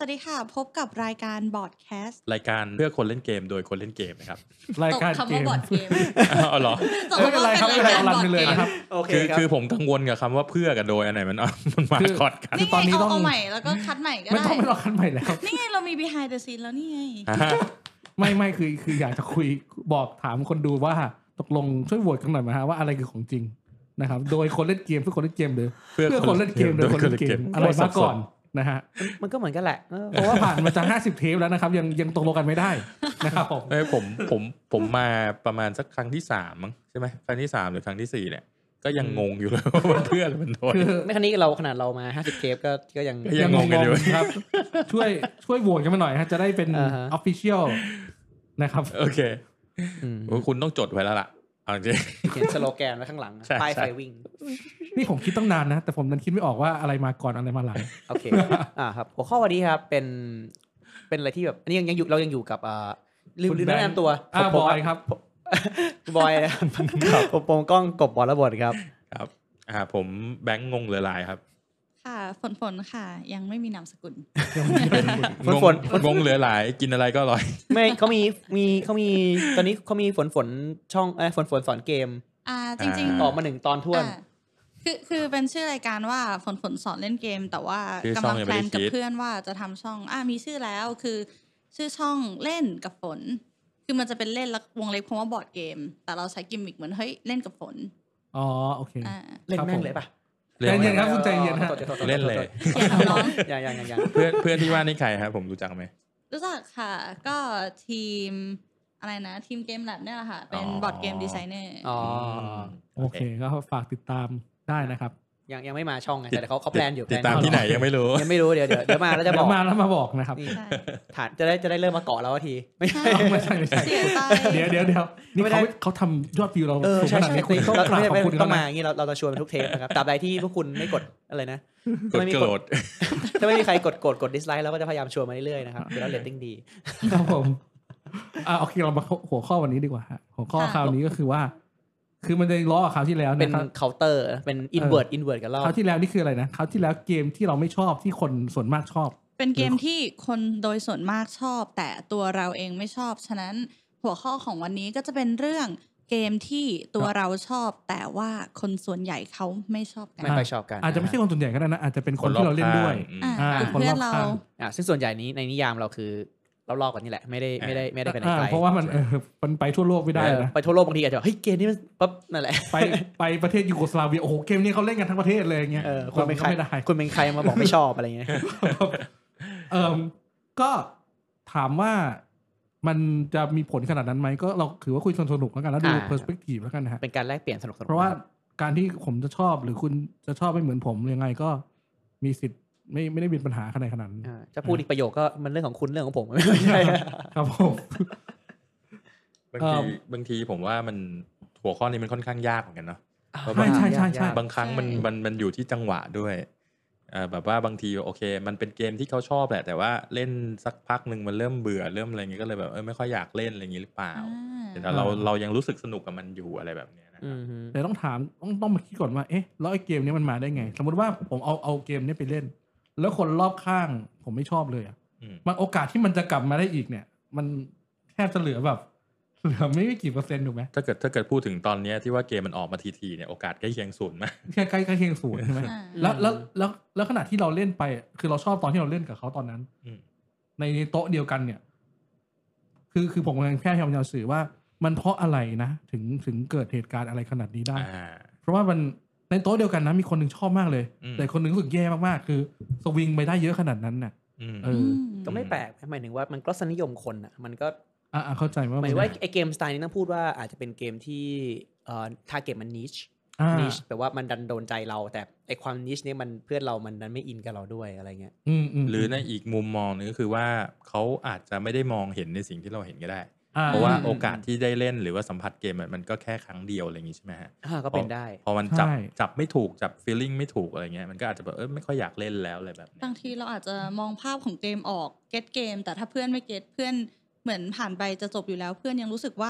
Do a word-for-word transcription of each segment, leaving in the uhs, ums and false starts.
วัสดีค่ะพบกับรายการบอร์ดแคสต์รายการเพื่อคนเล่นเกมโดยคนเล่นเกมนะครับรายการคำว่าบอร์ดเกมอ๋อเหรอไม่เป็นไรครับไม่เป็นไรเอาลันไปเลยนะครับโอเคครับคือผมกังวลกับคำว่าเพื่อกับโดยอันไหนมันมันมาคอดกันคือตอนนี้ต้องเอาใหม่แล้วก็คัดใหม่ก็ได้ไม่ต้องไม่ต้องคัดใหม่แล้วนี่ไงเรามี behind the scene แล้วนี่ไงไม่ไม่คือคืออยากจะคุยบอกถามคนดูว่าตกลงช่วยโหวตกันหน่อยไหมฮะว่าอะไรคือของจริงนะครับโดยคนเล่นเกมเพื่อคนเล่นเกมหรือเพื่อคนเล่นเกมโดยคนเล่นเกมอะไรมาก่อนนะฮะมันก็เหมือนกันแหละเพราะว่าผ่านมาจะห้าสิบเทปแล้วนะครับยังยังตกลงกันไม่ได้นะครับผมเอ้ยผมผมผมมาประมาณสักครั้งที่สามมั้งใช่ไหมครั้งที่สามหรือครั้งที่สี่เนี่ยก็ยังงงอยู่เลยว่าเพื่อนมันโดนไม่ครั้งนี้เราขนาดเรามาห้าสิบเทปก็ก็ยังยังงงกันอยู่ครับช่วยช่วยโหวตกันมาหน่อยฮะจะได้เป็น official นะครับโอเคคุณต้องจดไว้แล้วล่ะเอาจริงเขียนสโลแกนไว้ข้างหลังป้ายไฟวิ่งนี่ผมคิดตั้งนานนะแต่ผมนั้นคิดไม่ออกว่าอะไรมาก่อนอะไรมาหลังโอเคอ่าครับหัวข้อวันนี้ครับเป็นเป็นอะไรที่แบบอันนี้ยังยังอยู่เรายังอยู่กับอ่าลืมลืมแนะนำตัวอ่าบอยครับบอยครับผมปงก้องกบบอลระบดครับครับอ่าผมแบงค์งงเหลือหลายครับค่ะฝนฝนค่ะยังไม่มีนามสกุลฝนฝนงงเหลือหลายกินอะไรก็อร่อยไม่เขามีมีเขามีตอนนี้เขามีฝนฝนช่องเอ้ฝนฝนสอนเกมอ่าจริงๆออกมาหนึ่งตอนท้วนคือคือเป็นชื่อรายการว่าฝนฝนสอนเล่นเกมแต่ว่ากำลังแพลนกับเพื่อนว่าจะทำช่องอ่ามีชื่อแล้วคือชื่อช่องเล่นกับฝนคือมันจะเป็นเล่นแล้ววงเล็บคำว่าบอร์ดเกมแต่เราใช้กิมมิคเหมือนเฮ้ยเล่นกับฝนอ๋อโอเคเล่นแม่งเลยป่ะใจเย็นครับคุณใจเย็นฮะเล่นเลยอย่างอย่างอย่างเพื่อนเพื่อนที่ว่านี่ใครครับผมรู้จักไหมรู้จักค่ะก็ทีมอะไรนะทีมเกมแลบเนี่ยแหละค่ะเป็นบอร์ดเกมดีไซเนอร์อ๋อโอเคก็ฝากติดตามได้นะครับยังยังไม่มาช่องไงแต่เขาเขาแพลนอยู่ติดตามที่ไหนยังไม่รู้ยังไม่รู้เดี๋ยวเดี๋ยวเดี๋ยวมาแล้วจะบอกมาแล้วมาบอกนะครับฐานจะได้จะได้เริ่มมาเกาะเราทีไม่ใช่ไม่ใช่ไม่ใช่เดี๋ยวเดี๋ยวเดี๋ยวนี่เขาเขาทำยอดวิวเราสูงขนาดนี้คุณต้องกราบขอบคุณต้องมาอย่างนี้เราเราจะชวนเป็นทุกเทปนะครับตราบใดที่พวกคุณไม่กดอะไรนะกดกดถ้าไม่มีใครกดกดกดดิสไลค์เราก็จะพยายามชวนมาเรื่อยๆนะครับเดี๋ยวเรตติ้งดีครับผมอ่าโอเคเรามาหัวข้อวันนี้ดีกว่าฮะหัวข้อคราวนี้ก็คือว่าคือมันจะล้อกับคราวที่แล้วเป็นเคาน์เตอร์เป็นอินเวิร์ดอินเวิร์ดกันรอบคราวที่แล้วนี่คืออะไรนะคราวที่แล้วเกมที่เราไม่ชอบที่คนส่วนมากชอบเป็นเกมที่คนโดยส่วนมากชอบแต่ตัวเราเองไม่ชอบฉะนั้นหัวข้อของวันนี้ก็จะเป็นเรื่องเกมที่ตัวเราชอบแต่ว่าคนส่วนใหญ่เขาไม่ชอบกันไม่ค่อยชอบกันอาจจะไม่ใช่คนส่วนใหญ่ก็ได้นะอาจจะเป็นคนที่เราเล่นด้วยอ่าเพื่อนเราอ่าซึ่งส่วนใหญ่นี้ในนิยามเราคือเราลอกกันนี่แหละไม่ได้ไม่ได้ไม่ได้ไปไหนไกลเพราะว่ามันเออมันไปทั่วโลกไม่ได้นะไปทั่วโลกบางทีอาจจะเฮ้ยเกมนี้มันปั๊บนั่นแหละไปไปประเทศยูโกสลาเวียโอ้โหเกมนี้เขาเล่นกันทั้งประเทศเลยเงี้ยคุณเป็นใครคุณเป็นใครมาบอกไม่ชอบอะไรเงี้ยเออก็ถามว่ามันจะมีผลขนาดนั้นไหมก็เราถือว่าคุยสนุกแล้วกันแล้วดูเพอร์สเปกทีฟแล้วกันนะฮะเป็นการแลกเปลี่ยนสนุกๆเพราะว่าการที่ผมจะชอบหรือคุณจะชอบไม่เหมือนผมยังไงก็มีสิทธิ์ไม่ไม่ได้มีปัญหาขนาดขนาดนั้นจะพูดอีกประโยคก็มันเรื่องของคุณเรื่องของผมไม่ใช่ครับผมบางทีบางทีผมว่ามันหัวข้อนี้มันค่อนข้างยากเหมือนกันเนาะใช่ใช่ใช่ใช่บางครั้งมันมันมันอยู่ที่จังหวะด้วยอ่าแบบว่าบางทีโอเคมันเป็นเกมที่เขาชอบแหละแต่ว่าเล่นสักพักนึงมันเริ่มเบื่อเริ่มอะไรเงี้ยก็เลยแบบเออไม่ค่อยอยากเล่นอะไรอย่างงี้หรือเปล่าแต่เราเรายังรู้สึกสนุกกับมันอยู่อะไรแบบนี้นะครับแต่ต้องถามต้องต้องมาคิดก่อนว่าเอ๊ะแล้วไอ้เกมนี้มันมาได้ไงสมมติว่าผมเอาเอาเกมนี้ไปเล่นแล้วคนรอบข้างผมไม่ชอบเลยอ่ะมันโอกาสที่มันจะกลับมาได้อีกเนี่ยมันแทบจะเหลือแบบเหลือไม่กี่เปอร์เซ็นต์ถูกไหมถ้าเกิดถ้าเกิดพูดถึงตอนนี้ที่ว่าเกมมันออกมาทีๆเนี่ยโอกาสใกล้เคียงศูนย์ไหมแค่ใกล้ใกล้เคียงศูนย์ใช่ไหมแล้วแล้วแล้วแล้วขณะที่เราเล่นไปคือเราชอบตอนที่เราเล่นกับเขาตอนนั้นในโต๊ะเดียวกันเนี่ยคือคือผมกำลังแค่พยายามจะสื่อว่ามันเพราะอะไรนะถึงถึงเกิดเหตุการณ์อะไรขนาดนี้ได้เพราะว่ามันในโต๊ะเดียวกันนะมีคนหนึ่งชอบมากเลยแต่คนหนึ่งรู้สึกแย่มากๆคือสวิงไปได้เยอะขนาดนั้นน่ะเออก็ไม่แปลกหมายถึงว่ามันก็รสนิยมคนอ่ะมันก็อ่าเข้าใจว่าหมายว่าไอเกมสไตล์นี้ต้องพูดว่าอาจจะเป็นเกมที่เอ่อทาร์เก็ตมันนิชนิชแปลว่ามันดันโดนใจเราแต่ไอความนิชนี้มันเพื่อนเรามันดันไม่อินกับเราด้วยอะไรเงี้ยหรือในอีกมุมมองนึงก็คือว่าเขาอาจจะไม่ได้มองเห็นในสิ่งที่เราเห็นก็ได้เพราะว่าโอกาสที่ได้เล่นหรือว่าสัมผัสเกมมันก็แค่ครั้งเดียวอะไรอย่างงี้ใช่ไหมฮะก็เป็นได้พอมันจับจับไม่ถูกจับฟีลลิ่งไม่ถูกอะไรเงี้ยมันก็อาจจะแบบเออไม่ค่อยอยากเล่นแล้วอะไรแบบนี้บางทีเราอาจจะมองภาพของเกมออกเก็ตเกมแต่ถ้าเพื่อนไม่เก็ตเพื่อนเหมือนผ่านไปจะจบอยู่แล้วเพื่อนยังรู้สึกว่า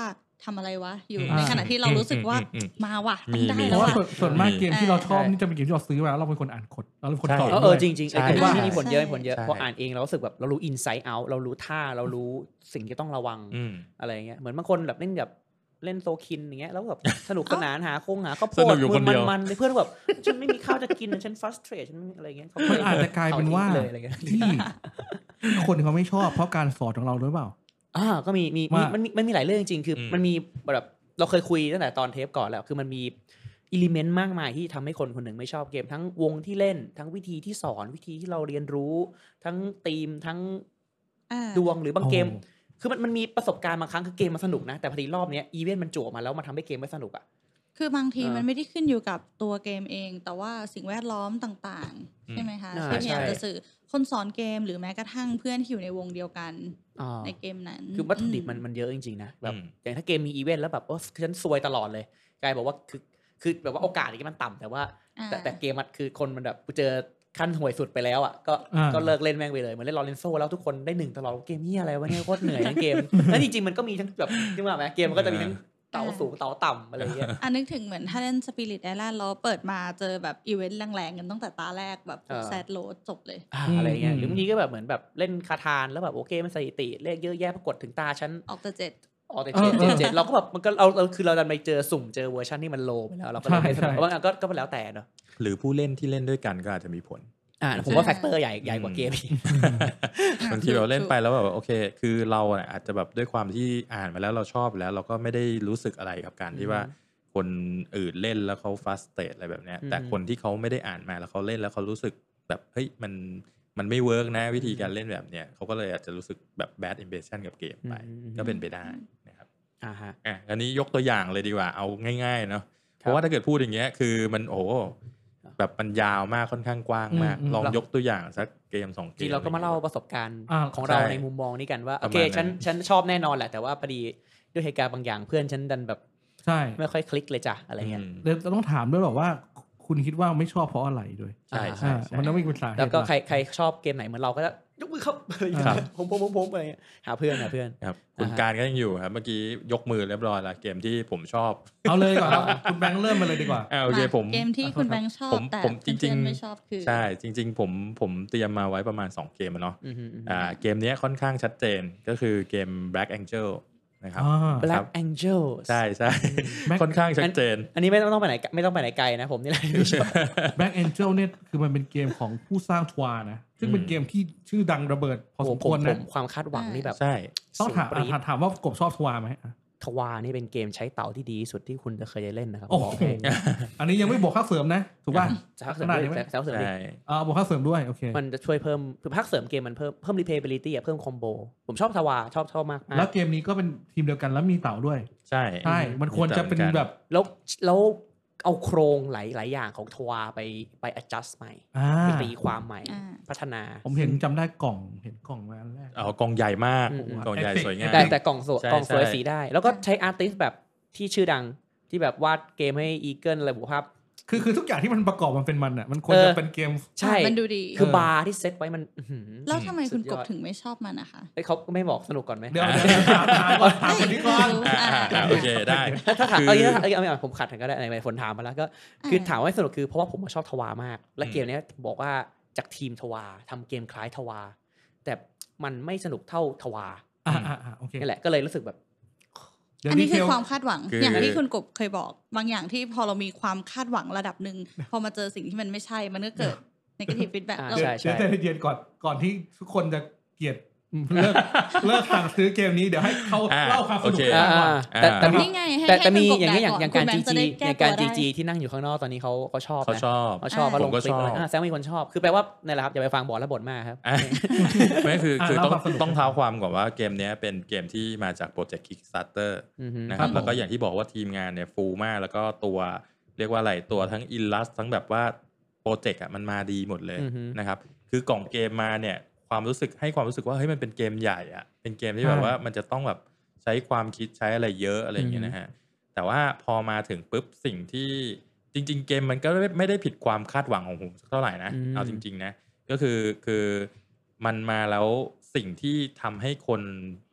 ทำอะไรวะอยู่ในขณะที่เรารู้สึกว่ามาว่ะต้องได้เพแล้วราะว่าว่ะส่วนมากเกมที่เราชอบนี่จะเป็นเกมที่เราซื้อมาแล้วเราเป็นคนอ่านกฎเราเป็นคนสอนเอด้อวยจริงๆไอ้ใช่ผมว่านี่มีผลเยอะใช่มีผลเยอะใช่พออ่านเองเรารู้สึกแบบเรารู้ inside out เรารู้ท่าเรารู้สิ่งที่ต้องระวังอืมอะไรอย่างเงี้ยเหมือนบางคนแบบเล่นแบบเล่นโซคินอย่างเงี้ยแล้วแบบสนุกสนานหาคงหาข้าวโพสนุดกอยู่คนเดียวมันๆเพื่อนแบบฉันไม่มีข้าวจะกินฉัน frustrate ฉันอะไรเงี้ยเขามันอาจจะกลายเป็นว่าเลยอะไรเงี้ยที่คนเขาไม่ชอบเพราะการสอนของเราหรือเปล่าอ่าก็มีมีมีว่ามันมีมันมีหลายเรื่องจริงๆคืออมมันมีแบบเราเคยคุยตั้งแต่ตอนเทปก่อนแล้วคือมันมีอิเลเมนต์มากมายที่ทำให้คนคนหนึ่งไม่ชอบเกมทั้งวงที่เล่นทั้งวิธีที่สอนวิธีที่เราเรียนรู้ ทั้งธีมทั้งอ่าดวงหรือบางเกมโอ้คือมันมันมีประสบการณ์บางครั้งคือเกมมันสนุกนะแต่พอดีรอบเนี้ยอีเวนต์มันจั่วมาแล้วมันทำให้เกมไม่สนุกอ่ะคือบางทีเออมันไม่ได้ขึ้นอยู่กับตัวเกมเอง แต่ว่าสิ่งแวดล้อมต่างอืๆมใช่ไหมคะอ่าที่พยายามใช่จะสื่อคนสอนเกมหรือแม้กระทั่งเพื่อนที่อยู่ในวงเดียวกันอ่าในเกมนั้นคือวัตถุดิบมันอืมันเยอะจริงๆนะแบบอืมอย่างถ้าเกมมีอีเวนต์แล้วแบบโอ้ฉันซวยตลอดเลยกลายบอกว่าคือคือแบบว่าโอกาสอย่างนี้มันต่ำแต่ว่าอ่าแต่แต่เกมมันคือคนมันแบบเจอขั้นห่วยสุดไปแล้วอ่ะก็อ่าก็เลิกเล่นแม่งไปเลยเหมือนเล่นลอเรนโซแล้วทุกคนได้หนึ่งตลอดเกมนี้อะไรวะเนี่ยโคตรเหนื่อยทั้งเกม แล้วจริงๆมันก็มีทั้งแบบจริงๆไหมเกมมันก็จะมีทั้งเตาสูงเตาต่ำอะไรอย่างเงี้ยอันนึกถึงเหมือนถ้าเล่น Spirit Island เราเปิดมาเจอแบบอีเวนต์แรงๆกันตั้งแต่ตาแรกแบบเออแซดโหลดจบเลยอ่าอืมอะไรเงี้ยอืมหรือบางทีก็แบบเหมือนแบบเล่นคาทานแล้วแบบโอเคมันสถิติเลขเยอะแยะปรากฏถึงตาฉันออกแต่เจ็ดออกแต่เจ็ดเจ็ดเจ็ดเราก็แบบมันก็เราเราคือเราดันไปเจอสุ่มเจอเวอร์ชันที่มันโลไปแล้วเราก็เลยไม่สนุกใช่เพราะว่าก็ก็เป็นแล้วแต่เนอะหรือผู้เล่นที่เล่นด้วยกันก็อาจจะมีผลอ่าผมว่าแฟกเตอร์ใหญ่ใหญ่กว่าเกมอีกบางทีเราเล่นไปแล้วแบบโอเค คือเราเนี่ยอาจจะแบบด้วยความที่อ่านมาแล้วเราชอบแล้ว เราก็ไม่ได้รู้สึกอะไรกับการที่ว่าคนอื่นเล่นแล้วเขาฟัสเตทอะไรแบบเนี้ยอืมแต่คนที่เขาไม่ได้อ่านมาแล้วเขาเล่นแล้วเขารู้สึกแบบเฮ้ยมันมันไม่เวิร์กนะวิธีการเล่นแบบเนี้ยเขาก็เลยอาจจะรู้สึกแบบ bad impression กับเกมไปอืมก็เป็นไปได้นะครับอ่าฮะอ่ะอันนี้ยกตัวอย่างเลยดีกว่าเอาง่ายๆเนาะครับเพราะว่าถ้าเกิดพูดอย่างเงี้ยคือมันโอ้แบบมันยาวมากค่อนข้างกว้างมากอืมอืมลองยกตัวอย่างสักเกมสองเกจริมงเราก็มาเล่าประสบการณ์อ่าของเราใช่ในมุมมองนี้กันว่าปโอระเคมาณนั้นฉันฉันชอบแน่นอนแหละแต่ว่าพอดีด้วยเหตุการณ์บางอย่างเพื่อนฉันดันแบบใช่ไม่ค่อยคลิกเลยจ้ะอะไรเงี้ยอืมเดี๋ยวเราต้องถามด้วยแบบว่า คุณคิดว่าไม่ชอบเพราะอะไรด้วยใช่อ่าใช่อ่าใช่มันต้องมีเป็นสาเหตุแล้วก็หลัใครใครชอบเกมไหนเหมือนเราก็จะยกมือครับอะไรอย่างเงี้ยครับผมผมผมผมอะไรเงี้ยหาเพื่อนหาเพื่อนครับคุณอ่าฮะการก็ยังอยู่ครับเมื่อกี้ยกมือเรียบร้อยแล้วเกมที่ผมชอบเอาเลยดีกว่อนครับคุณแบงค์เริ่มมาเลยดีกว่าอ่าโอเคผมเกมที่คุณแบงค์ชอบผมแต่ผมจริงๆเพื่อนๆไม่ชอบคือใช่จริง ๆ ผมผมเตรียมมาไว้ประมาณสองเกมอะเนาะอืมอืมอืมอ่าเกมเนี้ยค่อนข้างชัดเจนก็คือเกม Black Angel นะครับอ่าครั Black บ Angel ใช่ใช่ Black ค่อนข้างชัดเจนอันนี้ไม่ต้องไปไหนไม่ต้องไปไหนไกลนะผมนี่แหละที่ชอบ Black Angel เนี่ยคือมันเป็นเกมของผู้สร้างทวานะ ซึ่งเป็นเกมที่ชื่อดังระเบิดพอสมควรผมนะผมความคาดหวังนี่แบบใช่ต้องถามสูงปรี๊ดถามถามว่ากบชอบทวาไหมอ่ะทวานี่เป็นเกมใช้เต่าที่ดีที่สุดที่คุณจะเคยได้เล่นนะครับโอ้โหบอกให้อันนี้ยังไม่บวกค่าเสริมนะ ถูกป่ะจะพักเสริมขนาดด้นี้วยไหมแต่เสริมดิใช่อ่าบวกค่าเสริมด้วยโอเคมันจะช่วยเพิ่มคือภาคเสริมเกมมันเพิ่มเพิ่ม replayability อะเพิ่มคอมโบผมชอบทวาชอบชอบมากๆแล้วเกมนี้ก็เป็นทีมเดียวกันแล้วมีเต่าด้วยใช่ใช่ มันควรจะเป็นแบบแล้วแล้วเอาโครงหลายหลายอย่างของทวาไปไป adjust ใหม่อ่าไปตีความใหม่อ่าพัฒนาผมเห็นจำได้กล่องเห็นกล่องมาอันแรกเอากองใหญ่มากอืมกองใหญ่สวยงามแต่แต่กล่องสวยใช่กล่องสวยใช่สีได้ แล้วก็ใช้อาร์ติสแบบที่ชื่อดังที่แบบวาดเกมให้อีเกิลอะไรบุภาพคือคือทุกอย่างที่มันประกอบมันเป็นมันอ่ะมันควรเออจะเป็นเกมใช่มันดูดีคือเออบาร์ที่เซตไว้มันอื้อหือแล้วทำไมคุณสุดยกอดบถึงไม่ชอบมันนะคะเอ้ยเขาก็ไม่บอกสนุกก่อนไหมเดี๋ยวเดี๋ยวถามถามก่อนถามคนนี้ก่อนอ่าอ่าอ่าโอเคได้ถ้าถ้าถามคือเอางี้ถ้าเอางี้เอางี้ผมขัดกันก็ได้ในฝนถามมาแล้วก็คืออ่าถามว่าสนุกคือเพราะว่าผมชอบทวามาก และอืมเกมเนี้ยบอกว่าจากทีมทวาทำเกมคล้ายทวา แต่มันไม่สนุกเท่าทวาอ่าอ่าอ่าโอเคนี่แหละก็เลยรู้สึกแบบเดี๋ยวอันดีนี้เทคือลความคาดหวังคือออย่างที่คุณกบเคยบอก บางอย่างที่พอเรามีความคาดหวังระดับหนึ่ง พอมาเจอสิ่งที่มันไม่ใช่ มันก็เกิด negative feedback อ่าเราใช่เดี๋ยวใจเย็นก่อนก่อนที่ทุกคนจะเกลียดเลิกเลิกสั่งซื้อเกมนี้เดี๋ยวให้เขาอ่าเล่าความสนุกโอเคให้ฟังก่อนแต่แต่มีนี่ไงให้แต่ให้แต่มีคุณกบอย่างนี้ด่อย่างอย่างคุการณแบงจีค์จะจีได้อแก้ย่างตัการวจีได้จีที่นั่งอยู่ข้างนอกตอนนี้เขาเขาชอบเขานะชอบเขาชอบอ่าว่าลงผมก็คลิปชอบอะไรอ่าแซมมีคนชอบ คือแปลว่านี่นแหละครับอย่าไปฟังบอกแล้วบ่นมากครับอ่ะไม่คืออ่ะคือเล่าต้องความสนุกต้องเท้าความก่อนว่าเกมเนี้ยเป็นเกมที่มาจากโปรเจกต์ Kickstarter อือฮึนะครับครับผมแล้วก็อย่างที่บอกว่าทีมงานเนี่ยฟูลมากแล้วก็ตัวเรียกว่าอะไรตัวทั้งอิลลัสทั้งแบบว่าโปรเจกต์อ่ะมันมาดีหมดเลยอือฮึนะครับคือกล่องเกมมาเนี่ยความรู้สึกให้ความรู้สึกว่าเฮ้ยมันเป็นเกมใหญ่อ่ะเป็นเกมที่แบบว่ามันจะต้องแบบใช้ความคิดใช้อะไรเยอะอะไรอย่างเงี้ยนะฮะแต่ว่าพอมาถึงปุ๊บสิ่งที่จริง ๆ เกมมันก็ไม่ได้ผิดความคาดหวังของผมสักเท่าไหร่นะอืมเอาจริงๆนะก็คือคือมันมาแล้วสิ่งที่ทำให้คน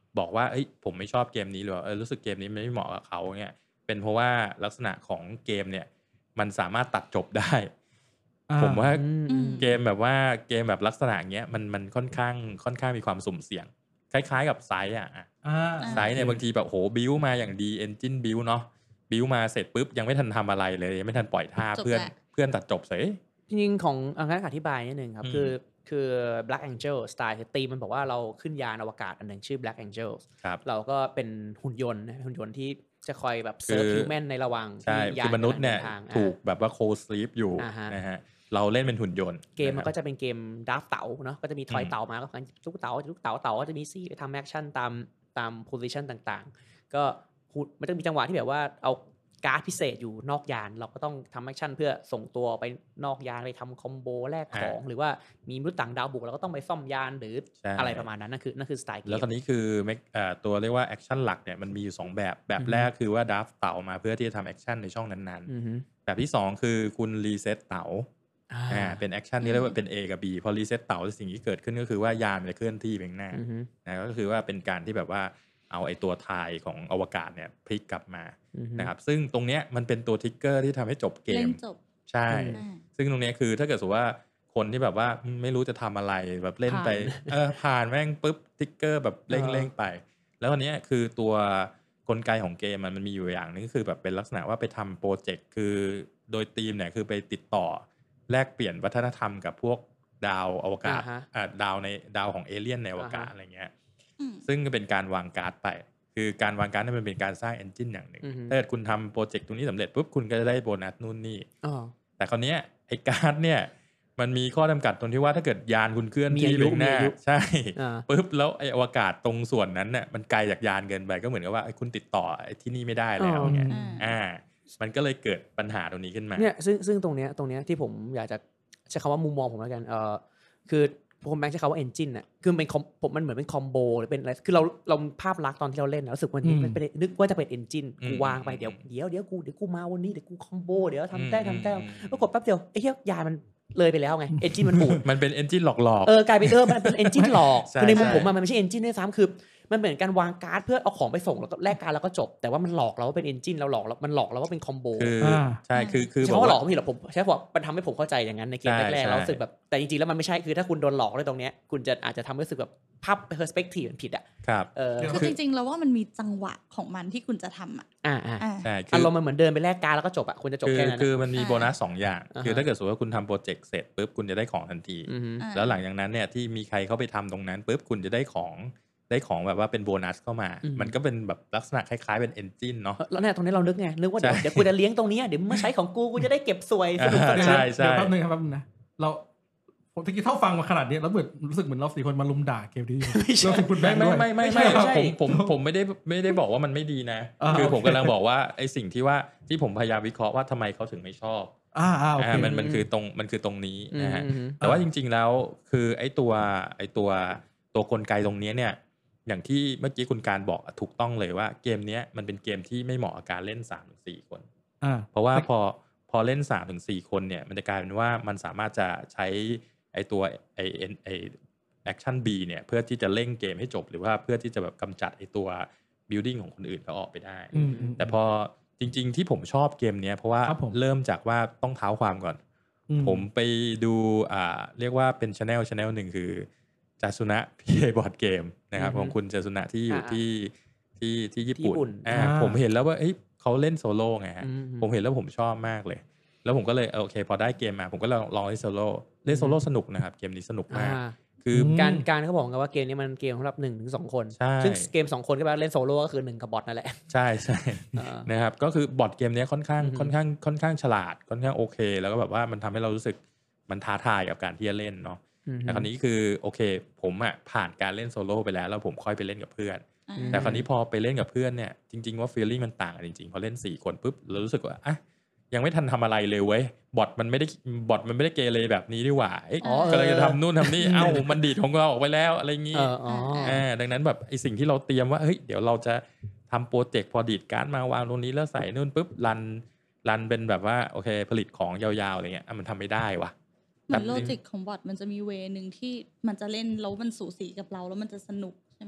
บอกว่าเอ้ยผมไม่ชอบเกมนี้หรือเออรู้สึกเกมนี้ไม่เหมาะกับเขาเนี่ยเป็นเพราะว่าลักษณะของเกมเนี่ยมันสามารถตัดจบได้ผมว่าเกมแบบว่าเกมแบบลักษณะเงี้ยมันมันค่อนข้างค่อนข้างมีความสุ่มเสี่ยงคล้ายๆกับไซส์อ่ะไซส์เนี่ยบางทีแบบโหบิวมาอย่างดีเอนจินบิวเนาะบิวมาเสร็จปุ๊บยังไม่ทันทำอะไรเลยยังไม่ทันปล่อยท่าเพื่อนเพื่อนตัดจบเสยจริงๆของอันนั้นอธิบายนิดนึงครับคือคือ Black Angel สไตล์คือตีมันบอกว่าเราขึ้นยานอวกาศอันหนึ่งชื่อ Black Angel เราก็เป็นหุ่นยนต์หุ่นยนต์ที่จะคอยแบบเซิร์ฟฮิวแมนในระหว่างที่ยานคือมนุษย์เนี่ยถูกแบบว่าโคสลีปอยู่นะฮะเราเล่นเป็นหุ่นยนต์เกมมันก็จะเป็นเกมดราฟเต๋าเนาะก็จะมีทอยเต๋ามาก็ทุกเต๋าทุกเต๋าเต๋าก็จะมีสีไปทำแอคชั่นตามตามโพซิชันต่างๆก็มันจะมีจังหวะที่แบบว่าเอาการ์ดพิเศษอยู่นอกยานเราก็ต้องทำแอคชั่นเพื่อส่งตัวไปนอกยานไปทำคอมโบแลกของหรือว่ามีมนุษย์ต่างดาวบุกเราก็ต้องไปซ่อมยานหรืออะไรประมาณนั้นนั่นคือนั่นคือสไตล์เกมแล้วตอนนี้คือตัวเรียกว่าแอคชั่นหลักเนี่ยมันมีอยู่สองแบบแบบแรกคือว่าดราฟเต๋ามาเพื่อที่จะทำแอคชั่นในช่องนั้นๆแบบที่สองคือคุณรีเซ็ตเต๋าอ่าเป็นแอคชั่นที่เรียกว่าเป็น A กับ B พอรีเซ็ตเต๋าสิ่งที่เกิดขึ้นก็คือว่ายานมันจะเคลื่อนที่ไปข้างหน้านะก็คือว่าเป็นการที่แบบว่าเอาไอ้ตัวทายของอวกาศเนี่ยพลิกกลับมานะครับซึ่งตรงเนี้ยมันเป็นตัวทริกเกอร์ที่ทำให้จบเกมใช่ซึ่งตรงเนี้ยคือถ้าเกิดสมมติว่าคนที่แบบว่าไม่รู้จะทำอะไรแบบเล่นไปเออผ่านแม่งปุ๊บทริกเกอร์แบบเร่งๆไปแล้วอันเนี้ยคือตัวกลไกของเกมมันมันมีอยู่อย่างนึงก็คือแบบเป็นลักษณะว่าไปทำโปรเจกต์คือโดยทีมเนี่ยคือไปติดต่อแลกเปลี่ยนวัฒนธรรมกับพวกดาวอวกาศอ่าดาวในดาวของเอเลี่ยนในอวกาศอะไรเงี้ยซึ่งก็เป็นการวางการ์ดไปคือการวางการ์ดนี่มันเป็นการสร้างเอนจินอย่างหนึ่งถ้าเกิดคุณทำโปรเจกต์ตรงนี้สำเร็จปุ๊บคุณก็จะได้โบนัสนู่นนี่แต่คราวนี้ไอ้การ์ดเนี่ยมันมีข้อจำกัดตรงที่ว่าถ้าเกิดยานคุณเคลื่อนที่ไปหน้าใช่ปุ๊บแล้วไอ้อวกาศตรงส่วนนั้นเนี่ยมันไกลจากยานเกินไปก็เหมือนกับว่าคุณติดต่อไอ้ที่นี่ไม่ได้แล้วเนี่ยอ่ามันก็เลยเกิดปัญหาตรงนี้ขึ้นมาเนี่ยซึ่งซึ่งตรงเนี้ยตรงเนี้ยที่ผมอยากจะใช้คำว่ามุมมองผมแล้วกันเออคือผมแม็กใช้คำว่าเอนจินอ่ะคือเป็นผมมันเหมือนเป็นคอมโบหรือเป็นอะไรคือเราเราภาพลักษณ์ตอนที่เราเล่นรู้สึกว่ามันเป็นนึกว่าจะเป็นเอนจินกูวางไปเดี๋ยวเดี๋ยวเดี๋ยวกูเดี๋ยวกูมาวันนี้เดี๋ยวกูคอมโบเดี๋ยวทำแต้มทำแต้มปรากฏแป๊บเดียวไอ้เหี้ยยามันเลยไปแล้วไงเอนจินมันบูดมันเป็นเอนจินหลอกๆเออกลายเป็นเออมันเป็นเอนจินหลอกคือในมุมผมมันไม่ใช่เอนจินด้วยซ้ำคือมันเหมือนการวางการ์ดเพื่อเอาของไปส่งแล้วก็แลกการแล้วก็จบแต่ว่ามันหลอกเราว่าเป็นเอนจินเราหลอกเรามันหลอกเราว่าเป็นคอมโบใช่คือคือเพราะว่าหลอกไม่ผิดหรอกผมใช่ว่ามันทำให้ผมเข้าใจอย่างนั้นในเกมแรกๆเรารู้สึกแบบแต่จริงๆแล้วมันไม่ใช่คือถ้าคุณโดนหลอกด้วยตรงเนี้ยคุณจะอาจจะทำให้รู้สึกแบบภาพเพอร์สเปกทีฟมันผิดอ่ะครับเออคือจริงๆแล้วว่ามันมีจังหวะของมันที่คุณจะทำอ่ะอ่าอ่าใช่อารมณ์มันเหมือนเดินไปแลกการแล้วก็จบอ่ะคุณจะจบแค่นั้นคือมันมีโบนัสสองอย่างคือถ้าเกิดสมมติว่าคุณทำโปรเจกต์เสร็จปุ๊บคุณจะได้ของทันทีแล้วหลังจากนั้นเนี่ยที่มีใครเข้าไปทำตรงนั้นปุ๊บคุณจะได้ของได้ของแบบว่าเป็นโบนัสเข้ามามันก็เป็นแบบลักษณะคล้ายๆเป็นเอนจินเนาะแล้วเนี่ยตรงนี้เรานึกไงนึกว่าเดี๋ยวเดี๋ยวกูจะเลี้ยงตรงนี้เดี๋ยวมาใช้ของกูกูจะได้เก็บสวยสนุกสนานใช่ใช่เดี๋ยวแป๊บนึงครับแป๊บนึงนะเราผมตะกี้เท่าฟังมาขนาดนี้แล้วเหมือนรู้สึกเหมือนเราสี่คนมาลุมด่าเกมนี้เราถึงคุณแบงค์ด้วยไม่ไม่ไม่ผมผมผมไม่ได้ไม่ได้บอกว่ามันไม่ดีนะคือผมกำลังบอกว่าไอ้สิ่งที่ว่าที่ผมพยายามวิเคราะห์ว่าทำไมเขาถึงไม่ชอบอ่าอ่าโอเคมันมันคือตรงมันคือตรงนี้นะฮะแต่ว่าจริงๆแล้วคือไอ้ตัวไอ้ตัวตัวกลไกตรงนี้เนี่ยอย่างที่เมื่อกี้คุณการบอกถูกต้องเลยว่าเกมนี้มันเป็นเกมที่ไม่เหมาะกับการเล่น สามถึงสี่ คนเพราะว่าพอพอเล่น สามถึงสี่ คนเนี่ยมันจะกลายเป็นว่ามันสามารถจะใช้ไอตัวไอไอแอคชั่น B เนี่ยเพื่อที่จะเร่งเกมให้จบหรือว่าเพื่อที่จะแบบกำจัดไอตัว building ของคนอื่นเขาออกไปได้แต่พอจริงๆที่ผมชอบเกมนี้เพราะว่าเริ่มจากว่าต้องเท้าความก่อนผมไปดูอ่าเรียกว่าเป็น channel channel หนึ่งคือจาสุนะ พี เอ Board Game นะครับของคุณจาสุนะที่อยู่ที่ที่ที่ญี่ปุ่นอ่าผมเห็นแล้วว่าเอ้ยเขาเล่นโซโล่ไงฮะผมเห็นแล้วผมชอบมากเลยแล้วผมก็เลยโอเคพอได้เกมมาผมก็ลองลองเล่นโซโล่เล่นโซโล่สนุกนะครับเกมนี้สนุกมากคือการการเขาบอกกันว่าเกมนี้มันเกมสำหรับ หนึ่งถึงสอง คนซึ่งเกมสองคนก็แปลว่าเล่นโซโล่ก็คือหนึ่งกับบอทนั่นแหละใช่ๆนะครับก็คือบอทเกมนี้ค่อนข้างค่อนข้างค่อนข้างฉลาดค่อนข้างโอเคแล้วก็แบบว่ามันทำให้เรารู้สึกมันท้าทายกับการที่จะเล่นเนาะแต่คราวนี้คือโอเคผมอ่ะผ่านการเล่นโซโล่ไปแล้วแล้วผมค่อยไปเล่นกับเพื่อนแต่คราวนี้พอไปเล่นกับเพื่อนเนี่ยจริงๆว่าฟีลลิ่งมันต่างกันจริงๆพอเล่นสี่คนปุ๊บเรารู้สึกว่าอ่ะยังไม่ทันทำอะไรเลยเว้ยบอทมันไม่ได้บอทมันไม่ได้เกเรแบบนี้ดีกว่าอ๋อกำลังจะทำนู่นทำนี่เอ้ามันดีดของเราออกไปแล้วอะไรงี้อ่าดังนั้นแบบไอสิ่งที่เราเตรียมว่าเฮ้ยเดี๋ยวเราจะทำโปรเจกต์พอดีดการ์ดมาวางตรงนี้แล้วใส่นู่นปุ๊บรันรันเป็นแบบว่าโอเคผลิตของยาวๆอะไรเงี้ยมันทำไม่ได้ว่ะเหมือนโลจิกของบอทมันจะมีเวนึงที่มันจะเล่นแล้วมันสูสีกับเราแล้วมันจะสนุกใช่ไหม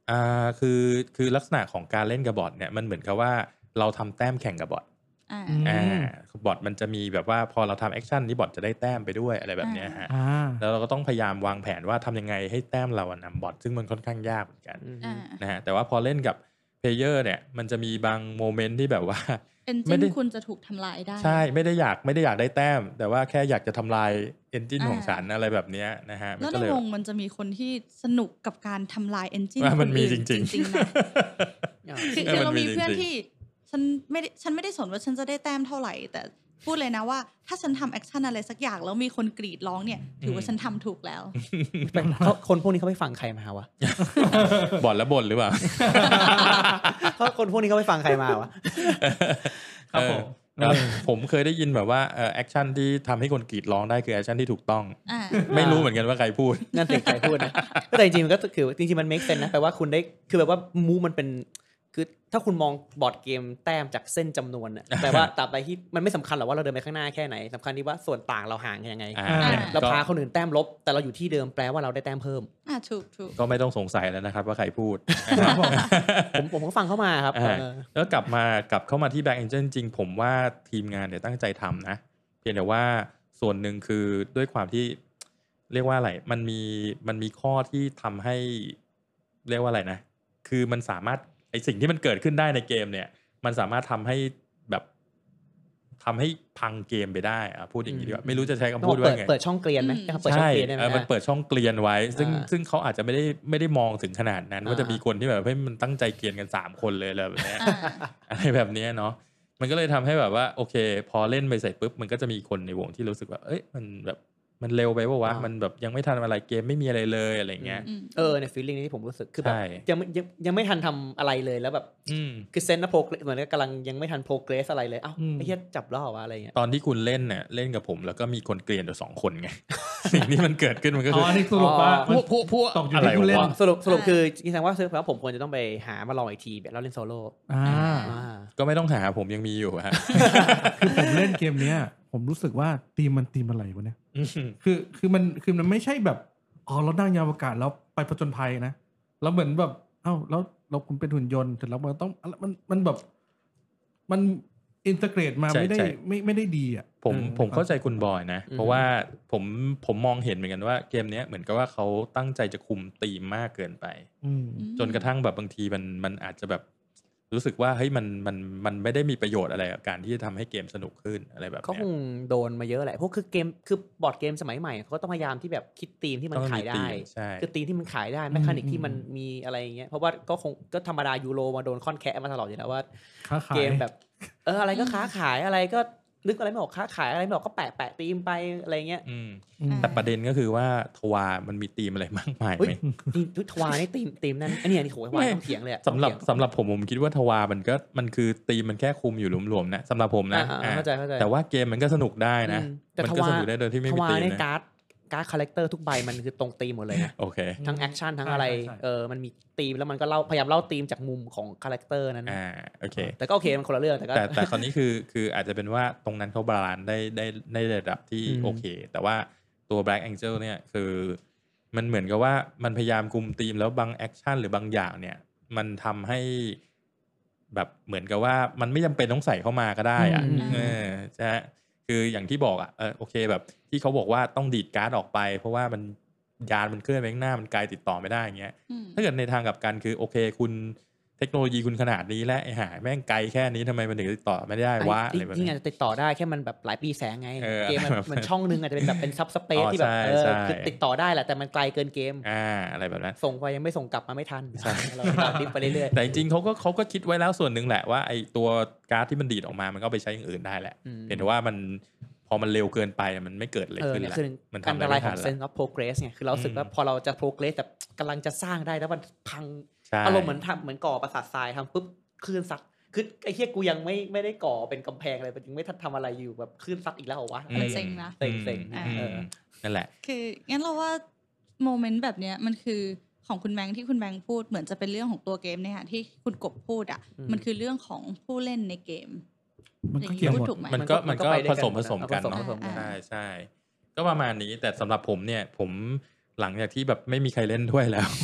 อ่าคือคือลักษณะของการเล่นกับบอทเนี่ยมันเหมือนกับว่าเราทำแต้มแข่งกับบอทอ่าอ่าบอทมันจะมีแบบว่าพอเราทำแอคชั่นนี้บอทจะได้แต้มไปด้วยอะไรแบบเนี้ยฮะแล้วเราก็ต้องพยายามวางแผนว่าทำยังไงให้แต้มเรานำบอทซึ่งมันค่อนข้างยากเหมือนกันนะฮะแต่ว่าพอเล่นกับเพลเยอร์เนี่ยมันจะมีบางโมเมนต์ที่แบบว่าเอนจินคุณจะถูกทำลายได้ใช่ไม่ได้อยากไม่ได้อยากได้แต้มแต่ว่าแค่อยากจะทำลายเอนจินของฉันอะไรแบบนี้นะฮะแล้วในวงมันจะมีคนที่สนุกกับการทำลายเอนจินมันมีจริงๆนะคือเรามีเพื่อนที่ฉันไม่ฉันไม่ได้สนว่าฉันจะได้แต้มเท่าไหร่แต่พูดเลยนะว่าถ้าฉันทำแอคชั่นอะไรสักอย่างแล้วมีคนกรีดร้องเนี่ยถือว่าฉันทำถูกแล้วคนพวกนี้เขาไปฟังใครมาวะบ่นแล้วบ่นหรือเปล่าเขาคนพวกนี้เขาไปฟังใครมาวะครับผมผมเคยได้ยินแบบว่าแอคชั่นที่ทำให้คนกรีดร้องได้คือแอคชั่นที่ถูกต้องไม่รู้เหมือนกันว่าใครพูดนั่นสิใครพูดนะแต่จริงๆมันก็คือจริงๆมัน make sense นะแปลว่าคุณได้คือแบบว่ามูมันเป็นคือถ้าคุณมองบอร์ดเกมแต้มจากเส้นจำนวนน่ะแปลว่าตราบใดที่มันไม่สำคัญหรอกว่าเราเดินไปข้างหน้าแค่ไหนสำคัญที่ว่าส่วนต่างเราห่างกันยังไงเราพาคนอื่นแต้มลบแต่เราอยู่ที่เดิมแปลว่าเราได้แต้มเพิ่มอ่าถูกถูกก็ไม่ต้องสงสัยแล้วนะครับว่าใครพูดผมผมก็ฟังเข้ามาครับแล้วกลับมากลับเข้ามาที่ Black Angel จริงผมว่าทีมงานเนี่ยตั้งใจทำนะเพียงแต่ว่าส่วนหนึ่งคือด้วยความที่เรียกว่าอะไรมันมีมันมีข้อที่ทำให้เรียกว่าอะไรนะคือมันสามารถไอสิ่งที่มันเกิดขึ้นได้ในเกมเนี่ยมันสามารถทำให้แบบทำให้พังเกมไปได้อะพูดอย่างนี้ดีกว่าไม่รู้จะใช้คำพูดว่าไงเปิดช่องเกลียนไหมเปิดช่องเกลียนได้ไหมมันเปิดช่องเกลียนไว้ซึ่งซึ่งเขาอาจจะไม่ได้ไม่ได้มองถึงขนาดนั้นว่าจะมีคนที่แบบให้มันตั้งใจเกลียนกันสามคนเลยอะไรแบบนี้อะไรแบบนี้เนาะมันก็เลยทำให้แบบว่าโอเคพอเล่นไปเสร็จปุ๊บมันก็จะมีคนในวงที่รู้สึกว่าเอ้ยมันแบบมันเร็วไปป่าววะมันแบบยังไม่ทันอะไรเกมไม่มีอะไรเลยอะไรเงี้ยเออในฟีลลิ่งนี้ที่ผมรู้สึกคือแบบยังยังยังไม่ทันทำอะไรเลยแล้วแบบคือเซนต์โปรเกรสเหมือนกำลังยังไม่ทันโปรเกรสอะไรเลยเอ้าไอ้เหี้ยจับล่อวะอะไรเงี้ยตอนที่คุณเล่นเนี่ยเล่นกับผมแล้วก็มีคนเกลียนอยู่สองคนไงสิ่งที่มันเกิดขึ้นมันก็คืออ๋อนี่สรุปว่าพวกพวกพวกอะไรวะสรุปสรุปคือแสดงว่าแสดงว่าผมควรจะต้องไปหามาลองอีกทีแบบเราเล่นโซโล่อ่าก็ไม่ต้องหาผมยังมีอยู่ฮะคือผมเล่นเกมเนี้ยผมรู้สึกว่าธีมมันธีมอะไรวะเนี่ยคือคือมันคือมันไม่ใช่แบบอ๋อเรานั่งยานอวกาศแล้วไปผจญภัยนะแล้วเหมือนแบบเอ้าแล้วเราคุณเป็นหุ่นยนต์เสร็จแล้วมันต้องมันมันแบบมันอินทิเกรตมาไม่ได้ไม่ไม่ได้ดีอ่ะผมผมเข้าใจคุณบอยนะเพราะว่าผมผมมองเห็นเหมือนกันว่าเกมนี้เหมือนกับว่าเขาตั้งใจจะคุมธีมมากเกินไปจนกระทั่งแบบบางทีมันมันอาจจะแบบรู้สึกว่าเฮ้ยมันมันมันไม่ได้มีประโยชน์อะไรกับการที่จะทำให้เกมสนุกขึ้นอะไรแบบนี้เขาคงโดนมาเยอะแหละพวกคือเกมคือบอร์ดเกมสมัยใหม่เขาก็ต้องพยายามที่แบบคิดธีมที่มันขายได้คือธีมที่มันขายได้แมคานิกที่มันมีอะไรอย่างเงี้ยเพราะว่าก็คงก็ธรรมดายูโรมาโดนค่อนแคะมาตลอดอยู่แล้วว่าเกมแบบเอออะไรก็ค้าขายอะไรก็นึกอะไรไม่ออกค้าขายอะไรไม่ออกก็แปะแปะธีมไปอะไรเงี้ยแต่ประเด็นก็คือว่าทวามันมีธีมอะไรมากมายไหมทวานี่ธีมธีมนั้นอันนี้อันนี้โหยวายต้องเถียงเลยสำหรับสำหรับผมผมคิดว่าทวามันก็มันคือธีมมันแค่คุมอยู่รวมๆนะสำหรับผมนะแต่ว่าเกมมันก็สนุกได้นะมันก็สนุกได้โดยที่ไม่มีธีมนะการ์ดการ์ดคาแรคเตอร์ทุกใบมันคือตรงธีมหมดเลยนะโอเคทั้งแอคชั่นทั้งอะไรเออมันมีธีมแล้วมันก็เล่าพยายามเล่าธีมจากมุมของคาแรคเตอร์นั้นอ่าโอเคแต่ก็โอเคมันคนละเรื่องแต่ก็แต่แต่คราวนี้คือคืออาจจะเป็นว่าตรงนั้นเขาบาลานซ์ได้ได้ในระดับที่โอเคแต่ว่าตัว Black Angel เนี่ยคือมันเหมือนกับว่ามันพยายามคุมธีมแล้วบางแอคชั่นหรือบางอย่างเนี่ยมันทำให้แบบเหมือนกับว่ามันไม่จำเป็นต้องใส่เข้ามาก็ได้อ่ะเออใช่คืออย่างที่บอกอ่ะเออโอเคแบบที่เขาบอกว่าต้องดีดการ์ดออกไปเพราะว่ามันยานมันเคลื่อนไปข้างหน้ามันไกลติดต่อไม่ได้อย่างเงี้ยถ้าเกิดในทางกลับกันคือโอเคคุณเทคโนโลยีคุณขนาดนี้และไอ้ห่าแม่งไกลแค่นี้ทำไมมันถึงติดต่อไม่ได้วะอะไรแบบนี้จริงๆอาจจะติดต่อได้แค่มันแบบหลายปีแสงไงเกมมันช่องนึงอาจจะเป็นแบบเป็นซับสเปซที่แบบเออคือติดต่อได้แหละแต่มันไกลเกินเกมอ่าอะไรแบบนั้นส่งไปยังไม่ส่งกลับมาไม่ทันเราต่อดิฟไปเรื่อยๆแต่จริงๆเขาก็เขาก็คิดไว้แล้วส่วนหนึ่งแหละว่าไอ้ตัวการ์ดที่มันดีดออกมามันก็ไปใช้อย่างอื่นได้แหละเห็นว่ามันพอมันเร็วเกินไปมันไม่เกิดอะไรขึ้นแล้วมันทำอะไรของ sense of progress ไงคือเราสึกว่าพอเราจะ progress แบบกำลังจะสร้างได้แล้วมันพังอารมณ์เหมือนทำเหมือนก่อปราสาททรายทำปุ๊บคลื่นซัดคือไอ้เหี้ยกูยังไม่ไม่ได้ก่อเป็นกำแพงอะไรมันยังไม่ทันทำอะไรอยู่แบบคลื่นซัดอีกแล้วเหรอวะอะไรเซ็งนะเซ็งเซ็งนั่นแหละคืองั้นเราว่าโมเมนต์แบบเนี้ยมันคือของคุณแบงค์ที่คุณแบงค์พูดเหมือนจะเป็นเรื่องของตัวเกมเนี่ยที่คุณกบพูดอ่ะมันคือเรื่องของผู้เล่นในเกมมันก็เกี่ยวหมดมันก็มันก็ผสมผสมกันเนาะใช่ใช่ก็ประมาณนี้แต่สำหรับผมเนี่ยผมหลังจากที่แบบไม่มีใครเล่นด้วยแล้ว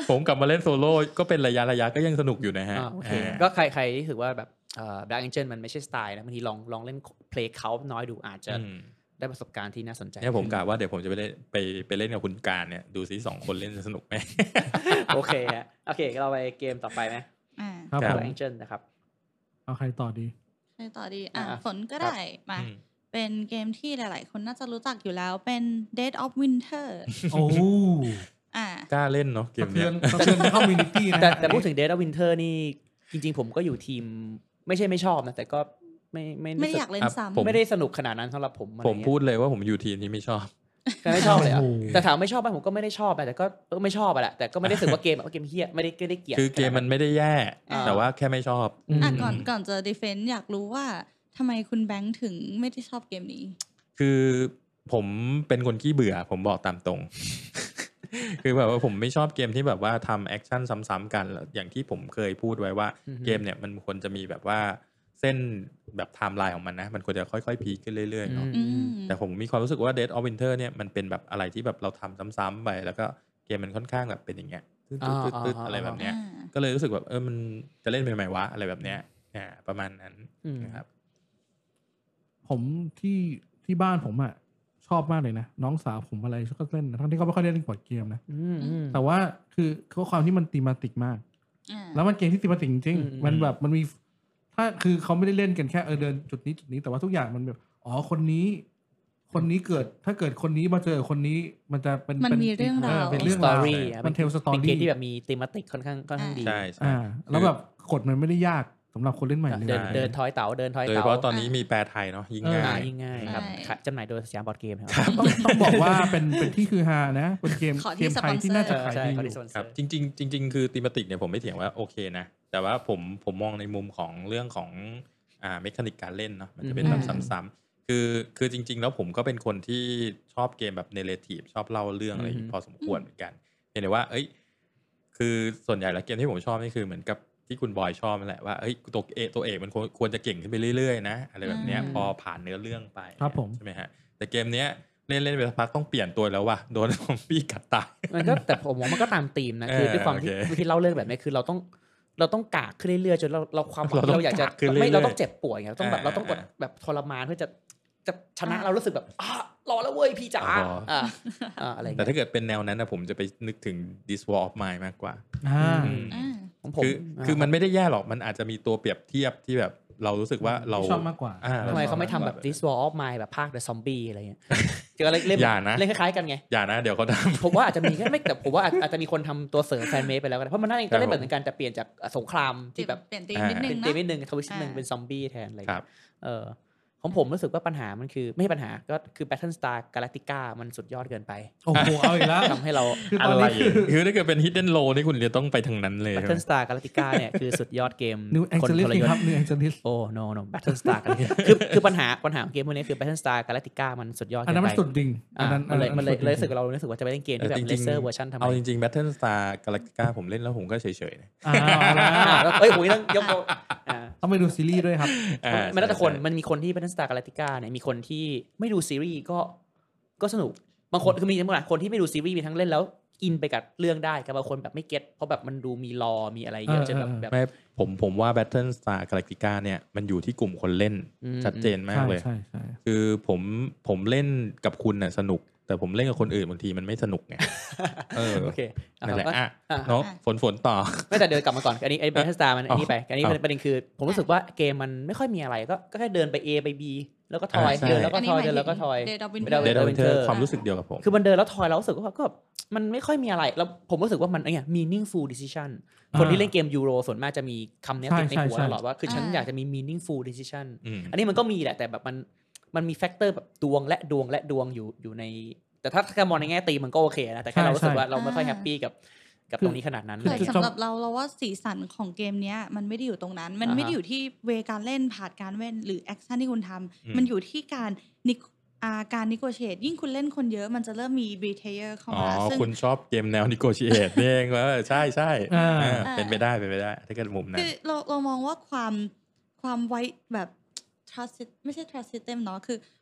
ผมกลับมาเล่นโซโล่ก็เป็นระยะระยะก็ยังสนุกอยู่นะฮะโอเคก็ใครใครที่ถือว่าแบบเอ่อ Dark Angel มันไม่ใช่สไตล์นะบางทีลองลองเล่นเพลย์เขาน้อยดูอาจจะได้ประสบการณ์ที่น่าสนใจเนี่ยผมกะว่าเดี๋ยวผมจะไปเล่นไปไปเล่นกับคุณการเนี่ยดูซิสองคนเล่นสนุกไหมโอเคฮะโอเคเราไปเกมต่อไปไหมอ่าครับ Dark Angel นะครับเอาใครต่อดีใครต่อดีอ่ะฝนก็ได้มาเป็นเกมที่หลายๆคนน่าจะรู้จักอยู่แล้วเป็น Dead of Winter โอ้อ่ากล้าเล่นเนาะเกมเนี้ยสะเทือนคอมมูนิตี้นะแต่แต่พูดถึง Dead of Winter นี่จริงๆผมก็อยู่ทีมไม่ใช่ไม่ชอบนะแต่ก็ไม่ไม่ไม่อยากเล่นซ้ำไม่ได้สนุกขนาดนั้นสำหรับผมผมพูดเลยว่าผมอยู่ทีมที่ไม่ชอบไม่ชอบเลยอ่ะแต่ถามไม่ชอบป่ะผมก็ไม่ได้ชอบแต่ก็เออไม่ชอบอ่ะแหละแต่ก็ไม่ได้รู้สึกว่าเกมว่าเกมเฮี้ยไม่ได้ไม่ได้เกลียดคือเกมมันไม่ได้แย่แต่ว่าแค่ไม่ชอบอ่ะก่อนก่อนจะดีเฟนต์อยากรู้ว่าทำไมคุณแบงค์ถึงไม่ได้ชอบเกมนี้คือผมเป็นคนขี้เบื่อผมบอกตามตรงคือแบบว่าผมไม่ชอบเกมที่แบบว่าทำแอคชั่นซ้ำๆกันอย่างที่ผมเคยพูดไว้ว่าเกมเนี่ยมันควรจะมีแบบว่าเส้นแบบไทม์ไลน์ของมันนะมันควรจะค่อยๆพีคขึ้นเรื่อยๆเนาะแต่ผมมีความรู้สึกว่า Dead of Winter เนี่ยมันเป็นแบบอะไรที่แบบเราทำซ้ำๆไปแล้วก็เกมมันค่อนข้างแบบเป็นอย่างเงี้ยตึ๊ดๆๆอะไรแบบเนี้ยก็เลยรู้สึกแบบเออมันจะเล่นไปไหมวะอะไรแบบเนี้ยอ่าประมาณนั้นนะครับผมที่ที่บ้านผมอ่ะชอบมากเลยนะน้องสาวผมอะไรก็เล่นทั้งที่เขาไม่ค่อยเล่นบอร์ดเกมนะแต่ว่าคือคือความที่มันธีมาติกมากแล้วมันเกมที่ธีมาติกจริงๆมันแบบมันมีถ้าคือเขาไม่ได้เล่นกันแค่เออเดินจุดนี้จุดนี้แต่ว่าทุกอย่างมันแบบอ๋อคนนี้คนนี้เกิดถ้าเกิดคนนี้มาเจอคนนี้มันจะเป็นมันมีเรื่องราวเป็นเรื่องราวมันเทลสตอรี่เป็นเกมที่แบบมีธีมาติกค่อนข้างค่อนข้างดีใช่อ่าแล้วแบบกดมันไม่ได้ยากสำหรับคนเล่นใหม่เลยเดินเดินทอยเต๋าเดินทอยเต๋าโดยเฉพาะตอนนี้มีแปลไทยเนาะยิ่งง่ายยิ่งง่ายครับจำหน่ายโดยสยามบอร์ดเกมครับต้องต้องบอกว่าเป็นเป็นที่คือฮานะเป็นเกมเกมไทยที่น่าจะขายดีครับจริงๆจริงๆคือธีมาติกเนี่ยผมไม่เถียงว่าโอเคนะแต่ว่าผมผมมองในมุมของเรื่องของอ่าเมคานิกการเล่นเนาะมันจะเป็นแบบซ้ำๆคือคือจริงๆแล้วผมก็เป็นคนที่ชอบเกมแบบเนเรทีฟชอบเล่าเรื่องอะไรพอสมควรเหมือนกันเห็นได้ว่าเอ้ยคือส่วนใหญ่แล้วเกมที่ผมชอบนี่คือเหมือนกับที่คุณบอยชอบนั่นแหละว่าเอ้ยตัวเอกตัวเอกมันควรจะเก่งขึ้นไปเรื่อยๆนะอะไรแบบเนี้ยพอผ่านเนื้อเรื่องไปใช่ไหมฮะแต่เกมเนี้ยเล่นเล่นไปสักพักต้องเปลี่ยนตัวแล้วว่ะโดนซอมบี้กัดตายมันก็แต่ผมว่ามันก็ตามธีมนะคือด้วยความที่ที่เล่าเรื่องแบบนี้คือเราต้องเราต้องกากขึ้นเรื่อยๆจนเราเราความหวังที่เราอยากจะไม่เราต้องเจ็บป่วยไงเราต้องแบบเราต้องกดแบบทรมานเพื่อจะจะชนะเรารู้สึกแบบอ่ะรอแล้วเว้ยพี่จ๋าอ่าอะไรแต่ถ้าเกิดเป็นแนวนั้นนะผมจะไปนึกถึง This War of Mine มากกว่าคือคือมันไม่ได้แย่หรอกมันอาจจะมีตัวเปรียบเทียบที่แบบเรารู้สึกว่าเราชอบมากกว่าทำไมเขาไม่ทำแบบ This War of Mine แบบภาค The Zombie อะไรเงี้ยจะอะไรเล่นเล่นคล้ายๆกันไงอย่านะเดี๋ยวเขาทำผมว่าอาจจะมีแค่ไม่แต่ผมว่าอาจจะมีคนทำตัวเสริมแฟนเมดไปแล้วกันเพราะมันน่าจะเล่นเหมือนกันแต่เปลี่ยนจากสงครามที่แบบเปลี่ยนธีมนิดนึงนะเปลี่ยนธีมนิดนึงทวิสต์นึงเป็นซอมบี้แทนอะไรเออของผมรู้สึกว่าปัญหามันคือไม่ใช่ปัญหาก็คือ Battlestar Galactica มันสุดยอดเกินไปโอ้โหเอาอีกแล้วทำให้เราอะไรคือถ้าเกิดเป็น Hidden Row นี่คุณจะต้องไปทางนั้นเลย Battlestar Galactica เนี่ยคือสุดยอดเกมคนทรยศครับ New Angeles โอ้ no no Battlestar คือคือปัญหาปัญหาของเกมพวกนี้คือ Battlestar Galactica มันสุดยอดเกินไปอันนั้นมันสุดจริงอันนั้นมันเลยมันเลยเลยรู้สึกเรารู้สึกว่าจะไปเล่นเกมที่แบบ Lesser Version ทำไมเอาจริงๆ Battlestar Galactica ผมเล่นแล้วผมก็เฉยๆนะอ้าวเฮ้ยโหต้องยกต้องไปดูซีรีส์ด้วยครับมันแล้วแต่คนมันมีคนที่ Battlestar Galactica เนี่ยมีคนที่ไม่ดูซีรีส์ก็ก็สนุกบางคนคือมีบางคนที่ไม่ดูซีรีส์มีทั้งเล่นแล้วอินไปกับเรื่องได้กับบางคนแบบไม่เก็ตเพราะแบบมันดูมีลอมีอะไรเยอะจนแบบแบบไม่ผมผมว่า Battlestar Galactica เนี่ยมันอยู่ที่กลุ่มคนเล่นชัดเจนมากเลยคือผมผมเล่นกับคุณน่ะสนุกแต่ผมเล่นกับคนอื่นบางทีมันไม่สนุกไงเออโอเคนั่นแหละอ่ะเนาะฝนฝนต่อไม่แต่เดินกลับมาก่อนอันนี้ไอ้ Battlestar มันอันนี้ไปอันนี้ประเด็นคือผมรู้สึกว่าเกมมันไม่ค่อยมีอะไรก็ก็แค่เดินไป A ไป Bแล้วก็ทอยเดินแล้วก็ทอยเดินแล้วก็ทอย Dead of Winter ความรู้สึกเดียวกับผมคือมันเดินแล้วทอยแล้วรู้สึกว่าก็มันไม่ค่อยมีอะไรแล้วผมรู้สึกว่ามันไอ้เนี่ย meaningful decision คนที่เล่นเกมยูโรส่วนมากจะมีคำนี้ติดในหัวตลอดว่าคือฉันอยากจะมี meaningful decision อันนี้มันก็มีแหละแต่แบบมันมันมีแฟกเตอร์แบบดวงและดวงและดวงอยู่อยู่ในแต่ถ้าถ้ามองในแง่ตีมันก็โอเคนะแต่แค่เรารู้สึกว่าเราไม่ค่อยแฮปปี้กับกับตรงนี้ขนาดนั้นเลยสำหรับเราเราว่าสีสันของเกมนี้มันไม่ได้อยู่ตรงนั้นมันไม่ได้อยู่ที่เวการเล่นผ่านการเล่นหรือแอคชั่นที่คุณทำมันอยู่ที่การนิอาการนิโกเชตยิ่งคุณเล่นคนเยอะมันจะเริ่มมีรีเทเยอร์เข้ามาซึ่งคุณชอบเกมแนวนิโกเชตเองว่าใช่ใช่เป็นไปได้เป็นไปได้ถ้าเกิดมุมนั้นคือเราเรามองว่าความความไว้แบบ trust ไม่ใช่ trust system เนาะคือ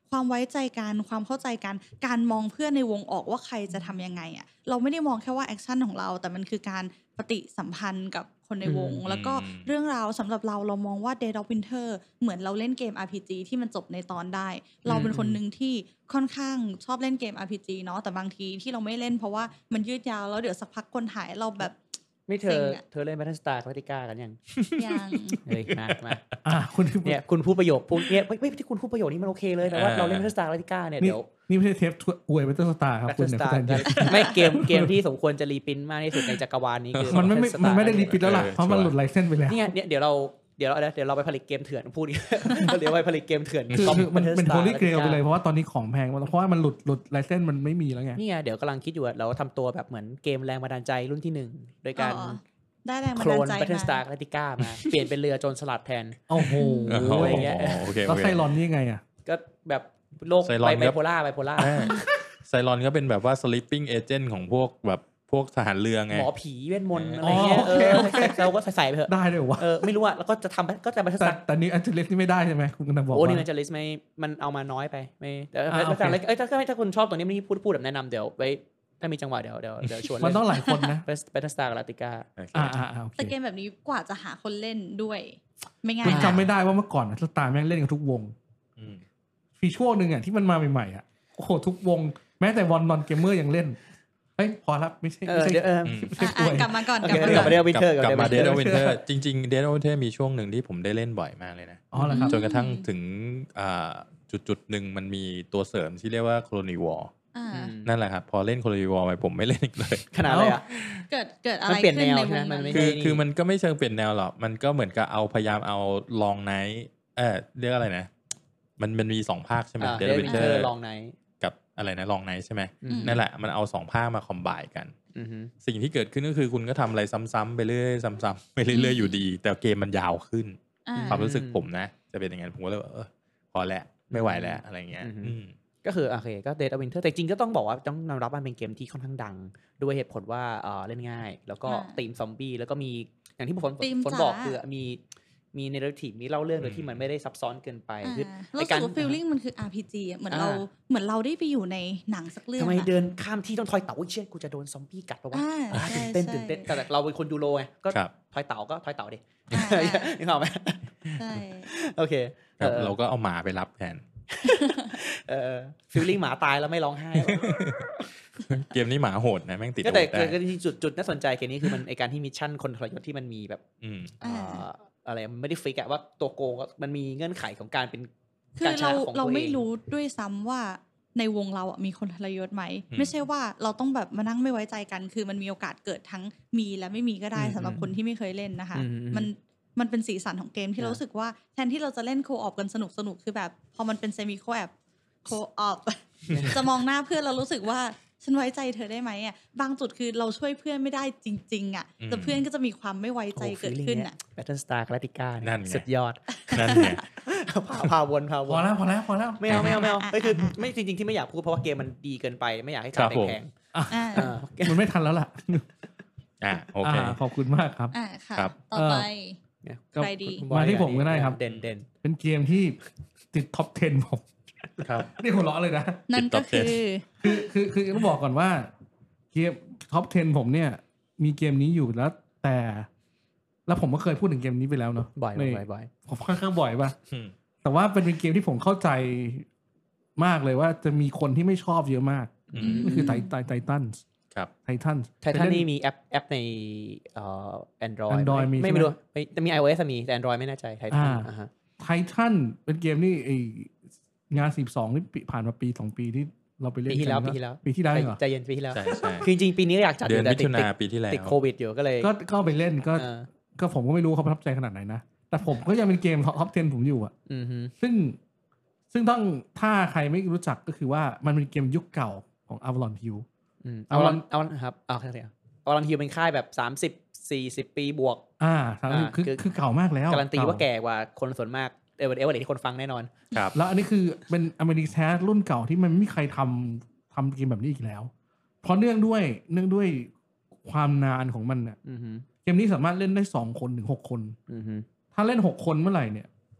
ความไว้ใจกันความเข้าใจกันการมองเพื่อนในวงออกว่าใครจะทำยังไงอ่ะเราไม่ได้มองแค่ว่าแอคชั่นของเราแต่มันคือการปฏิสัมพันธ์กับคนในวงแล้วก็เรื่องราวสำหรับเราเรามองว่า Dead of Winter เหมือนเราเล่นเกม อาร์ พี จี ที่มันจบในตอนได้เราเป็นคนนึงที่ค่อนข้างชอบเล่นเกม อาร์ พี จี เนาะแต่บางทีที่เราไม่เล่นเพราะว่ามันยืดยาวแล้วเดี๋ยวสักพักคนหายเราแบบไม่เธอเธอเล่น Battlestar Galactica กันยังยังเฮ้ยมามาอ่ะคุณเนี่ยคุณพูดประโยคพวกเนี้ยไม่ไม่ที่คุณพูดประโยคนี้มันโอเคเลยแต่ว่าเราเล่น Battlestar Galactica เนี่ยเดี๋ยวนี่ไม่ใช่เทปอวย Battlestar ครับคุณเนี่ยไม่เกมเกมที่สมควรจะรีพินมากที่สุดในจักรวาลนี้คือมันไม่มันไม่ได้รีพินแล้วล่ะเพราะมันหลุดไลเซนส์ไปแล้วนี่ไงเนี่ยเดี๋ยวเราเดี๋ยวเราเดี๋ยวเราไปผลิตเกมเถื่อนพูดดิเดี๋ยวไปผลิตเกมเถื่อนคือมันเป็นโฮลี่เกรลไปเลยเพราะว่าตอนนี้ของแพงเพราะว่ามันหลุดหลุดไลเซนส์มันไม่มีแล้วไงนี่ไงเดี๋ยวกำลังคิดอยู่เราทำตัวแบบเหมือนเกมแรงบันดาลใจรุ่นที่หนึ่งโดยการได้แรงบันดาลใจมาโคลน Battlestar Galactica มาเปลี่ยนเป็นเรือโจรสลัดแทนโอ้โหอะไรเงี้ยก็ไซรอนนี่ไงอ่ะก็แบบโลกไบไบโพล่าไบโพล่าไซรอนก็เป็นแบบว่า sleeping agent ของพวกแบบพวกทหารเรือไงหมอผีเวทมนต์อะไรเงี้ยเออเราก็ใส่ๆไปเถอะได้ด้วยวะเออไม่รู้อ่ะแล้วก็จะทำก็จะแต่แต่นี้อันเจลิสนี่ไม่ได้ใช่ไหมคุณกำลังบอกว่าโอ้นี่อันเจลิสไม่มันเอามาน้อยไปไม่แต่แต่อะไรเอ้ยถ้าถ้าคุณชอบตัวนี้ไม่พูดพูดแบบแนะนำเดี๋ยวไว้ถ้ามีจังหวะเดี๋ยวเดี๋ยวเดี๋ยวชวนมันต้องหลายคนนะ Battlestar Galactica อ่าๆแต่เกมแบบนี้กว่าจะหาคนเล่นด้วยไม่ง่ายคุณจำไม่ได้ว่าเมื่อก่อนสตาร์แม่งเล่นกันทุกวงฟีช่วงนึงอ่ะที่มันมาใหม่ๆอ่ะโอ้โหทุกวงแม้แต่วอนนอนเกมเมอร์ยังเล่นเฮ้ยพอละไม่ใช่ไม่ใช่กลับมาก่อนกลับมาก่อนกลับมาเดวินเทอร์กลับมาเดดวินเทอร์จริงๆเดดวินเทอร์มีช่วงหนึ่งที่ผมได้เล่นบ่อยมากเลยนะอ๋อเหรอครับจนกระทั่งถึงจุดๆหนึ่งมันมีตัวเสริมที่เรียกว่า Colony War นั่นแหละครับพอเล่น Colony War ไปผมไม่เล่นอีกเลยขนาดเลยอ่ะเกิดเกิดอะไรขึ้นในวงนั้นคือคือมันก็ไม่เชิงเปลี่ยนแนวหรอกมันก็เหมือนกับเอาพยายามเอาลองไนท์เออเรียกอะไรนะมันมันมีสองภาคใช่ไหมเดดวินเทอร์ลองไนท์กับอะไรนะลองไนท์ใช่ไหมนั่นแหละมันเอาสองภาคมาคอมไบน์กันสิ่งที่เกิดขึ้นก็คือคุณก็ทำอะไรซ้ำๆไปเรื่อยซ้ำๆไปเรื่อยๆอยู่ดีแต่เกมมันยาวขึ้นความรู้สึกผมนะจะเป็นอย่างนั้นผมก็เลยเออพอแล้วไม่ไหวแล้วอะไรเงี้ยก็คือโอเคก็ Dead of Winter แต่จริงก็ต้องบอกว่าต้องยอมรับมันเป็นเกมที่ค่อนข้างดังด้วยเหตุผลว่าเออเล่นง่ายแล้วก็ธีมซอมบี้แล้วก็มีอย่างที่ผมฝนบอกคือมีมีเนเรทีฟมีเล่าเรื่องโดยที่มันไม่ได้ซับซ้อนเกินไปคือในการฟีลลิ่งมันคือ อาร์ พี จี เหมือนเราเหมือนเราได้ไปอยู่ในหนังสักเรื่องทำไมเดินข้ามที่ต้องทอยเต๋าเชี่ยกูจะโดนซอมบี้กัดป่ะวะตื่นเต้นตื่นเต้นแต่เราเป็นคนยูโรไงก็ทอยเต๋าก็ทอยเต๋าดินึกออกไหมใช่โอเคเราก็เอาหมาไปรับแทนเออฟีลลิ่งหมาตายแล้วไม่ร้องไห้เกมนี้หมาโหดนะแม่งติดก็แต่ก็ที่จุดจุดน่าสนใจเกมนี้คือมันไอการที่มิชชั่นคนทรยศที่มันมีแบบอะไรไม่ได้ฟิกอะว่าตัวโกงมันมีเงื่อนไขของการเป็นการชนะของตัวเองเราไม่รู้ด้วยซ้ำว่าในวงเราอ่ะมีคนทรยศไหมไม่ใช่ว่าเราต้องแบบมานั่งไม่ไว้ใจกันคือมันมีโอกาสเกิดทั้งมีและไม่มีก็ได้สำหรับคนที่ไม่เคยเล่นนะคะมันมันเป็นสีสันของเกมที่เรารู้สึกว่าแทนที่เราจะเล่นโคออปกันสนุกสนุกคือแบบพอมันเป็นเซมิโคแอปโคออปจะมองหน้าเพื่อนเรารู้สึกว่าฉันไว้ใจเธอได้ไหมอ่ะบางจุดคือเราช่วยเพื่อนไม่ได้จริงๆอ่ะแต่เพื่อนก็จะมีความไม่ไว้ใจเกิดขึ้นอ่ะ Battlestar Galactica สุดยอดนั่นไงพาพาวนพาวนพอแล้วพอแล้วพอแล้วไม่เอาไม่เอาไม่เอาก็คือไม่จริงๆที่ไม่อยากพูดเพราะว่าเกมมันดีเกินไปไม่อยากให้ขายแพงมันไม่ทันแล้วล่ะอ่าโอเคขอบคุณมากครับอ่าค่ะต่อไปใครดีมาที่ผมก็ได้ครับเด่นเด่นเป็นเกมที่ติดท็อปสิบผมครับนี่หัวเราะเลยนะนั่นก็คือคือคือคือต้องบอกก่อนว่าเกมท็อปสิบผมเนี่ยมีเกมนี้อยู่แล้วแต่แล้วผมก็เคยพูดถึงเกมนี้ไปแล้วเนาะบ่อยบ่อยบ่อยผมค่อนข้างบ่อยป่ะแต่ว่าเป็นเกมที่ผมเข้าใจมากเลยว่าจะมีคนที่ไม่ชอบเยอะมากก็คือไทไทไททันครับไททันไททันนี่มีแอปแอปในเอ่อ Android ไม่ไม่รู้ไม่แต่มี iOS มีแต่ Android ไม่แน่ใจไททันอ่าฮะไททันเป็นเกมที่ไองานสิบสองนี่ผ่านมาปีสองปีที่เราไปเล่นปีที่แล้วปีที่แล้วปีที่แล้วเหรอใจเย็นปีที่แล้วคือจริงๆปีนี้อยากจัดอยู่แต่ติดปีที่แล้วติดโควิดอยู่ก็เลยก็ก็ไปเล่นก็ก็ผมก็ไม่รู้เขาประทับใจขนาดไหนนะแต่ผมก็ยังเป็นเกมท็อปสิบผมอยู่อ่ะซึ่งซึ่งต้องถ้าใครไม่รู้จักก็คือว่ามันเป็นเกมยุคเก่าของ Avalon Hill อืม Avalon Avalon ครับเอาแค่นี้ Avalon Hill เป็นค่ายแบบสามสิบ สี่สิบปีบวกอ่าคือคือเก่ามากแล้วการันตีว่าแก่กว่าคนส่วนมากเอเวอร์เอเวอร์ที่คนฟังแน่นอนครับแล้วอันนี้คือเป็นอเมริกาแท้รุ่นเก่าที่มันไม่มีใครทำทำเกมแบบนี้อีกแล้วเพราะเนื่องด้วยเนื่องด้วยความนานของมันเนี่ยเกมนี้สามารถเล่นได้สองคนถึงหกคนถ้าเล่นหกคนเมื่อไหร่เนี่ย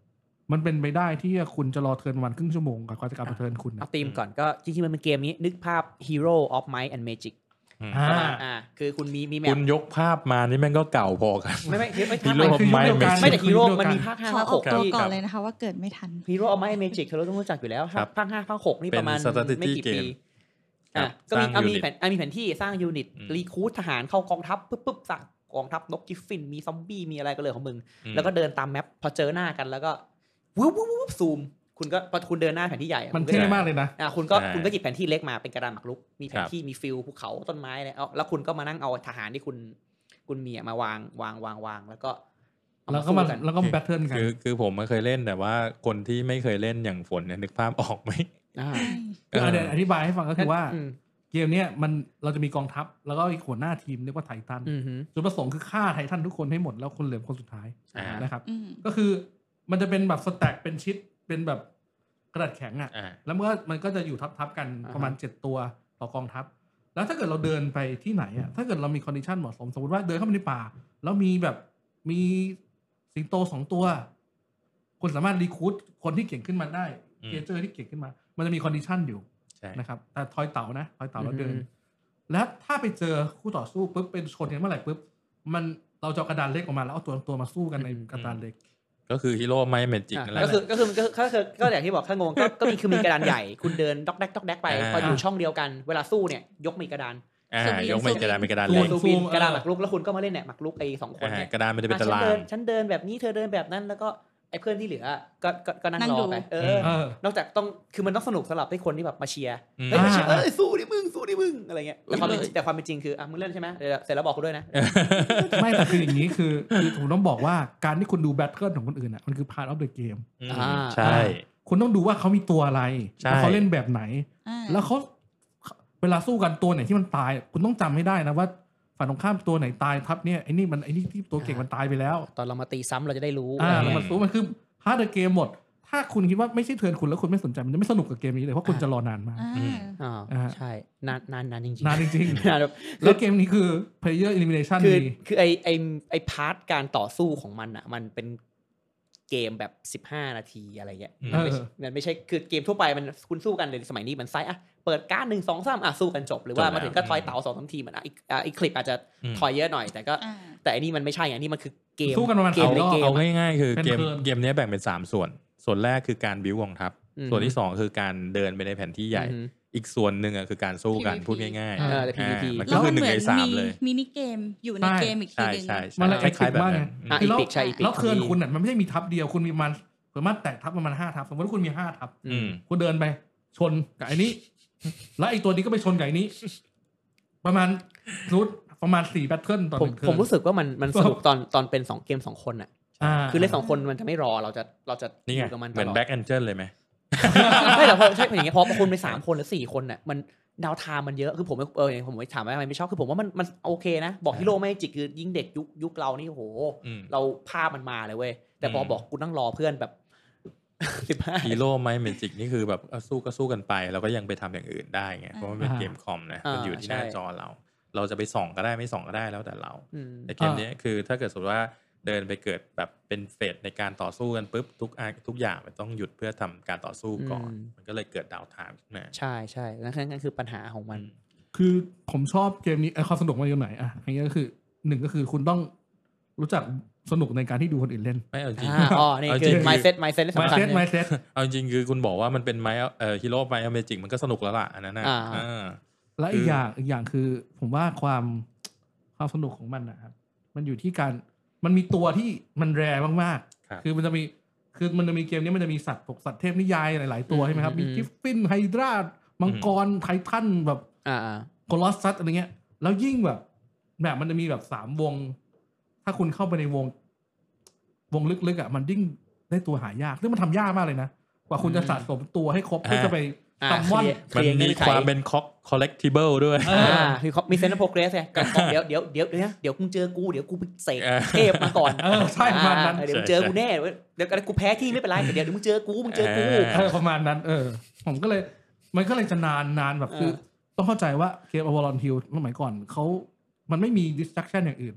มันเป็นไปได้ที่คุณจะรอเทิร์นวันครึ่งชั่วโมงกับการจัดการเทิร์นคุณเอาธีมก่อนก็จริงๆมันเป็นเกมนี้นึกภาพ Hero of Might and Magic อ่าอ่าคือคุณมีมีแมปคุณยกภาพมานี่แม่งก็เก่าพอกันไม่ไม่ไม่ Hero of Might and Magic ไม่แต่ Hero มันมีภาคห้าภาคหกที่ก่อนเลยนะคะว่าเกิดไม่ทัน Hero of Might and Magic เราต้องรู้จักอยู่แล้วภาคห้าภาคหกนี่ประมาณไม่กี่ปีอ่ะก็มีมีแผนมีแผนที่สร้างยูนิตรีคูดทหารเข้ากองทัพปุ๊บปุ๊บสั่งกองทัพนกกิฟฟินมีซอมบี้มีอะไรก็เลยของมึงแล้วก็เดินตามแมปพอเจอหน้ากันแล้วก็วูบวูบวูบซูมคุณก็พอคุณเดินหน้าแผนที่ใหญ่มันเท่มากเลยนะอ่ะคุณก็คุณก็หยิบแผนที่เล็กมาเป็นกระดานหมากรุกมีแผนที่มีฟิลภูเขาต้นไม้อะไรเอาแล้วคุณก็มานั่งเอาทหารที่คุณคุณมีมาวางวางวางวางแล้วก็แล้วก็มาแล้วก็แบทเทิลกันคือคือผมไม่เคยเล่นแต่ว่าคนที่ไม่เคยเล่นอย่างฝนเนี่ยนึกภาพออกไหมคืออธิบายให้ฟังก็คือว่าเกมเนี้ยมันเราจะมีกองทัพแล้วก็มีหัวหน้าทีมเรียกว่าไททันจุดประสงค์คือฆ่าไททันทุกคนให้หมดแล้วคนเหลือคนสุดท้ายนะครับก็คือมันจะเป็นแบบสแต็กเป็นชิดเป็นแบบกระดาษแข็งอ่ะแล้วเมื่อมันก็จะอยู่ทับๆกันประมาณเจ็ดตัวต่อกองทัพแล้วถ้าเกิดเราเดินไปที่ไหนอ่ะถ้าเกิดเรามีคอนดิชันเหมาะสมสมมติว่าเดินเข้าไปในป่าแล้วมีแบบมีสิงโตสองตัวคนสามารถรีคูดคนที่เก่งขึ้นมาได้เกเจอร์ที่เก่งขึ้นมามันจะมีคอนดิชันอยู่นะครับแต่ทอยเต่านะทอยเต่าเราเดินแล้วถ้าไปเจอคู่ต่อสู้ปุ๊บเป็นชนกันเมื่อไหร่ปุ๊บมันเราจะกระดานเล็กออกมาแล้วเอาตัวตัวมาสู้กันในกระดานเล็กก็คือฮีโร่ไม่เมจิกนั่นแหละก็คือก็คือก็คือก็อย่างที่บอกถ้างงก็ก็มีคือมีกระดานใหญ่คุณเดินด็อกแดกด็อกแดกไปพออยู่ช่องเดียวกันเวลาสู้เนี่ยยกมีกระดานยกมีกระดานมีกระดานเล็กกระดานหมากรุกแล้วคุณก็มาเล่นเนี่ยหมากรุกไอ้สองคนเนี่ยกระดานมันจะเป็นตารางฉันเดินแบบนี้เธอเดินแบบนั้นแล้วก็ไอ้เพื่อนที่เหลือก็ก็นั่งรอไปเออนอกจากต้องคือมันต้องสนุกสำหรับให้คนที่แบบมาเชียร์เฮ้ยมาเชียร์เอ้ยสู้ดิมึงสู้ดิมึงอะไรเงี้ยแต่ความเป็นแต่ความเป็นจริงคืออ่ะมึงเล่นใช่ไหมเสร็จแล้วบอกกูด้วยนะไม่แต่คืออย่างนี้คือคือผมต้องบอกว่าการที่คุณดูแบทเทิลของคนอื่นอ่ะมันคือ part of the game ใช่คุณต้องดูว่าเขามีตัวอะไรแล้วเขาเล่นแบบไหนแล้วเขาเวลาสู้กันตัวไหนที่มันตายคุณต้องจำให้ได้นะว่าฝ่ายตรงข้ามตัวไหนตายทับเนี่ยไอ้นี่มันไอ้นี่ที่ตัวเก่งมันตายไปแล้วตอนเรามาตีซ้ำเราจะได้รู้อ่าเรามาสู้มันคือพาร์ทเกมหมดถ้าคุณคิดว่าไม่ใช่เทิร์นคุณแล้วคุณไม่สนใจมันจะไม่สนุกกับเกมนี้เลยเพราะคุณจะรอนานมากอ่าใช่นานนานนานจริงๆนานจริงๆแล้วเกมนี้คือ player elimination คือคือไอไอไอพาร์ทการต่อสู้ของมันอ่ะมันเป็นเกมแบบสิบห้านาทีอะไรเงี้ยมันไม่ใช่คือเกมทั่วไปมันคุณสู้กันในสมัยนี้มันไซส์อ่ะเปิดการ์ดหนึ่งสองสามอ่ะสู้กันจบหรือว่ามาถึงก็ทอยเต๋าสองสามทีมันอ่ะอีกคลิปอาจจะทอยเยอะหน่อยแต่ก็แต่อันนี้มันไม่ใช่อันนี้มันคือเกมสู้กันประมาณเกมในเกมเอาง่ายๆคือเกมเกมนี้แบ่งเป็นสามส่วนส่วนแรกคือการบิวกองทัพส่วนที่สองคือการเดินไปในแผนที่ใหญ่อีกส่วนหนึ่งอ่ะคือการสู้กันพูดง่ายๆมันก็คือหนึ่งในสามเลยมินิเกมอยู่ในเกมอีกทีนึงมันคล้ายๆแบบนั้นแล้วแล้วเทิร์นคุณอ่ะมันไม่ใช่มีทัพเดียวคุณมีมันสามารถแตกทัพประมาณห้าทัพสมมติว่าคุณมีห้าทัพคุณเดินไปชนกับไอ้นี้แล้วไอ้ตัวนี้ก็ไปชนกับไอ้นี้ประมาณรูทประมาณสี่แบทเทิลตอนผมผมรู้สึกว่ามันมันสนุกตอนตอนเป็นสองเกมสองคนอ่ะคือเล่นสองคนมันจะไม่รอเราจะเราจะอยู่กับมันเหมือนแบ็คแอนเจิลเลยไหมไม่แต่พอใช่เป็นอย่างเงี้ยพอคุณไปสามคนหรือสี่คนอ่ะมันดาวไทม์มันเยอะคือผมเออผมไม่ถามว่าทำไมไม่ชอบคือผมว่ามันมันโอเคนะบอกฮีโร่ไม่จิกคือยิ่งเด็กยุคยุคเรานี่โหเราภาพมันมาเลยเว้ยแต่พอบอกกูนั่งรอเพื่อนแบบสิบห้าฮีโร่ไมเมจิกนี่คือแบบสู้ก็สู้กันไปเราก็ยังไปทำอย่างอื่นได้ไงเพราะมันเป็นเกมคอมนะมันอยู่ที่หน้าจอเราเราจะไปส่องก็ได้ไม่ส่องก็ได้แล้วแต่เราแต่เกมนี้คือถ้าเกิดสมมติว่าเดินไปเกิดแบบเป็นเฟสในการต่อสู้กันปุ๊บทุกทุกอย่างมันต้องหยุดเพื่อทำการต่อสู้ก่อนมันก็เลยเกิดดาวไทม์ขึ้นมาใช่ใช่นั่นนั่นคือปัญหาของมันคือผมชอบเกมนี้ไอ้ความสนุกมันอยู่ไหนอ่ะอย่างเงี้ยก็คือหนึ่งก็คือคุณต้องรู้จักสนุกในการที่ดูคนอื่นเล่นไม่เอาจริงอ๋อนี่คือ mindset mindset สำคัญ mindset เอาจริงคือคุณบอกว่ามันเป็นไมเอ่อฮีโร่ไมเมจิกมันก็สนุกแล้วล่ะอันนั้นน่ะและอีกอย่างอีกอย่างคือผมว่าความความสนุกของมันนะครับมันอยู่ที่การมันมีตัวที่มันแรร์มากๆคือมันจะมีคือมันจะมีเกมนี้มันจะมีสัตว์พวกสัตว์เทพนิยายหลายๆตัวใช่ไหมครับมีกิฟฟินไฮดรามังกรไททันแบบโคลอสซัสอะไรเงี้ยแล้วยิ่งแบบแบบมันจะมีแบบสามวงถ้าคุณเข้าไปในวงวงลึกๆอ่ะมันยิ่งได้ตัวหายากซึ่งมันทำยากมากเลยนะกว่าคุณจะสะสมตัวให้ครบเพื่อจะไปซัมมอนมันมีความเป็นคอลเลกทิเบิลด้วยคือมีเซนต์โปรเกรสไงเดี๋ยวเดี๋ยวเดี๋ยวเดี๋ยวเดี๋ยวมึงเจอกูเดี๋ยวกูไปเสกเทพมาก่อนใช่ประมาณนั้นเดี๋ยวเจอกูแน่เดี๋ยวกูแพ้ที่ไม่เป็นไรเดี๋ยวเดี๋ยวมึงเจอกูมึงเจอกูประมาณนั้นเออผมก็เลยมันก็เลยจะนานนานแบบคือต้องเข้าใจว่าเกมอวอลอนฮิลสมัยก่อนเขามันไม่มีดิสแทรคชั่นอย่างอื่น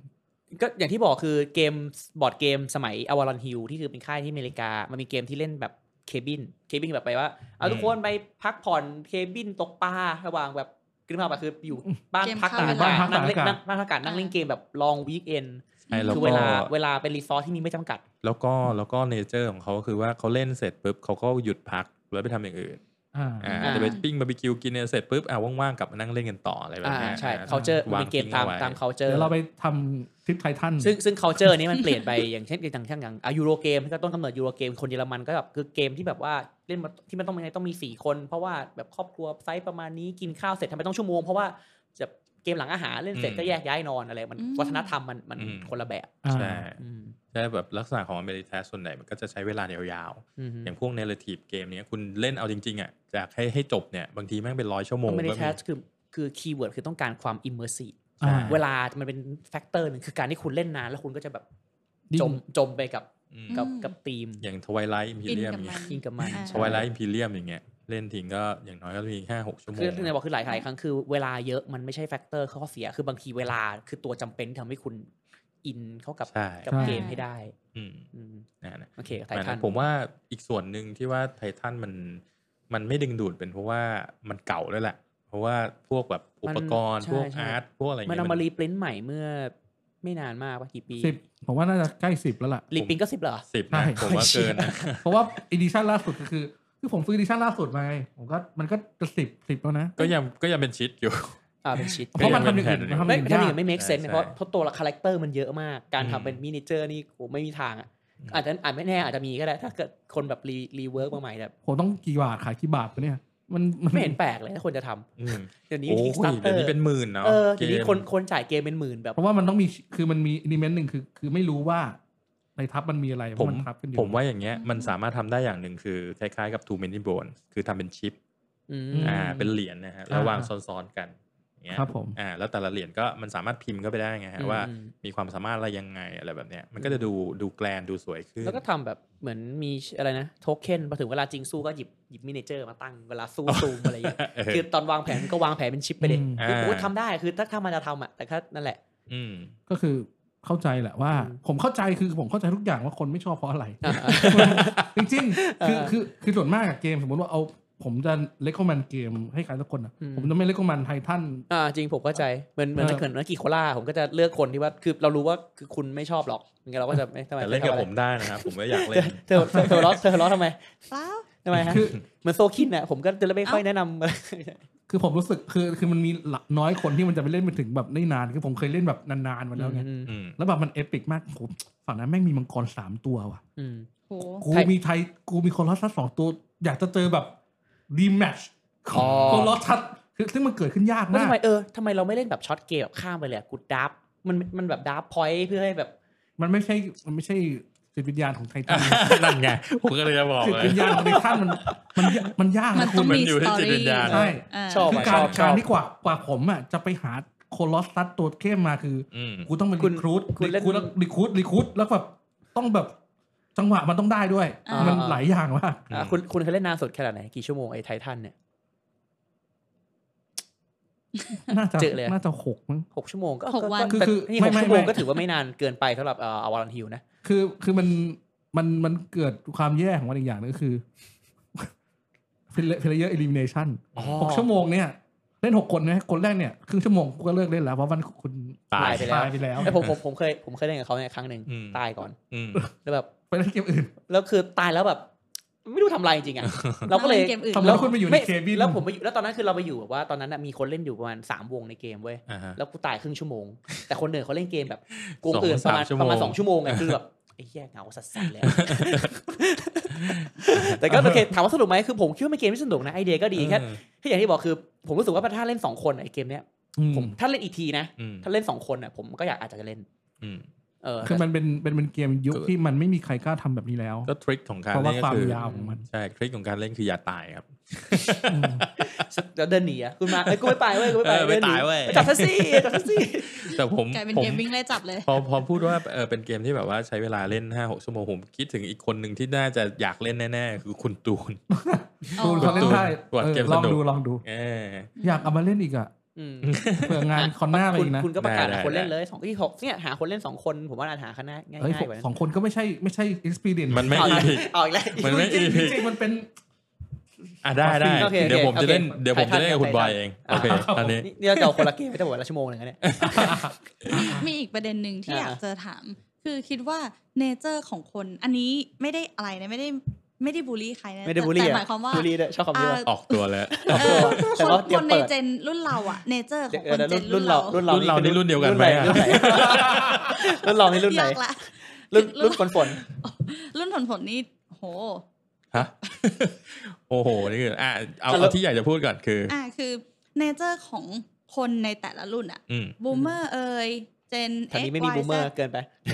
ก็อย่างที่บอกคือเกมบอร์ดเกมสมัย Avalon Hill ที่คือเป็นค่ายที่อเมริกามันมีเกมที่เล่นแบบเคบินเคบินแบบไปว่าเอาทุกคนไปพักผ่อนเคบินตกปลาระหว่างแบบขึ้นมาแบบคืออยู่บ้านพักตากอากาศนั่งเล่นบ้านพักอากาศนั่งเล่นเกมแบบลองวีคเอนด์คือเวลาเวลาเป็นรีสอร์ทที่มีไม่จำกัดแล้วก็แล้วก็เนเจอร์ของเขาคือว่าเขาเล่นเสร็จปุ๊บเขาก็หยุดพักแล้วไปทำอย่างอื่นอ่าอ่าจะไปปิ้งบาร์บีคิวกินเสร็จปุ๊บอ่าว่างๆกลับมานั่งเล่นกันต่ออะไรแบบนี้ใช่ culture มันเป็นเกมตามตาม culture เดี๋ยวเราไปทำทริปไททันซึ่งซึ่ง culture นี้มันเปลี่ยนไปอย่างเช่นอย่างเช่นอย่างยูโรเกมที่ก็ต้นกำเนิดยูโรเกมคนเยอรมันก็แบบคือเกมที่แบบว่าเล่นที่มันต้องมีต้องมีสี่คนเพราะว่าแบบครอบครัวไซส์ประมาณนี้กินข้าวเสร็จทำไมต้องชั่วโมงเพราะว่าจะเกมหลังอาหารเล่นเสร็จก็แยกย้ายนอนอะไรมันวัฒนธรรมมันมันคนละแบบใช่ใช่แบบลักษณะของอเมริกาส่วนใหญ่มันก็จะใช้เวลายาวๆอย่างพวก narrative เกมนี้คุณเล่นเอาจริงๆอ่ะจากให้ให้จบเนี่ยบางทีแม่งเป็นร้อยชั่วโมงอเมริกาคือคือคีย์เวิร์ดคือต้องการความ immersive เวลามันเป็นแฟกเตอร์นึงคือการที่คุณเล่นนานแล้วคุณก็จะแบบจมจมไปกับกับกับธีมอย่าง Twilight Imperium อย่างเงี้ยอินกับมัน Twilight Imperium อย่างเงี้ยเล่นทิ้งก็อย่างน้อยก็มีแค่หกชั่วโมงคือที่ไหนบอกคือหลายๆครั้งคือเวลาเยอะมันไม่ใช่แฟกเตอร์ข้อเสียคือบางทีเวลาคือตัวจำเป็นที่ทำให้คุณอินเข้ากับกับเกมให้ได้อืมอืมนะโอเคไททันผมว่าอีกส่วนหนึ่งที่ว่าไททันมันมันไม่ดึงดูดเป็นเพราะว่ามันเก่าด้วยแหละเพราะว่าพวกแบบอุปกรณ์พวกอาร์ตพวกอะไรเงี้ยมันเอามารีพรินท์ใหม่เมื่อไม่นานมากป่ะกี่ปีสิบผมว่าน่าจะใกล้สิบแล้วล่ะรีพรินท์ก็สิบเหรอสิบนะผมว่าเกินนะเพราะว่าอีดิชั่นล่าสุดก็คือคือผมซื้ออีดิชั่นล่าสุดมาไงผมก็มันก็จะสิบสิบแล้วนะก็ยังก็ยังเป็นชิดอยู่อ่าเป็นชิดเพราะมันทำอย่างอื่นไม่ทำอย่างอื่นไม่ make sense เพราะเพราะตัวคาแรคเตอร์มันเยอะมากการทำเป็นมินิเจอร์นี่โหไม่มีทางอ่ะอาจจะอาจไม่แน่อาจจะมีก็ได้ถ้าเกิดคนแบบรีรีเวิร์กมาใหม่แบบโหต้องกี่บาทขายกี่บาทเนี่ยมันไม่เห็นแปลกเลยถ้าคนจะทำเดี๋ยวนี้คิกสตาร์เตอร์เป็นหมื่นเนาะเออเดี๋ยวนี้คนคนจ่ายเกมเป็นหมื่นแบบเพราะว่ามันต้องมีคือมันมีอิเลเมนต์หนึ่งคือคือไม่รู้ว่าในทับมันมีอะไรผมผมว่าอย่างเงี้ยมันสามารถทำได้อย่างหนึ่งคือคล้ายๆกับ Too Many Bones คือทำเป็นชิปอ่าเป็นเหรียญนะฮะแล้ววางซ้อนๆกันเงี้ยครับผมอ่าแล้วแต่ละเหรียญก็มันสามารถพิมพ์ก็ไปได้ไงฮะว่ามีความสามารถอะไรยังไงอะไรแบบเนี้ยมันก็จะดูดูแกรนดูสวยขึ้นแล้วก็ทำแบบเหมือนมีอะไรนะโทเค็นพอถึงเวลาจริงสู้ก็หยิบหยิบมินิเจอร์มาตั้งเวลาสู้ซูมอะไรอย่างเงี้ยคือตอนวางแผนก็วางแผนเป็นชิปไปเลยคือทำได้คือถ้าถ้ามันจะทำอ่ะแต่ถ้านั่นแหละก็คือเข้าใจแหละว่าผมเข้าใจคือผมเข้าใจทุกอย่างว่าคนไม่ชอบเพราะอะไรจริงๆคือคือคือส่วนมากเกมสมมติว่าเอาผมจะเลคคอมแมนเกมให้ใครสักคนอ่ะผมจะไม่เลคคอมแมนไททันอ่าจริงผมเข้าใจเหมือนเหมือนถ้าเกิดนักกีโคล่าผมก็จะเลือกคนที่ว่าคือเรารู้ว่าคือคุณไม่ชอบหรอกงั้นเราก็จะไม่ทำไมแต่เล่นกับผมได้นะครับผมไม่อยากเล่นเธอเธอล้อเธอล้อทำไมเปล่าทำไมฮะเหมือนโซคินน่ะผมก็จะไม่ค่อยแนะนำคือผมรู้สึกคือคือมันมีน้อยคนที่มันจะไปเล่นไปถึงแบบได้นานคือผมเคยเล่นแบบนานๆมาแล้วไงแล้วแบบมันเอปิกมากผมฝั่งนั้นแม่งมีมังกรสามตัวว่ะกูมีไทยกูมีคอลอสซัสสองตัวอยากจะเจอแบบรีแมทช์คอลอสซัสคือซึ่งมันเกิดขึ้นยากมากทำไมเออทำไมเราไม่เล่นแบบช็อตเกมแบบข้ามไปเลยกูดับมันมันแบบดับพอยต์เพื่อให้แบบมันไม่ใช่มันไม่ใช่จิตวิญญาณของไททันนั่นไงผมก็เลยจะบอกจิตวิญญาณของไททันมันมันมันยากนะคุณมันอยู่ที่จิตวิญญาณใช่ชอบคือการการที่กว่ากว่าผมอ่ะจะไปหาโคลอสซัสตัวเข้มมาคือกูต้องไปรีครูทรีครูทแล้วรีครูทรีครูทแล้วแบบต้องแบบจังหวะมันต้องได้ด้วยมันหลายอย่างมากคุณคุณเคยเล่นนานสุดแค่ไหนกี่ชั่วโมงไอ้ไททันเนี่ยน่าจะน่าจะหกมั้งหกชั่วโมงก็คือคือนี่หกชั่วโมงก็ถือว่าไม่นานเกินไปสำหรับเอ่ออวารันฮิลนะคือคือมันมันมันเกิดความแย่ของมันอีกอย่างนึงก็คือ player elimination หกชั่วโมงเนี่ยเล่นหกคนนะคนแรกเนี่ยครึ่งชั่วโมงกูก็เลิกเล่นแล้วเพราะมันคุณตายไปแล้วไปแล้วไอ้ผมผมผมเคยผมเคยเล่นกับเขาเนี่ยครั้งนึงตายก่อนแล้วแบบไปเล่นเกมอื่นแล้วคือตายแล้วแบบไม่รู้ทำอะไรจริงๆอ่ะเราก็เลยแล้วคุณไปอยู่ในเคบินแล้วผมไปอยู่แล้วตอนนั้นคือเราไปอยู่แบบว่าตอนนั้นมีคนเล่นอยู่ประมาณสามวงในเกมเว้ยแล้วกูตายครึ่งชั่วโมงแต่คนอื่นเขาเล่นเกมแบบวงอื่นประมาณประมาณสองชั่วโมงไงคือแบบไอ้แย่เหงาสัสๆแล้วแต่ก็โอเคถามว่าสนุกไหมคือผมคิดว่าเป็นเกมที่สนุกนะไอเดียก็ดีแค่ที่อย่างที่บอกคือผมรู้สึกว่าถ้าเล่นสองคนไอเกมเนี้ยผมถ้าเล่นอีกทีนะถ้าเล่นสองคนอ่ะผมก็อยากอาจจะเล่นเออคือมันเป็นเป็นเป็นเกมยุคที่มันไม่มีใครกล้าทำแบบนี้แล้วก็ทริคของการเล่นก็คือความยาวของมันใช่ทริคของการเล่นคืออย่าตายครับจะเดินหนีอ่ะคุณมาไอ้กูไม่ไปเว้ยกูไม่ไปไม่ตายเว้ยจับทัสซี่จับทัสซี่แต่ผมกลายเป็นเกมวิ่งไล่จับเลยพอพอพูดว่าเออเป็นเกมที่แบบว่าใช้เวลาเล่น ห้าหก ชั่วโมงผมคิดถึงอีกคนนึงที่น่าจะอยากเล่นแน่ๆคือคุณตูนตูนเขาเล่นได้ลองดูลองดูอยากเอามาเล่นอีกอ่ะเผื่องานคอนหน้าไปอีกนะคุณก็ประกาศหาคนเล่นเลยสองที่หกเนี่ยหาคนเล่นสองคนผมว่าหาคณะง่ายๆกว่านั้นสองคนก็ไม่ใช่ไม่ใช่ experience มันไม่อีกเอาอีกแล้วมันไม่อีกจริงๆมันเป็นอ่ะได้ได้เดี๋ยวผมจะเล่นเดี๋ยวผมจะเล่นกับคุณบอยเองโอเคตอนนี้นี่เราจะเอาคนละเกมไปตั้งหมดละชั่วโมงนึงเนี่ยมีอีกประเด็นนึงที่อยากจะถามคือคิดว่าเนเจอร์ของคนอันนี้ไม่ได้อะไรนะไม่ได้ไม่ได้บูลลี่ใครนะแต่หมายความว่าบูลลี่ด้วยชอบคำนี้ออกตัวแล้วคนคนในเจนรุ่นเราอ่ะเนเจอร์ของคนเจนรุ่นเรารุ่นเรารุ่นเรานี่รุ่นเดียวกันไหมรุ่นไหนรุ่นเรานี่รุ่นไหนรุ่นรุ่นฝนฝนรุ่นฝนฝนนี่โหฮะโอ้โหนี่คืออ่ะเอาเอาที่อยากจะพูดก่อนคืออ่ะคือเนเจอร์ของคนในแต่ละรุ่นอ่ะบูมเมอร์เอ่ยเจน X นี้ไม่มีบูมเมอร์เกินไป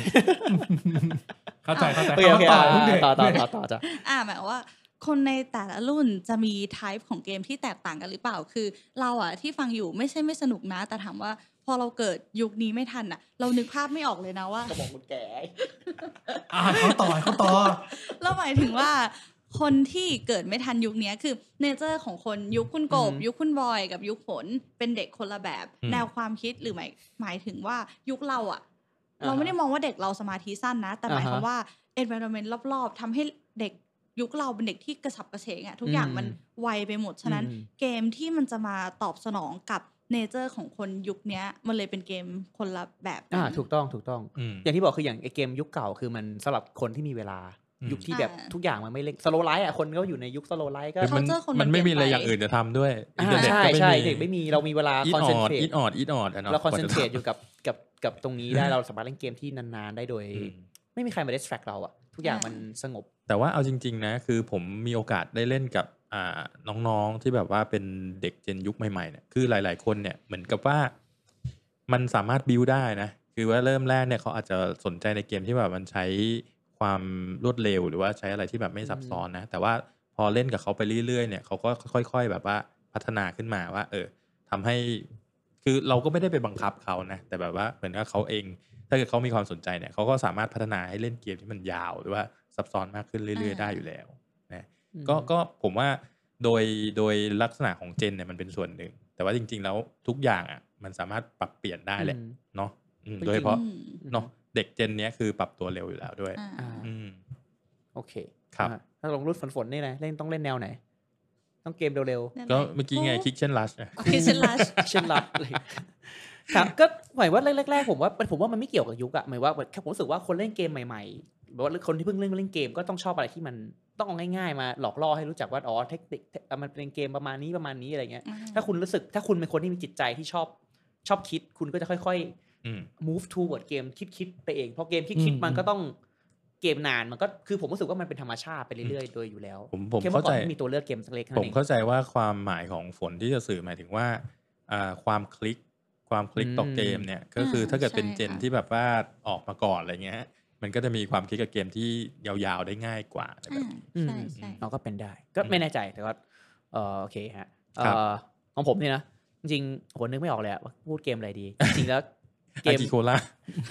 เข้าใจเข้าใจโอเคต่อต่อต่อต่อจ้ะอ่าหมายว่าคนในแต่ละรุ่นจะมี type ของเกมที่แตกต่างกันหรือเปล่าคือเราอ่ะที่ฟังอยู่ไม่ใช่ไม่สนุกนะแต่ถามว่าพอเราเกิดยุคนี้ไม่ทันอ่ะเรานึกภาพไม่ออกเลยนะว่าก็บอกคุณแก่อ่าเขาต่อเขาต่อเราหมายถึงว่าคนที่เกิดไม่ทันยุคนี้คือเนเจอร์ของคนยุคคุณโกบยุคคุณบอยกับยุคฝนเป็นเด็กคนละแบบแนวความคิดหรือหมายหมายถึงว่ายุคเราอ่ะเราไม่ได้มองว่าเด็กเราสมาธิสั้นนะแต่หมายความว่า environment รอบๆทำให้เด็กยุคเราเป็นเด็กที่กระฉับกระเฉงอ่ะทุกอย่างมันไวไปหมดฉะนั้นเกมที่มันจะมาตอบสนองกับเนเจอร์ของคนยุคนี้มันเลยเป็นเกมคนละแบบอ่าถูกต้องถูกต้องอย่างที่บอกคืออย่างไอเกมยุคเก่าคือมันสำหรับคนที่มีเวลายุคที่แบบทุกอย่างมันไม่เร่งสโลไลท์อ่ะคนก็อยู่ในยุคสโลไลท์ก็มันมันไม่มีอะไรอย่างอื่นจะทำด้วยอินเทอร์เน็ตก็ไม่มีเด็กไม่มีเรามีเวลาคอนเซนเทรตอีทออดอีทออดเราคอนเซนเทรตอยู่กับกับกับตรงนี้ได้เราสามารถเล่นเกมที่นานๆได้โดยไม่มีใครมา distract เราอ่ะทุกอย่างมันสงบแต่ว่าเอาจริงๆนะคือผมมีโอกาสได้เล่นกับอ่าน้องๆที่แบบว่าเป็นเด็กเจนยุคใหม่ๆเนี่ยคือหลายๆคนเนี่ยเหมือนกับว่ามันสามารถบิวได้นะคือว่าเริ่มแรกเนี่ยเขาอาจจะสนใจในเกมที่แบบมันใช้ความรวดเร็วหรือว่าใช้อะไรที่แบบไม่ซับซ้อนนะแต่ว่าพอเล่นกับเขาไปเรื่อยๆเนี่ยเขาก็ค่อยๆแบบว่าพัฒนาขึ้นมาว่าเออทำให้คือเราก็ไม่ได้ไปบังคับเขานะแต่แบบว่าเหมือนกับเขาเองถ้าเกิดเขามีความสนใจเนี่ยเขาก็สามารถพัฒนาให้เล่นเกมที่มันยาวหรือว่าซับซ้อนมากขึ้นเรื่อยๆได้อยู่แล้วนะก็ก็ผมว่าโดยโดยลักษณะของเจนเนี่ยมันเป็นส่วนหนึ่งแต่ว่าจริงๆแล้วทุกอย่างอ่ะมันสามารถปรับเปลี่ยนได้แหละเนาะโดยเฉพาะเนาะเด็กเจนนี้คือปรับตัวเร็วอยู่แล้วด้วยอืมโอเคครับถ้าลงรุ่นฝนๆนี่นะเล่นต้องเล่นแนวไหนต้องเกมเร็วๆก็เมื่อกี้ไงคิกเช่นลัชคิกเช่นลัชเช่นลัชครับก็หมายว่าแรกๆผมว่าผมว่ามันไม่เกี่ยวกับยุคอะหมายว่าแค่ผมรู้สึกว่าคนเล่นเกมใหม่ๆแบบว่าคนที่เพิ่งเล่นเล่นเกมก็ต้องชอบอะไรที่มันต้องเอาง่ายๆมาหลอกล่อให้รู้จักว่าอ๋อเทคนิคมันเป็นเกมประมาณนี้ประมาณนี้อะไรเงี้ยถ้าคุณรู้สึกถ้าคุณเป็นคนที่มีจิตใจที่ชอบชอบคิดคุณก็จะค่อยๆ move toward เกมคิดๆไปเองเพราะเกมคิดๆมันก็ต้องเกมนานมันก็คือผมรู้สึกว่ามันเป็นธรรมชาติไปเรื่อยๆโดยอยู่แล้วผมผมเข้าใจมีตัวเลือกเกมสักเล็กผมเข้าใจว่าความหมายของฝนที่จะสื่อหมายถึงว่าความคลิกความคลิกต่อเกมเนี่ยก็คือถ้าเกิดเป็นเจนที่แบบว่าออกมาก่อนอะไรเงี้ยมันก็จะมีความคลิกกับเกมที่ยาวๆได้ง่ายกว่าแบบนี้ใช่ใช่เราก็เป็นได้ก็ไม่แน่ใจแต่ก็โอเคฮะของผมเนี่ยนะจริงๆโหนึกไม่ออกเลยว่าพูดเกมอะไรดีจริงๆแล้วเกมอากิโคล่า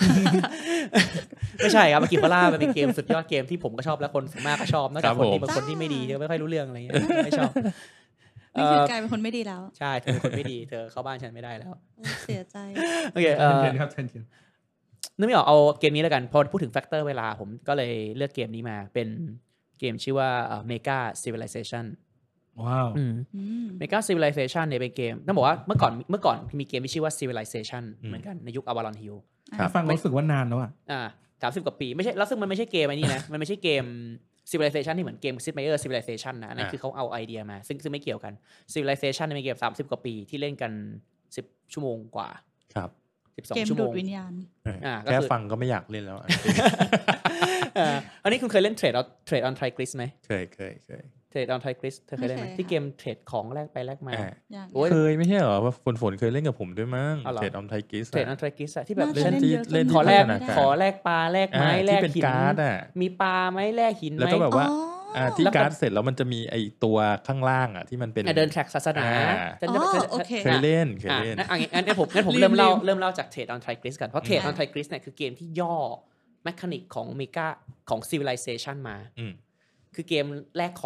ไม่ใช่ครับอากิโคล่ามันเป็นเกมสุดยอดเกมที่ผมก็ชอบและคนส่วนมากก็ชอบนอกจากคนที่บางคนที่ไม่ดีก็ไม่ค่อยรู้เรื่องอะไรเงี้ยไม่ชอบนี่คือกลายเป็นคนไม่ดีแล้วใช่เธอเป็นคนไม่ดีเธอเข้าบ้านฉันไม่ได้แล้วเสียใจโอเคเออครับเชิญนึกไม่ออกเอาเกมนี้แล้วกันพอพูดถึงแฟกเตอร์เวลาผมก็เลยเลือกเกมนี้มาเป็นเกมชื่อว่า Mega Civilization ว้าว Mega Civilization เนี่ยเป็นเกมต้องบอกว่าเมื่อก่อนเมื่อก่อนมีเกมที่ชื่อว่า Civilization เหมือนกันในยุค Avalon Hill ฟังรู้สึกว่านานแล้วอ่ะอ่าสามสิบกว่าปีไม่ใช่แล้วซึ่งมันไม่ใช่เกมไอ้นี่นะมันไม่ใช่เกม Civilization ที่เหมือนเกม Sid Meier Civilization นะนั่นคือเขาเอาไอเดียมาซึ่งซึ่งไม่เกี่ยวกัน Civilization เป็นเกมสามสิบกว่าปีที่เล่นกันสิบชั่วโมงกว่าครับสิบสองชั่วโมงเกมดูดวิญญาณแค่ฟังก็ไม่อยากเล่นแล้วอันนี้คุณเคยเล่น Trade on Trade on Tigris มั้ยเคยเคยเคย Trade on Tigris เธอเคยเล่นมั้ยที่เกมเทรดของแลกไปแลกมาเคยไม่ใช่เหรอว่าฝนๆเคยเล่นกับผมด้วยมั้ง Trade on Tigris Trade on Tigris อ่ะที่แบบเล่นที่เล่นขอแลกขอแลกปลาแลกไม้แลกหินมีปลามั้ยแลกหินมั้ยแล้วก็แบบว่าที่การ์ดเสร็จแล้วมันจะมีไอตัวข้างล่างอ่ะที่มันเป็นเดินแทร็กศาสนาเคยเล่นเคยเล่นอ่ะงั้นผมงั้นผมเริ่มเล่าเริ่มเล่าจาก Trade on Tigris กันเพราะ Trade on Tigris เนี่ยคือเกมที่ย่อแมคานิกของ Mega ของ Civilization มาคือเกมแลกของ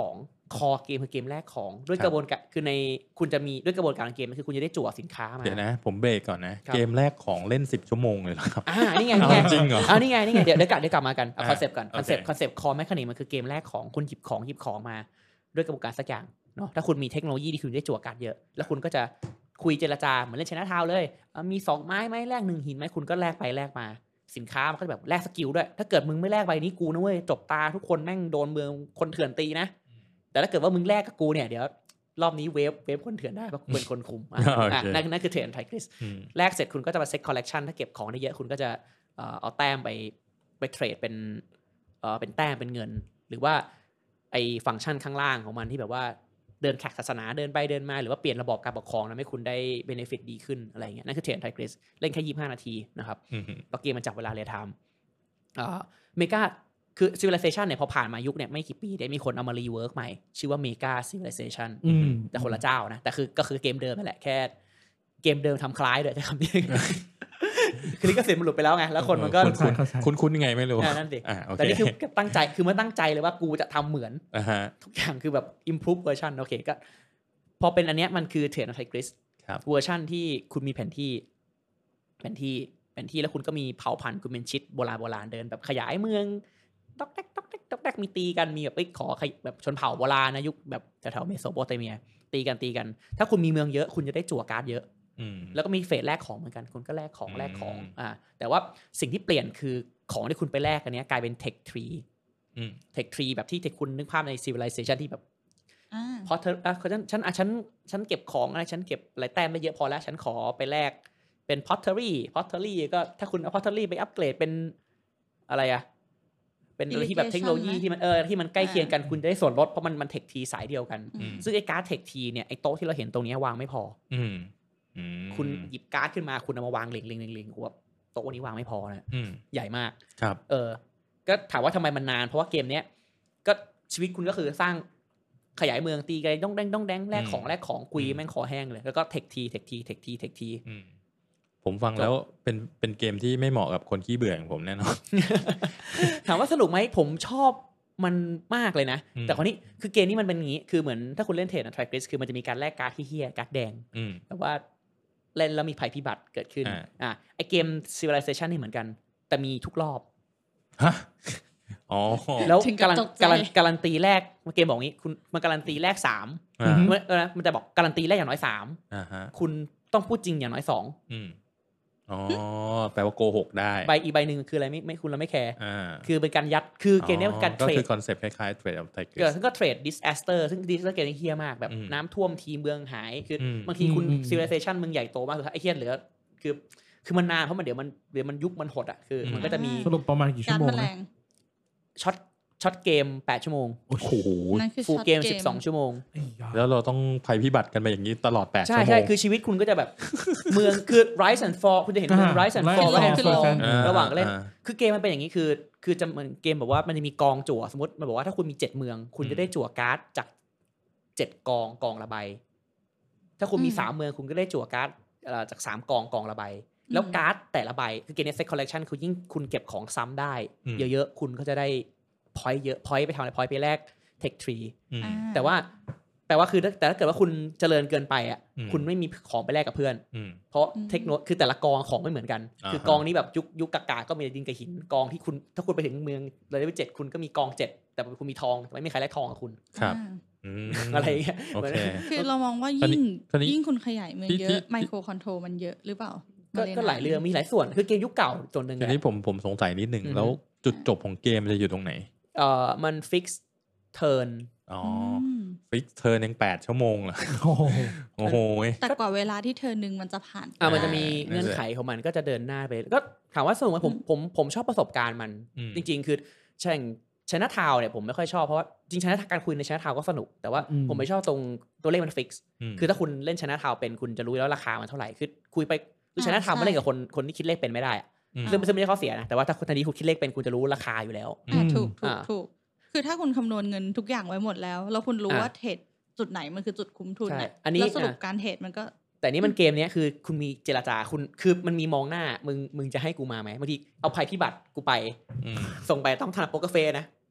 คอเกมคือเกมแรกของด้วยกระบวนการคือในคุณจะมีด้วยกระบวนการเกมคือคุณจะได้จั่วสินค้ามาเดี๋ยวนะผมเบรกก่อนนะเกมแรกของเล่นสิบชั่วโมงเลยเหรอครับอ่านี่ไงนี่ไงจริงเหรออ่านี่ไงนี่ไงเดี๋ยวเดี๋ยวกลับเดี๋ยวกลับมากันเอาคอนเซปต์ก่อนคอนเซปต์คอนเซปต์คอร์แมคานิกมันคือเกมแรกของคุณหยิบของหยิบของมาด้วยกระบวนการสักอย่างเนาะถ้าคุณมีเทคโนโลยีที่คุณได้จั่วการ์ดเยอะแล้วคุณก็จะคุยเจรจาเหมือนเล่นชนะทาวเลยมีสองไม้ไหมแลกหนึ่งหินไหมคุณก็แลกไปแลกมาสินค้ามันก็แบบแลกสกิลด้วยถ้าเกิดมึงไม่แลกใบนี้กูนะเว้ยจบตาทุกคนแม่งโดนเมืองคนเถื่อนตีนะแต่ถ้าเกิดว่ามึงแลกกับกูเนี่ยเดี๋ยวรอบนี้เวฟเวฟคนเถื่อนได้เพราะกูเป็นคนคุมอ่ะนั่นนั่นคือเทรนไทคริสแลกเสร็จคุณก็จะมาเซ็ตคอลเลกชันถ้าเก็บของได้เยอะคุณก็จะเอาแต้มไปไปเทรดเป็นเอ่อเป็นแต้มเป็นเงินหรือว่าไอ้ฟังก์ชันข้างล่างของมันที่แบบว่าเดินแขกศาสนาเดินไปเดินมาหรือว่าเปลี่ยนระบบการปกครองทำให้คุณได้เบเนฟิตดีขึ้นอะไรเงี้ยนั่นคือเทรนไทกริสเล่นแค่ยี่สิบห้านาทีนะครับเพราะเกมมันจับเวลาเรียลไทม์อ่าเมกาคือ Civilization เนี่ยพอผ่านมายุคเนี่ยไม่กี่ปีได้มีคนเอามารีเวิร์กใหม่ชื่อว่า Mega Civilization แต่คนละเจ้านะแต่คือก็คือเกมเดิมนั่นแหละแค่เกมเดิมทำคล้ายด้วยแต่คำนี้คือลิขสิทธิ์มันหลุดไปแล้วไงแล้วคนมันก็คุ้นๆยังไงไม่รู้นั่นสิแต่นี่คือตั้งใจคือมันตั้งใจเลยว่ากูจะทำเหมือนทุกอย่างคือแบบ improve version โอเคก็พอเป็นอันเนี้ยมันคือเทรนด์ไทกริสเวอร์ชันที่คุณมีแผนที่แผนที่แผนที่แล้วคุณก็มีเผ่าพันธุ์คุณเป็นชิดโบราณโบราณเดินแบบขยายเมืองต๊อกแต๊กต๊อกแต๊กต๊อกแต๊กมีตีกันมีแบบขอแบบชนเผ่าโบราณนะยุคแบบแถวๆเมโสโปเตเมียตีกันตีกันถ้าคุณมีเมืองเยอะคุณจะได้จั่วการ์ดเยอะแล้วก็มีเฟสแลกของเหมือนกันคุณก็แลกของแลกของอ่าแต่ว่าสิ่งที่เปลี่ยนคือของที่คุณไปแลกอันนี้กลายเป็นเทคทรีเทคทรีแบบที่เทคคุณนึกภาพใน Civilization ที่แบบพอเธออ่ะฉันฉันอ่ะฉันฉันเก็บของอะไรฉันเก็บอะไรแต้มไม่เยอะพอแล้วฉันขอไปแลกเป็น pottery pottery ก็ถ้าคุณเอา pottery ไปอัปเกรดเป็นอะไรอะเป็นอะไรที่แบบเทคโนโลยีที่มันเออที่มันใกล้เคียงกันคุณจะได้ส่วนลดเพราะมันมันเทคทีสายเดียวกันซึ่งไอ้การ์ดเทคทีเนี่ยไอ้โต๊ะที่เราเห็นตรงนี้วางไม่พอคุณหยิบการ์ดขึ้นมาคุณเอามาวางเรียงเรียงเรียงเรียงว่าโต๊ะนี้วางไม่พอนะใหญ่มากครับเออก็ถามว่าทำไมมันนานเพราะว่าเกมเนี้ยก็ชีวิตคุณก็คือสร้างขยายเมืองตีกันต้องแดงต้องแดงแลกของแลกของคุยแม่งคอแห้งเลยแล้วก็เทคทีเทคทีเทคทีเทคทีผมฟังแล้วเป็นเป็นเกมที่ไม่เหมาะกับคนขี้เบื่ออย่างผมแน่นอนถามว่าสนุกไหมผมชอบมันมากเลยนะแต่คนนี้คือเกมนี้มันเป็นอย่างนี้คือเหมือนถ้าคุณเล่นเทรดนะ Trigris คือมันจะมีการแลกการ์ดที่เหี้ยการ์ดแดงแต่ว่าเล่นแล้วมีภัยพิบัติเกิดขึ้นอ่าไอเกม Civilization นี่เหมือนกันแต่มีทุกรอบฮะอ๋อแล้วการันการันการันตีแรกเกมบอกงี้คุณมันการันตีแรกสามมันจะบอกการันตีแรกอย่างน้อยสามคุณต้องพูดจริงอย่างน้อยสองอ๋อแปลว่าโกหกได้ใบอีกใบหนึ่งคืออะไรไม่ไม่คุณเราไม่แคร์คือเป็นการยัดคือเกมนี้เป็นการเทรดก็คือคอนเซ็ปต์คล้ายๆเทรดออฟไทเกอร์ซึ่งก็เทรดดิสแอสเตอร์ซึ่งดิสแอสเตอร์เกมนี้เฮี้ยมากแบบน้ำท่วมทีเมืองหายคือบางทีคุณ Civilization มึงใหญ่โตมากสุดท้ายไอ้เฮี้ยเหลือคือคือมันนานเพราะมันเดี๋ยวมันเดี๋ยวมันยุบมันหดอ่ะคือมันก็จะมีสรุปประมาณกี่ชั่วโมงช็อตช็อตเกมแปดชั่วโมงโอ้โหฟูลเกมสิบสองชั่วโมงแล้วเราต้องภัยพิบัติกันไปอย่างนี้ตลอดแปดชั่วโมงใช่ๆคือชีวิตคุณก็จะแบบเมืองคือ Rise and Fall คุณจะเห็นเมือง Rise and Fall แล้วขึ้นลงระหว่างเล่นคือเกมมันเป็นอย่างนี้คือคือจะเหมือนเกมแบบว่ามันจะมีกองจั่วสมมติมันบอกว่าถ้าคุณมีเจ็ดเมืองคุณจะได้จั่วการ์ดจากเจ็ดกองกองละใบถ้าคุณมีสามเมืองคุณก็ได้จั่วการ์ดจากสามกองกองละใบแล้วการ์ดแต่ละใบคือเกมนี้ Set Collection คือยิ่งคุณเก็บของซ้ำได้เยอะๆคุณก็จะได้พอยต์เยอะพอยต์ไปทำอะไรพอยต์ไปแลกเทคทรีแต่ว่าแปลว่าคือแต่ถ้าเกิดว่าคุณเจริญเกินไปอ่ะคุณไม่มีของไปแลกกับเพื่อนเพราะเทคโนคือแต่ละกองของไม่เหมือนกันคือกองนี้แบบยุคยุคกากาก็มีดินกับหินกองที่คุณถ้าคุณไปถึงเมืองเลเวลเจ็ดคุณก็มีกองเจ็ดแต่คุณมีทองไม่มีใครแลกทองกับคุณครับอะไรเงี้ยคือเรามองว่ายิ่งยิ่งคุณขยายเมืองเยอะไมโครคอนโทรลมันเยอะหรือเปล่าก็หลายเรื่องมีหลายส่วนคือเกมยุคเก่าส่วนหนึ่งทีนี้ผมผมสงสัยนิดนึงแล้วจุดจบของเกมจะอยู่ตรงไหนเอ่อมันฟิกซ์เทิร์นอ๋อฟิกซ์เทิร์นยังแปดชั่วโมงเหรอโอ้โหแต่กว่าเวลาที่เทิร์นนึงมันจะผ่านอ่ะมันจะมีเงื่อนไขของมันก็จะเดินหน้าไปก็ถามว่าสนุกไหมผมผมผมชอบประสบการณ์มันจริงๆคือเช่นชนะทาวเนี่ยผมไม่ค่อยชอบเพราะว่าจริงชนะการคุยในชนะทาวก็สนุกแต่ว่าผมไม่ชอบตรงตัวเลขมันฟิกซ์คือถ้าคุณเล่นชนะทาวเป็นคุณจะรู้แล้วราคามันเท่าไหร่คือคุยไปคือชนะทาวมันเล่นกับคนคนที่คิดเลขเป็นไม่ได้ซึ่งซึ่งไม่ใช่ข้อเสียนะแต่ว่าถ้าคนที่คุณคิดเลขเป็นคุณจะรู้ราคาอยู่แล้วถูกถูกถูกคือถ้าคุณคำนวณเงินทุกอย่างไว้หมดแล้วแล้วคุณรู้ว่าเทรดจุดไหนมันคือจุดคุ้มทุนเนี่ยแล้วสรุปการเทรดมันก็แต่นี่มันเกมนี้คือคุณมีเจรจาคุณคือมันมีมองหน้ามึงมึงจะให้กูมาไหมบางทีเอาภัยพิบัติกูไปส่งไปต้องทำโป๊กกาแฟนะโอ้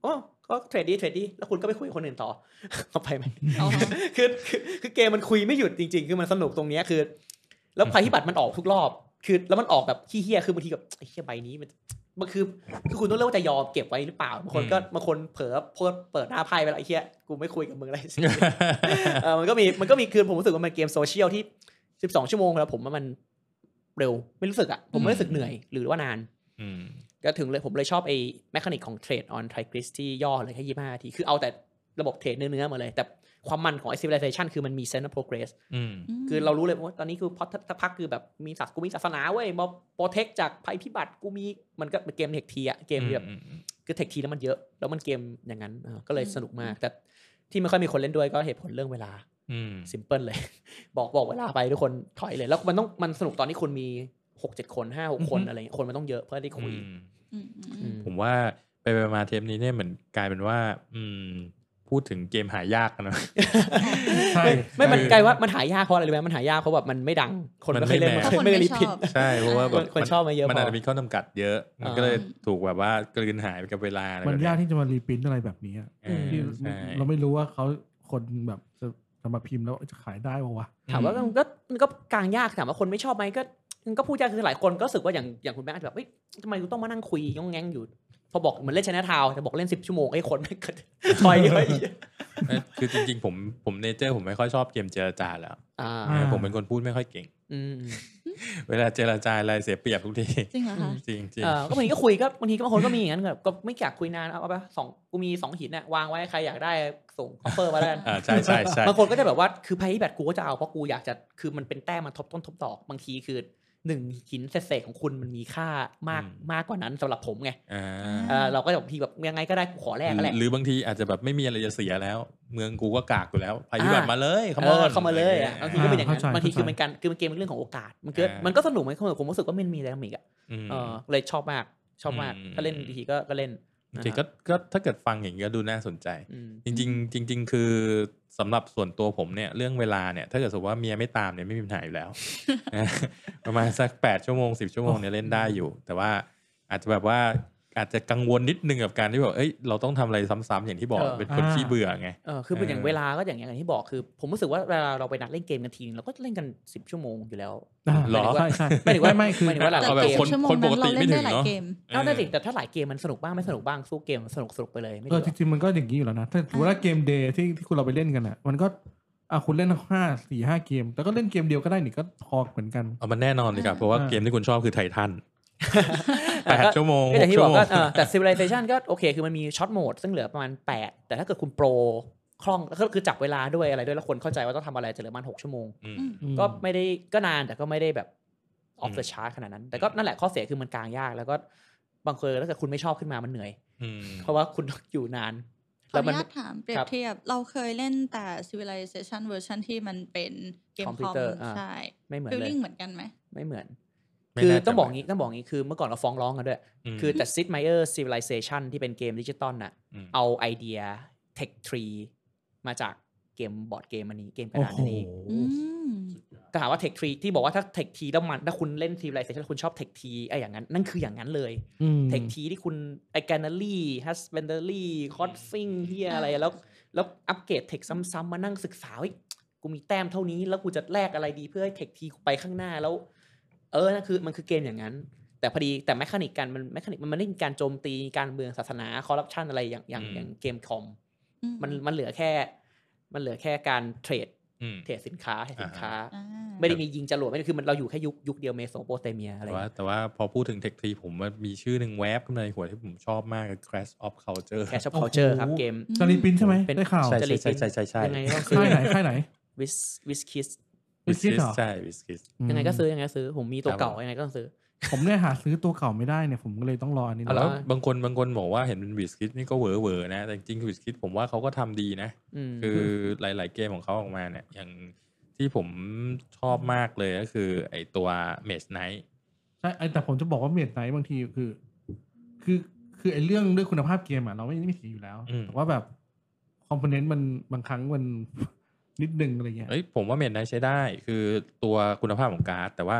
ก็เทรดดีเทรดดีแล้วคุณก็ไปคุยกับคนอื่นต่อเอาไปไหมคือคือคือเกมมันคุยไม่หยุดจริงๆคือมันสนุกตรงนี้คือแล้วภัยพิบัติมันออกทุกรอบคือแล้วมันออกแบบขี้เหี้ยคือบางทีแบบไอ้เหี้ยใบนี้มันมันคือคือคุณต้องเลือกว่าจะยอมเก็บไว้หรือเปล่าบางคนก็บางคนเผลอโพสเปิดหน้าไพ่ไปแล้วไอ้เหี้ยกูไม่คุยกับมึงอะไรสิเออมันก็มีมันก็มีคือผมรู้สึกว่ามันเกมโซเชียลที่สิบสองชั่วโมงแล้วผมว่ามันเร็วไม่รู้สึกอ่ะผมไม่รู้สึกเหนื่อยหรือว่านานก็ถึงเลยผมเลยชอบไอ้แมคานิกของ Trade on Tigris ที่ย่อเลยแค่ยี่สิบห้านาทีคือเอาแต่ระบบเทรดเนื้อๆมาเลยแต่ความมันของไอ้ civilization คือมันมี sense of progress คือเรารู้เลยว่าตอนนี้คือพอสักพักคือแบบมีศาสกูมีศาสนาเว้ยมาโปรเทคจากภัยพิบัติกูมีมันก็เป็นเกมเทคทีอะเกมแบบคือเทคทีแล้วมันเยอะแล้วมันเกมอย่างนั้นก็เลยสนุกมากแต่ที่ไม่ค่อยมีคนเล่นด้วยก็เหตุผลเรื่องเวลาซิมเพิลเลยบอกบอกเวลาไปทุกคนถอยเลยแล้วมันต้องมันสนุกตอนที่คุณมีหกเจ็ดคนห้าหกคนอะไรคนมันต้องเยอะเพื่อที่คุยผมว่าไปไปมาเทปนี้เนี่ยเหมือนกลายเป็นว่าพูดถึงเกมหายากนะใช่ไม่มันกลายว่ามันหายากเพราะอะไรรู้ไหมมันหายากเพราะแบบมันไม่ดังคนไม่เคยเล่นไม่รีพิทใช่เพราะว่าแบบคนชอบมาเยอะมันอาจจะมีข้อจำกัดเยอะมันก็เลยถูกแบบว่ากลืนหายไปกับเวลามันยากที่จะมารีพิทอะไรแบบนี้ที่เราไม่รู้ว่าเขาคนแบบจะมาพิมพ์แล้วจะขายได้ป่าวะถามว่าก็มันก็กลางยากถามว่าคนไม่ชอบไหมก็ก็พูดยากคือหลายคนก็รู้สึกว่าอย่างอย่างคุณแม่แบบเฮ้ยทำไมกูต้องมานั่งคุยย่องแง้งอยู่พอบอกเหมือนเล่นชนะทาวแต่บอกเล่นสิบชั่วโมงไอ้คนไม่เกิดถอยเลยคือจริงๆผมผมเนเจอร์ผมไม่ค่อยชอบเกมเจรจาแล้วผมเป็นคนพูดไม่ค่อยเก่งเวลาเจรจาอะไรเสียเปรียบทุกทีจริงเหรอคะจริงจริงก็บางทีก็คุยก็บางทีก็บางคนก็มีอย่างนั้นแบบก็ไม่อยากคุยนานเอาไปสองกูมีสองหินน่ะวางไว้ใครอยากได้ส่งคอฟเฟอร์มาแล้วอ่าใช่ใช่ใช่บางคนก็จะแบบว่าคือไพ่แบบกูก็จะเอาเพราะกูอยากจะคือมันเป็นแต้มมันทบต้นทบดอกบางทีคือหนึ่งหินเศษๆของคุณมันมีค่ามากมากกว่านั้นสำหรับผมไงเราก็แบบทีแบบยังไงก็ได้กูขอแลกก็แหละหรือบางทีอาจจะแบบไม่มีอะไรจะเสียแล้วเมืองกูก็กากอยู่แล้วภัยพิบัติมาเลยเข้ามาเข้ามาเลยอ่ะบางทีก็เป็นอย่างนั้นบางทีคือมันการคือมันเกมเป็นเรื่องของโอกาสมันเกิดมันก็สนุกไหมผมรู้สึกว่ามันมีไดนามิกอ่ะเออเลยชอบมากชอบมากถ้าเล่นทีก็ก็เล่นโอเคก็ก็ถ้าเกิดฟังอย่างนี้ก็ดูน่าสนใจจริงๆจริงๆคือสำหรับส่วนตัวผมเนี่ยเรื่องเวลาเนี่ยถ้าเกิดสมมติว่าเมียไม่ตามเนี่ยไม่มีปัญหาอยู่แล้วประมาณสักแปดชั่วโมงสิบชั่วโมงเนี่ยเล่นได้อยู่แต่ว่าอาจจะแบบว่าอาจจะกังวลนิดนึงกับการที่แบบเอ้ยเราต้องทำอะไรซ้ำๆอย่างที่บอกเป็นคนขี้เบื่อไงเออคือเป็นอย่างเวลาก็อย่างอย่างที่บอกคือผมรู้สึกว่าเวลาเราไปนัดเล่นเกมกันทีเราก็เล่นกันสิบชั่วโมงอยู่แล้วหรอใช่ใช่ไม่ถึงว่าไม่คือไม่ถึงว่าเราแบบคนคนปกติไม่ถึงเนาะเอาได้สิแต่ถ้าหลายเกมมันสนุกบ้างไม่สนุกบ้างสู้เกมสนุกสนุกไปเลยเออจริงๆมันก็อย่างนี้อยู่แล้วนะถ้าถือว่าเกมเดย์ที่ที่คุณเราไปเล่นกันอ่ะมันก็อ่ะคุณเล่นห้าสี่ห้าเกมแต่ก็เล่นเกมเดียวก็ได้นี่ก็พอเหมือนกันเอามันแน่นอนเลยครับเพราะว่าเกมที่คุณชอบคือไททันแปดชั่วโมงก็อย่างที่บอกก็แต่ Civilization ก็โอเคคือมันมีช็อตโหมดซึ่งเหลือประมาณแปดแต่ถ้าเกิดคุณโปรคล่องก็คือจับเวลาด้วยอะไรด้วยแล้วคนเข้าใจว่าต้องทำอะไรจะเหลือประมาณหกชั่วโมงก็ไม่ได้ก็นานแต่ก็ไม่ได้แบบ off the chart ขนาดนั้นแต่ก็นั่นแหละข้อเสียคือมันกลางยากแล้วก็บางคนถ้าเกิดคุณไม่ชอบขึ้นมามันเหนื่อยเพราะว่าคุณอยู่นานขออนุญาตถามเปรียบเทียบเราเคยเล่นแต่ Civilization เวอร์ชันที่มันเป็นเกมคอมใช่ไม่เหมือน feeling เหมือนกันไหมไม่เหมือนคือต้องบอกงี้ต้องบอกงี้คือเมื่อก่อนเราฟ้องร้องกันด้วยคือแต่ Sid Meier Civilization ที่เป็นเกมดิจิตอลน่ะเอาไอเดีย Tech Tree มาจากเกมบอร์ดเกมอันนี้เกมกระดานนี้ก็ถามว่า Tech Tree ที่บอกว่าถ้า Tech Tree แล้วมันถ้าคุณเล่น Civilization คุณชอบ Tech Tree ไอ้อย่างนั้นนั่นคืออย่างนั้นเลย Tech Tree ที่คุณไอ้ Canary Husbandry Costing เหี้ยอะไรแล้วแล้วอัปเกรด Tech ซ้ำๆมานั่งศึกษาว่ากูมีแต้มเท่านี้แล้วกูจะแลกอะไรดีเพื่อให้ Tech Tree ไปข้างหน้าแล้วเออนั่นคือมันคือเกมอย่างนั้นแต่พอดีแต่แมคานิกกันมันแมคานิกมันไม่ได้มีการโจมตีการเมืองศาสนาคอร์รัปชันอะไรอย่างอย่างอย่างเกมคอมมันมันเหลือแค่มันเหลือแค่การเทรดเทรดสินค้าสินค้าไม่ได้มียิงจรวดไม่ได้คือมันเราอยู่แค่ยุคยุคเดียวเมโสโปเตเมียอะไรแต่ว่าแต่ว่าพอพูดถึงเทคทีผมว่ามีชื่อหนึ่งแวบขึ้นมาในหัวที่ผมชอบมากคือ Clash of Culture Clash of Culture ครับเกมจารีปินใช่ไหมได้ข่าวใช่ใช่ใช่ใช่ใช่ยังไงต้องซื้อค่ายไหนค่ายไหนวิสวิสคิสวิสคิสเหรอใช่วิสคิสยังไงก็ซื้อยังไงซื้อผมมีตัวเก่ายังไงก็ต้องซื้อผมเนี่ยหาซื้อตัวเก่าไม่ได้เนี่ยผมก็เลยต้องรออันนี้แล้วบางคนบางคนบอกว่าเห็นเป็นวิสคิสนี่ก็เวอร์เวอร์นะแต่จริงวิสคิสผมว่าเขาก็ทำดีนะคือหลายๆเกมของเขาออกมาเนี่ยอย่างที่ผมชอบมากเลยก็คือไอตัวเมจไนท์ใช่แต่ผมจะบอกว่าเมจไนท์บางทีคือคือคือไอเรื่องด้วยคุณภาพเกมอ่ะเราไม่ไม่ถีอยู่แล้วแต่ว่าแบบคอมโพเนนต์มันบางครั้งมันนิดนึงอะไรเงี้ยเอ้ยผมว่าเมจไนท์ใช้ได้คือตัวคุณภาพของการ์ดแต่ว่า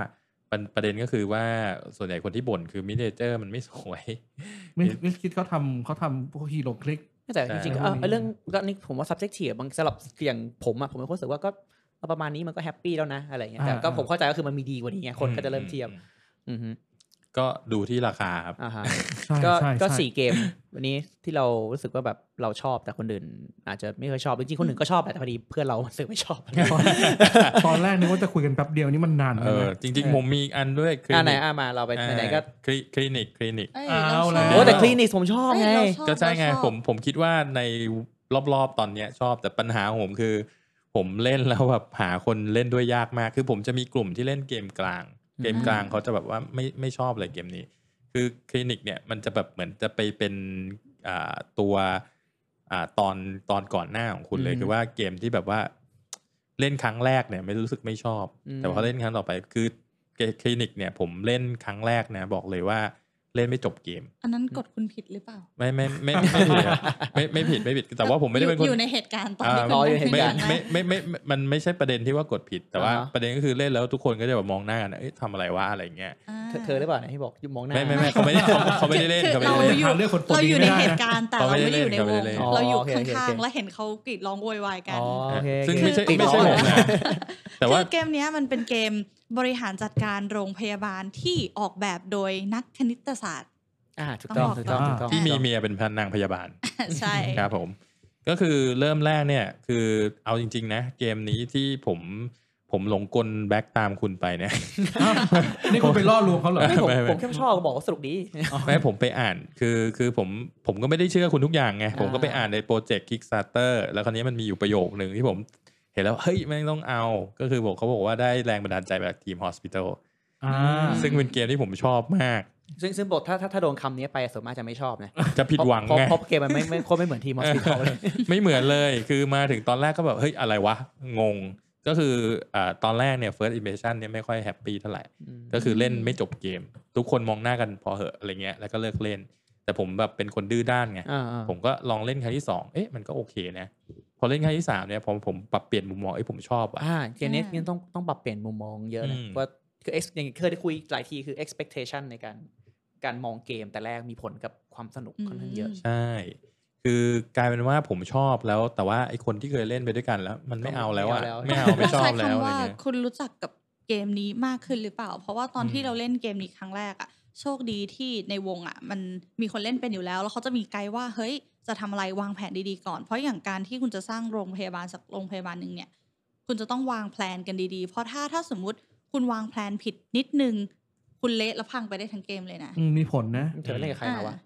ประเด็นก็คือว่าส่วนใหญ่คนที่บ่นคือมินิเจอร์มันไม่สวยไม่ไม่คิดเขาทำเขาทำพวกฮีโร่คลิกแต่จริงๆเออเรื่องก็นี่ผมว่า subjective บางสำหรับอย่างผมอ่ะผมรู้สึกว่าก็ประมาณนี้มันก็แฮปปี้แล้วนะอะไรอย่างเงี้ยแต่ก็ผมเข้าใจก็คือมันมีดีกว่านี้ไงคนก็จะเริ่มเทียบอือฮึก็ดูที่ราคาครับอ่าฮะก็ก็สี่เกมวันนี้ที่เรารู้สึกว่าแบบเราชอบแต่คนอื่นอาจจะไม่เคยชอบจริงๆคนอื่นก็ชอบแต่พอดีเพื่อนเราสึกไม่ชอบตอนแรกนึกว่าจะคุยกันแป๊บเดียวนี่มันนานเออจริงๆผมมีอันด้วยคืออ่าไหนอ่ามาเราไปไหนก็คลินิกคลินิกเอาแล้วโอ้แต่คลินิกผมชอบไงก็ใช่ไงผมผมคิดว่าในรอบๆตอนเนี้ยชอบแต่ปัญหาของผมคือผมเล่นแล้วแบบหาคนเล่นด้วยยากมากคือผมจะมีกลุ่มที่เล่นเกมกลางเกมกลางเขาจะแบบว่าไม่ไม่ชอบเลยเกมนี้คือคลินิกเนี่ยมันจะแบบเหมือนจะไปเป็นอ่าตัวอ่าตอนตอนก่อนหน้าของคุณเลยคือว่าเกมที่แบบว่าเล่นครั้งแรกเนี่ยไม่รู้สึกไม่ชอบแต่พอเล่นครั้งต่อไปคือคลินิกเนี่ยผมเล่นครั้งแรกนะบอกเลยว่าเล่นไม่จบเกมอันนั้นกดคุณผิดหรือเปล่าไม่ไม่ไม่ไม่ผิดไม่ไม่ผิดไม่ผิดแต่ว่าผมไม่ได้เป็นคนอยู่ในเหตุการณ์ตอนที่คุณเล่นไม่ไม่ไม่มันไม่ใช่ประเด็นที่ว่ากดผิดแต่ว่าประเด็นก็คือเล่นแล้วทุกคนก็จะแบบมองหน้ากันเอ้ยทำอะไรวะอะไรเงี้ยเธอหรือเปล่าที่บอกมองหน้าไม่ไม่ไม่เขาไม่ได้เขาไม่ได้เล่นเขาไม่ได้เล่นเราอยู่ในเหตุการณ์แต่เราไม่ได้อยู่ในวงเราอยู่ข้างๆแล้วเห็นเขากรีดร้องโวยวายกันซึ่งไม่ใช่ไม่ใช่ผมนะแต่ว่าเกมนี้มันเป็นเกมบริหารจัดการโรงพยาบาลที่ออกแบบโดยนักคณิตศาสตร์อ่าถูกต้องถูกต้องถูกต้องที่มีเมียเป็นพนางพยาบาลใช่ครับผมก็คือเริ่มแรกเนี่ยคือเอาจริงๆนะเกมนี้ที่ผมผมหลงกลแบ็กตามคุณไปเนี่ยนี่คุณไปล่อลวงเขาเหรอผมผมแค่ชอบบอกว่าสนุกดีไม่ผมไปอ่านคือคือผมผมก็ไม่ได้เชื่อคุณทุกอย่างไงผมก็ไปอ่านในโปรเจกต์ Kickstarter แล้วคราวนี้มันมีอยู่ประโยคนึงที่ผมเห็นแล้วเฮ้ยแม่งต้องเอาก็คือบอกเขาบอกว่าได้แรงบันดาลใจจากทีม Hospital ซึ่งเป็นเกมที่ผมชอบมากซึ่งซึ่งบอกถ้าถ้าถ้าโดนคำนี้ไปส่วนมากจะไม่ชอบนะจะผิดหวังไงเพราะเกมมันไม่ไม่โคตรไม่เหมือนทีม Hospital เลยไม่เหมือนเลยคือมาถึงตอนแรกก็แบบเฮ้ยอะไรวะงงก็คืออ่าตอนแรกเนี่ย first impression เนี่ยไม่ค่อยแฮปปี้เท่าไหร่ก็คือเล่นไม่จบเกมทุกคนมองหน้ากันพอเหอะอะไรเงี้ยแล้วก็เลิกเล่นแต่ผมแบบเป็นคนดื้อด้านไงผมก็ลองเล่นครั้งที่สองเอ๊ะมันก็โอเคนะพอเล่นครั้งที่สามเนี่ยพอผมปรับเปลี่ยนมุมมองเอ้ยผมชอบอ่ะเกมนี้ยังต้องต้องปรับเปลี่ยนมุมมองเยอะนะว่าคืออย่างเคยได้คุยหลายทีคือ expectation ในการการมองเกมแต่แรกมีผลกับความสนุกค่อนข้างเยอะใช่คือกลายเป็นว่าผมชอบแล้วแต่ว่าไอคนที่เคยเล่นไปด้วยกันแล้วมันไม่เอาแล้วอ่ะไม่เอาไม่ชอบแล้วอะไรเงี้ยคุณรู้จักกับเกมนี้มากขึ้นหรือเปล่าเพราะว่าตอนที่เราเล่นเกมนี้ครั้งแรกอ่ะโชคดีที่ในวงอ่ะมันมีคนเล่นเป็นอยู่แล้วแล้วเขาจะมีไกด์ว่าเฮ้ยจะทำอะไรวางแผนดีๆก่อนเพราะอย่างการที่คุณจะสร้างโรงพยาบาลสักโรงพยาบาลนึงเนี่ยคุณจะต้องวางแผนกันดีๆเพราะถ้าถ้าสมมุติคุณวางแผนผิดนิดนึงคุณเละแล้วพังไปได้ทั้งเกมเลยนะมีผลนะเธอเล่นกับใครมาวะ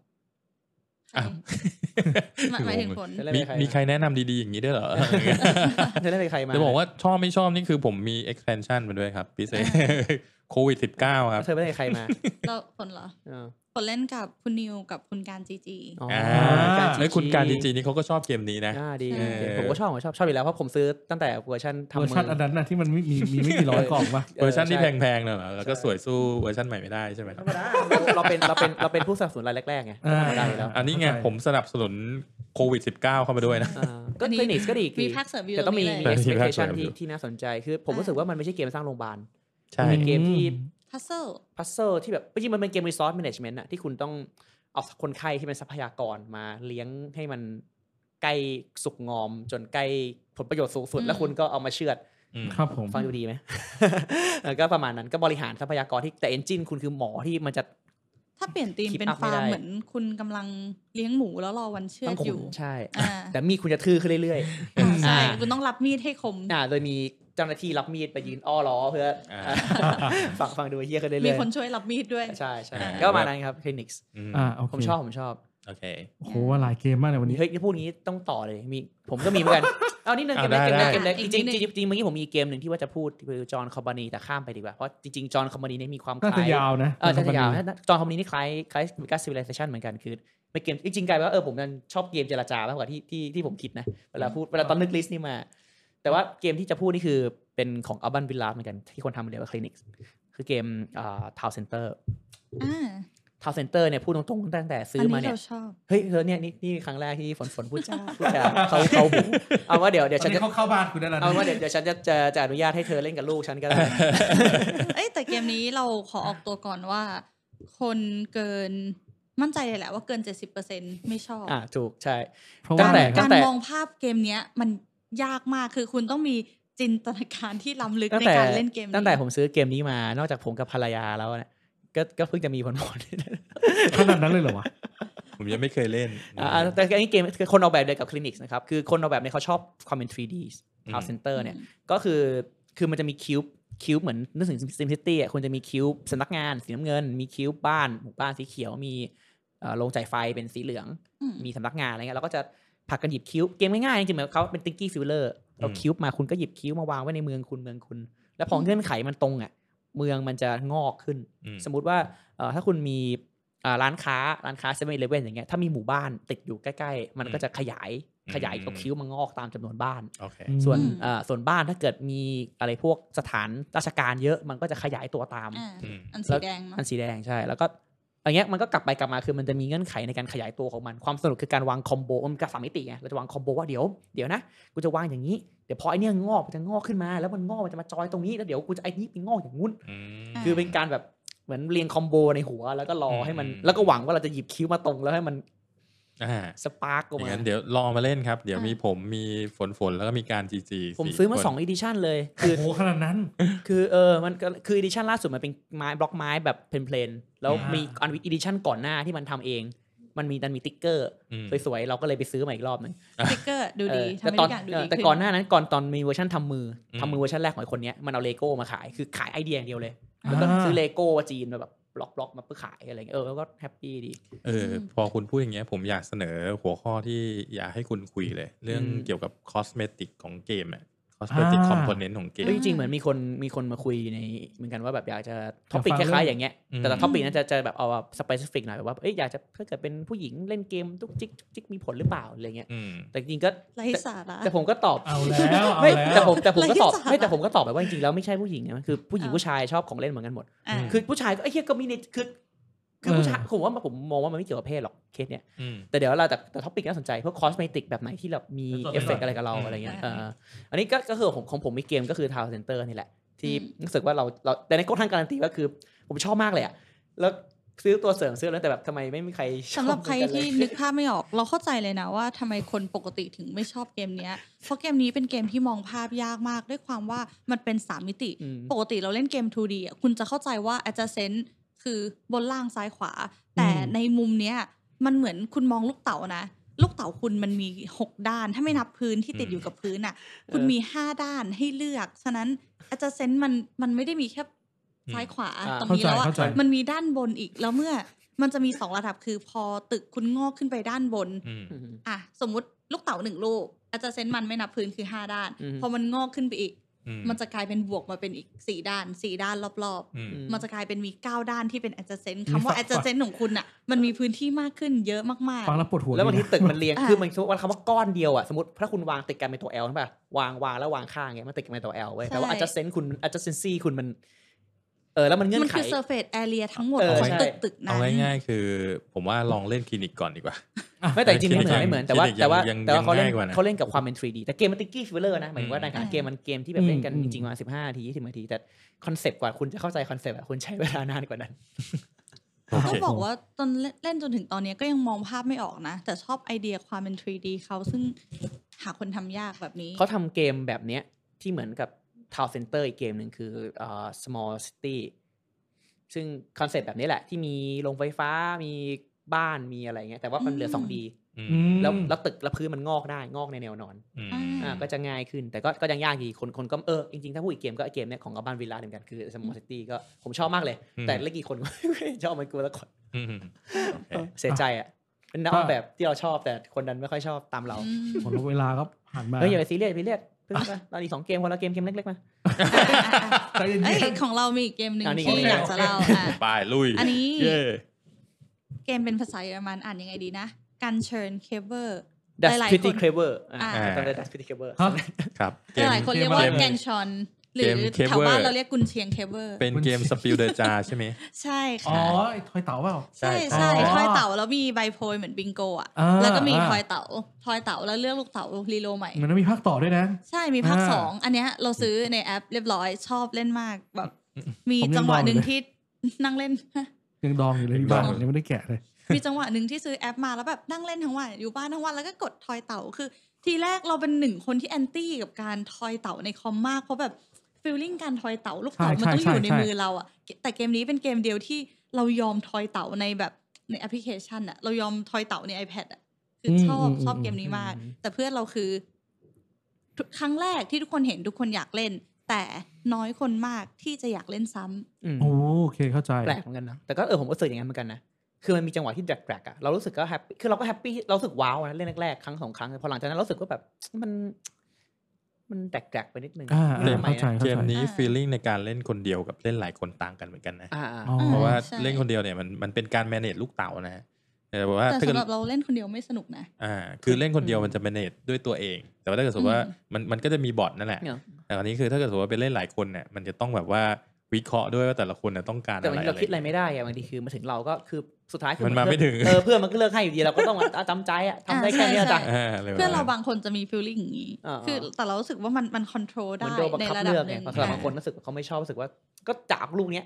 หมายถึงผลมีมีใครแนะนำดีๆอย่างนี้ด้วยเหรอเธอเล่นกับใครมาจะบอกว่าชอบไม่ชอบนี่คือผมมี expansion มาด้วยครับพิเศษโควิดสิบเก้าครับเธอเล่นกับใครมาเราผลเหรอผลเล่นกับคุณนิวกับคุณการจีจีอ๋อแล้วคุณการจีจีนี่เขาก็ชอบเกมนี้นะดีผมก็ชอบผมชอบชอบอยู่แล้วเพราะผมซื้อตั้งแต่เวอร์ชันทำมือเวอร์ชันอันนั้นนะที่มันมีมีไม่กี่ร้อยกล่องป่ะเวอร์ชันที่แพงๆน่ะเหรอแล้วก็สวยสู้เวอร์ชันใหม่ไม่ได้ใช่ไหมครับเราเป็นเราเป็นเราเป็นผู้สนับสนุนรายแรกๆไงได้แล้วอันนี้ไงผมสนับสนุนโควิดสิบเก้าเข้ามาด้วยนะก็คลินิกก็ดีมีภาคเสริมแต่ต้องมี expectation ที่ที่น่าสนใจคือผมรู้สึกว่ามันไม่ใช่เกมสร้างโรงพยาบาลเป็นเกมที่ puzzle puzzle ที่แบบจริงๆมันเป็นเกม resource management อะที่คุณต้องเอาคนไข้ที่เป็นทรัพยากรมาเลี้ยงให้มันใกล้สุกงอมจนใกล้ผลประโยชน์สูงสุดแล้วคุณก็เอามาเชือดครับผมฟังดูดีไหม ก็ประมาณนั้นก็บริหารทรัพยากรที่แต่ engine คุณคือหมอที่มันจะถ้าเปลี่ยนธีมเป็นฟาร์มเหมือนคุณกำลังเลี้ยงหมูแล้วรอวันเชือดอยู่ใช่แต่มีดคุณจะทื่อขึ้นเรื่อยๆใช่คุณต้องรับมีดให้คมอ่าโดยมีเจ้าหน้าที่รับมีดไปยืนอ้อล้อเพื่อฟังฟังดูเฮี้ยขึ้นเรื่อยๆมีคนช่วยรับมีดด้วยใช่ใช่ก็ประมาณนั้นครับคลินิกส์ผมชอบผมชอบโอเคโอ้โหหลายเกมมากเลยวันนี้เฮ้ยพูดงี้ต้องต่อเลยมีผมก็มีเหมือนกันเอานิดนึงเกมเล็กเกมเล็กเกมเล็กจริงจริงจริงเมื่อกี้ผมมีเกมหนึ่งที่ว่าจะพูดคือจอห์นคอมพานีแต่ข้ามไปดีกว่าเพราะจริงๆจอห์นคอมพานีนี่มีความคล้ายน่าจะยาวนะเออน่าจะยาวจอห์นคอมพานีนี่คล้ายคล้ายมิกาซิวิลิเซชันเหมือนกันคือเป็นเกมจริงๆกลายเป็นว่าเออผมชอบเกมเจรจามากกว่าที่ที่ที่ผมคิดนะเวลาพูดเวลาตอนนึกลิสต์นี่มาแต่ว่าเกมที่จะพูดนี่คือเป็นของ Urban Village เหมือนกันที่คนทำเรียกว่า Clinics คือเกมอ่า Town Center ทาวน์เซ็นเตอร์เนี่ยพูดตรงๆตั้งแต่ซื้อมาเนี่ยเฮ้ยเธอเนี่ยนี่นี่ครั้งแรกที่ฝนฝนพูดจ้าพูดจ้าเขาเขาหูเอาว่าเดี๋ยวเดี๋ยวฉันจะเขาเข้าบ้านคุณได้แล้วเอาว่าเดี๋ยวเดี๋ยวฉันจะจะจะอนุญาตให้เธอเล่นกับลูกฉันก็ได้เอ้ยแต่เกมนี้เราขอออกตัวก่อนว่าคนเกินมั่นใจเลยแหละว่าเกิน เจ็ดสิบเปอร์เซ็นต์ ไม่ชอบอ่าถูกใช่ตั้งแต่การมองภาพเกมเนี้ยมันยากมากคือคุณต้องมีจินตนาการที่ล้ำลึกในการเล่นเกมนี้ตั้งแต่ผมซื้อเกมนี้มานอกจากผมกับภรรยาแล้วเนี่ยก็ก็เพิ่งจะมีผลผลขนาดนั้นเลยเหรอวะผมยังไม่เคยเล่นอ่าแต่อันนี้เกมคือคนออกแบบเดียวกับคลินิกนะครับคือคนออกแบบเนี่ยเขาชอบความเป็น ทรี ดี Town Center เนี่ยก็คือคือมันจะมีคิวบ์คิวบ์เหมือนนึกถึง SimCity อ่ะคุณจะมีคิวบ์สำนักงานสีน้ำเงินมีคิวบ์บ้านหมู่บ้านสีเขียวมีเอ่อโรงจ่ายไฟเป็นสีเหลืองมีสำนักงานอะไรเงี้ยเราก็จะผักกันหยิบคิวบ์เกมง่ายๆจริงๆเหมือนเขาเป็น Thinking Filler เอาคิวบ์มาคุณก็หยิบคิวบ์มาวางไว้ในเมืองคุณเมืองคุณแล้วพอเงื่อนไขมันตรงอ่ะเมืองมันจะงอกขึ้นสมมุติว่าเอ่อถ้าคุณมีร้านค้าร้านค้า เซเว่น อีเลฟเว่น อย่างเงี้ยถ้ามีหมู่บ้านติดอยู่ใกล้ๆมันก็จะขยายขยายเอาคิ้วมางอกตามจำนวนบ้าน okay. ส่วนส่วนบ้านถ้าเกิดมีอะไรพวกสถานราชการเยอะมันก็จะขยายตัวตามอันสีแดงอันสีแดงใช่แล้วก็อย่างเงี้ยมันก็กลับไปกลับมาคือมันจะมีเงื่อนไขในการขยายตัวของมันความสนุกคือการวางคอมโบมันกับสามมิติไงเราจะวางคอมโบว่าเดี๋ยวเดี๋ยวนะกูจะวางอย่างนี้เดี๋ยวพอไอเนี้ยงอกมันจะงอกขึ้นมาแล้วมันงอกมันจะมาจอยตรงนี้แล้วเดี๋ยวกูจะไอนี้ไปงอกอย่างงู้นคือเป็นการแบบเหมือนเรียงคอมโบในหัวแล้วก็รอให้มันแล้วก็หวังว่าเราจะหยิบคิ้วมาตรงแล้วให้มันสปาร์กออกมาอย่างนั้นเดี๋ยวลองมาเล่นครับเดี๋ยวมีผมมีฝนฝนแล้วก็มีการจีจีผมซื้อมาสอง edition เลยคือโอ้ขนาดนั้นคือเออมันก็คือ edition ล่าสุดมันเป็นไม้บล็อกไม้แบบเพลนๆแล้วมีอัน edition ก่อนหน้าที่มันทำเองมันมีดันมีติ๊กเกอร์สวยๆเราก็เลยไปซื้อมาอีกรอบนึงติ๊กเกอร์ดูดีทำให้ทุกอย่างดูดีแต่ก่อนหน้านั้นก่อนตอนมีเวอร์ชันทำมือทำมือเวอร์ชันแรกของคนนี้มันเอาเลโก้มาขายคือขายไอเดียอย่างเดียวเลยแล้วก็ซื้อเลโก้จีนแบบบล็อกบล็อกมาเพื่อขายอะไรเงี้ยเออแล้วก็แฮปปี้ดีเออพอคุณพูดอย่างเงี้ยผมอยากเสนอหัวข้อที่อยากให้คุณคุยเลยเรื่องเกี่ยวกับคอสเมติกของเกมอ่ะคอสเมติกคอมโพเนนต์ของเกมจริงๆเหมือนมีคนมีคนมาคุยในเหมือนกันว่าแบบอยากจะท็อปิกคล้ายๆอย่างเงี้ยแต่ท็อปิกนั้นจะจะแบบเอาสเปซิฟิกหน่อยแบบว่าเอ้ยอยากจะถ้าเกิดเป็นผู้หญิงเล่นเกมทุกจิกจิกมีผลหรือเปล่าอะไรเงี้ยแต่จริงๆก็ไร้สาระแต่ผมก็ตอบเอาแล้วไม่แต่ผมแต่ผมก็ตอบไม่แต่ผมก็ตอบแบบว่าจริงๆแล้วไม่ใช่ผู้หญิงนะคือผู้หญิงผู้ชายชอบของเล่นเหมือนกันหมดคือผู้ชายก็ไอ้เหี้ยก็มีคือคือผู้ชายผมว่าผมมองว่ามันไม่เกี่ยวกับเพศหรอกเคสเนี้ยแต่เดี๋ยวเราแต่แต่ท็อปิกน่าสนใจพวกคอสเมติกแบบไหนที่แบบมีเอฟเฟกต์อะไรกับเราอะไรเงี้ยอันนี้ก็ก็คือของของผมมีเกมก็คือ Town Center นี่แหละที่รู้สึกว่าเราเราแต่ในกฎทางการันตีก็คือผมชอบมากเลยอ่ะแล้วซื้อตัวเสริมซื้อแล้วแต่แบบทำไมไม่มีใครสำหรับใครที่นึกภาพไม่ออกเราเข้าใจเลยนะว่าทำไมคนปกติถึงไม่ชอบเกมเนี้ยเพราะเกมนี้เป็นเกมที่มองภาพยากมากด้วยความว่ามันเป็นสามมิติปกติเราเล่นเกม ทู ดี อ่ะคุณจะเข้าใจว่า adjacentคือบนล่างซ้ายขวาแต่ในมุมเนี้ยมันเหมือนคุณมองลูกเต๋านะลูกเต๋าคุณมันมีหกด้านถ้าไม่นับพื้นที่ติดอยู่กับพื้นน่ะคุณมีห้าด้านให้เลือกฉะนั้น adjacent มันมันไม่ได้มีแค่ซ้ายขวาตรงนี้แล้วอ่ะมันมีด้านบนอีกแล้วเมื่อมันจะมีสองระดับคือพอตึกคุณงอกขึ้นไปด้านบนอ่ะสมมุติลูกเต๋าหนึ่งลูก adjacent มันไม่นับพื้นคือห้าด้านพอมันงอกขึ้นไปอีกมันจะกลายเป็นบวกมาเป็นอีกสี่ด้านสี่ด้านรอบๆมันจะกลายเป็นมีเก้าด้านที่เป็น adjacent คำว่า adjacent ของคุณอ่ะมันมีพื้นที่มากขึ้นเยอะมากๆฟังแล้วปวดหัวแล้วบางทีตึกมันเรียงคือมันว่าคำว่าก้อนเดียวอ่ะสมมติถ้าคุณวางติดกันเป็นตัว L ใช่ป่ะวางวางแล้ววางข้างเงี้ยมันติดกันเป็นตัว L เว้ยแต่ว่า adjacent คุณ adjacency คุณมันเออแล้วมันเงื่อนไขมันคือ surface area ทั้งหมดของตึกตึกนั้นเอาง่ายๆคือผมว่าลองเล่นคลินิกก่อนดีกว่าไม่แต่จริงๆไม่เหมือนไม่เหมือนแต่ว่าแต่ว่าแต่ว่าเขาเล่นเขาเล่นกับความเป็น ทรี ดี แต่เกมมัน Thinking Filler นะหมายถึงว่าในขณะเกมมันเกมที่แบบเล่นกันจริงๆมาสิบห้านาทียี่สิบนาทีแต่คอนเซปต์กว่าคุณจะเข้าใจคอนเซปต์อ่ะคุณใช้เวลานานกว่านั้นต้องบอกว่าตอนเล่นจนถึงตอนนี้ก็ยังมองภาพไม่ออกนะแต่ชอบไอเดียความเป็น ทรี ดี เขาซึ่งหาคนทำยากแบบนี้เขาทำเกมแบบเนี้ยที่เหมือนกับ Town Center อีกเกมนึงคืออ่า Small Cityซึ่งคอนเซ็ปต์แบบนี้แหละที่มีโรงไฟฟ้ามีบ้านมีอะไรเงี้ยแต่ว่ามันเหลือ สองดี แล้วแล้วตึกแล้วพื้นมันงอกได้งอกในแนวนอนอ่าก็จะง่ายขึ้นแต่ก็ก็ยังยากดีคนคนก็เออจริงๆถ้าพูดอีกเกมก็เกมเนี้ยของUrban Villaเหมือนกันคือ Small City ก็ผมชอบมากเลยแต่เล่นกี่คนก็ไม่ชอบมันกูละคนเสียใจอ่ะเป็นนักแบบที่เราชอบแต่คนนั้นไม่ค่อยชอบตามเราหมดเวลาครับหันมาเฮ้ยอย่าไปซีเรียสซีเรียสเพิ่งมาเราอีกสองเกมคนละเกมเกมเล็กๆมาเอ้ยของเรามีอีกเกมนึงที่อยากจะเล่าอ่ะไปลุยอันนี้เกมเป็นภาษาเยอรมันอ่านยังไงดีนะกันเชิญเคเบิลหลายๆคน Pretty Clever อ่า That's Pretty Clever ครับหลายคนเรียกว่าแกงชอนหรือแถวบ้านเราเรียกกุนเชียงเคเบิลเป็นเกมสปิลเดอร์จาใช่ไหมใช่ค่ะอ๋อไอ้ทอยเต๋าเปล่าใช่ใช่ทอยเต๋าแล้วมีใบโพยเหมือนบิงโกอ่ะแล้วก็มีทอยเต๋าทอยเต๋าแล้วเลือกลูกเต๋ารีโลใหม่มันมีภาคต่อด้วยนะใช่มีภาคสองอันเนี้ยเราซื้อในแอปเรียบร้อยชอบเล่นมากแบบมีจังหวะหนึ่งที่นั่งเล่นยังดองอยู่เลยที่บ้านยังไม่ได้แกะเลยมีจังหวะหนึ่งที่ซื้อแอปมาแล้วแบบนั่งเล่นทั้งวันอยู่บ้านทั้งวันแล้วก็กดทอยเต๋าคือทีแรกเราเป็นหนึ่งคนที่แอนตี้กับการทอยเต๋าในคอมมากเพราะแบบฟีลลิ่งการทอยเต๋าลูกเต๋ามันต้องอยู่ในมือเราอ่ะแต่เกมนี้เป็นเกมเดียวที่เรายอมทอยเต๋าในแบบในแอปพลิเคชันอ่ะเรายอมทอยเต๋าใน iPad อ่ะคือชอบชอบเกมนี้มากแต่เพื่อนเราคือครั้งแรกที่ทุกคนเห็นทุกคนอยากเล่นแต่น้อยคนมากที่จะอยากเล่นซ้ำโอเคเข้าใจแปลกเหมือนกันนะแต่ก็เออผมก็รู้สึกอย่างนั้นเหมือนกันนะคือมันมีจังหวะที่แปลกๆอ่ะเรารู้สึกก็แฮปปี้คือเราก็แฮปปี้เรารู้สึกว้าวนะเล่นแรกๆครั้งสองครั้งพอหลังจากนั้นเรารู้สึกว่าแบบมันมันแปลกๆไปนิดนึงเกมนี้ฟีลลิ่งในการเล่นคนเดียวกับเล่นหลายคนต่างกันเหมือนกันนะเพราะว่าเล่นคนเดียวเนี่ยมันมันเป็นการแมเนจลูกเต๋านะแต่ว่าแต่สำหรับเราเล่นคนเดียวไม่สนุกนะอ่าคือเล่นคนเดียวมันจะแมเนจด้วยตัวเองแต่ว่าถ้าเกิดสมมติว่ามันมันก็จะมีบอทนั่นแหละแต่อันนี้คือถ้าเกิดสมมติว่าไปเล่นหลายคนเนี่ยมันจะต้องแบบว่าวิเคราะห์ด้วยว่าแต่ละคนต้องการอะไรแต่บางทีเราคิดอะไรไม่ได้อะบางทีคือมาถึงเราก็คือสุดท้ายคือมันมาไม่ถึงเออเพื่อนมันก็เลิกให้อยู่ดีเราก็ต้องจำใจอะทำได้แค่นี้จ้ะเพื่อนเราบางคนจะมีฟีลลิ่งอย่างนี้คือแต่เรารู้สึกว่ามันมันคอนโทรลได้ในระดับนึงสำหรับบางคนรู้สึกเขาไม่ชอบรู้สึกว่าก็จากลูกเนี้ย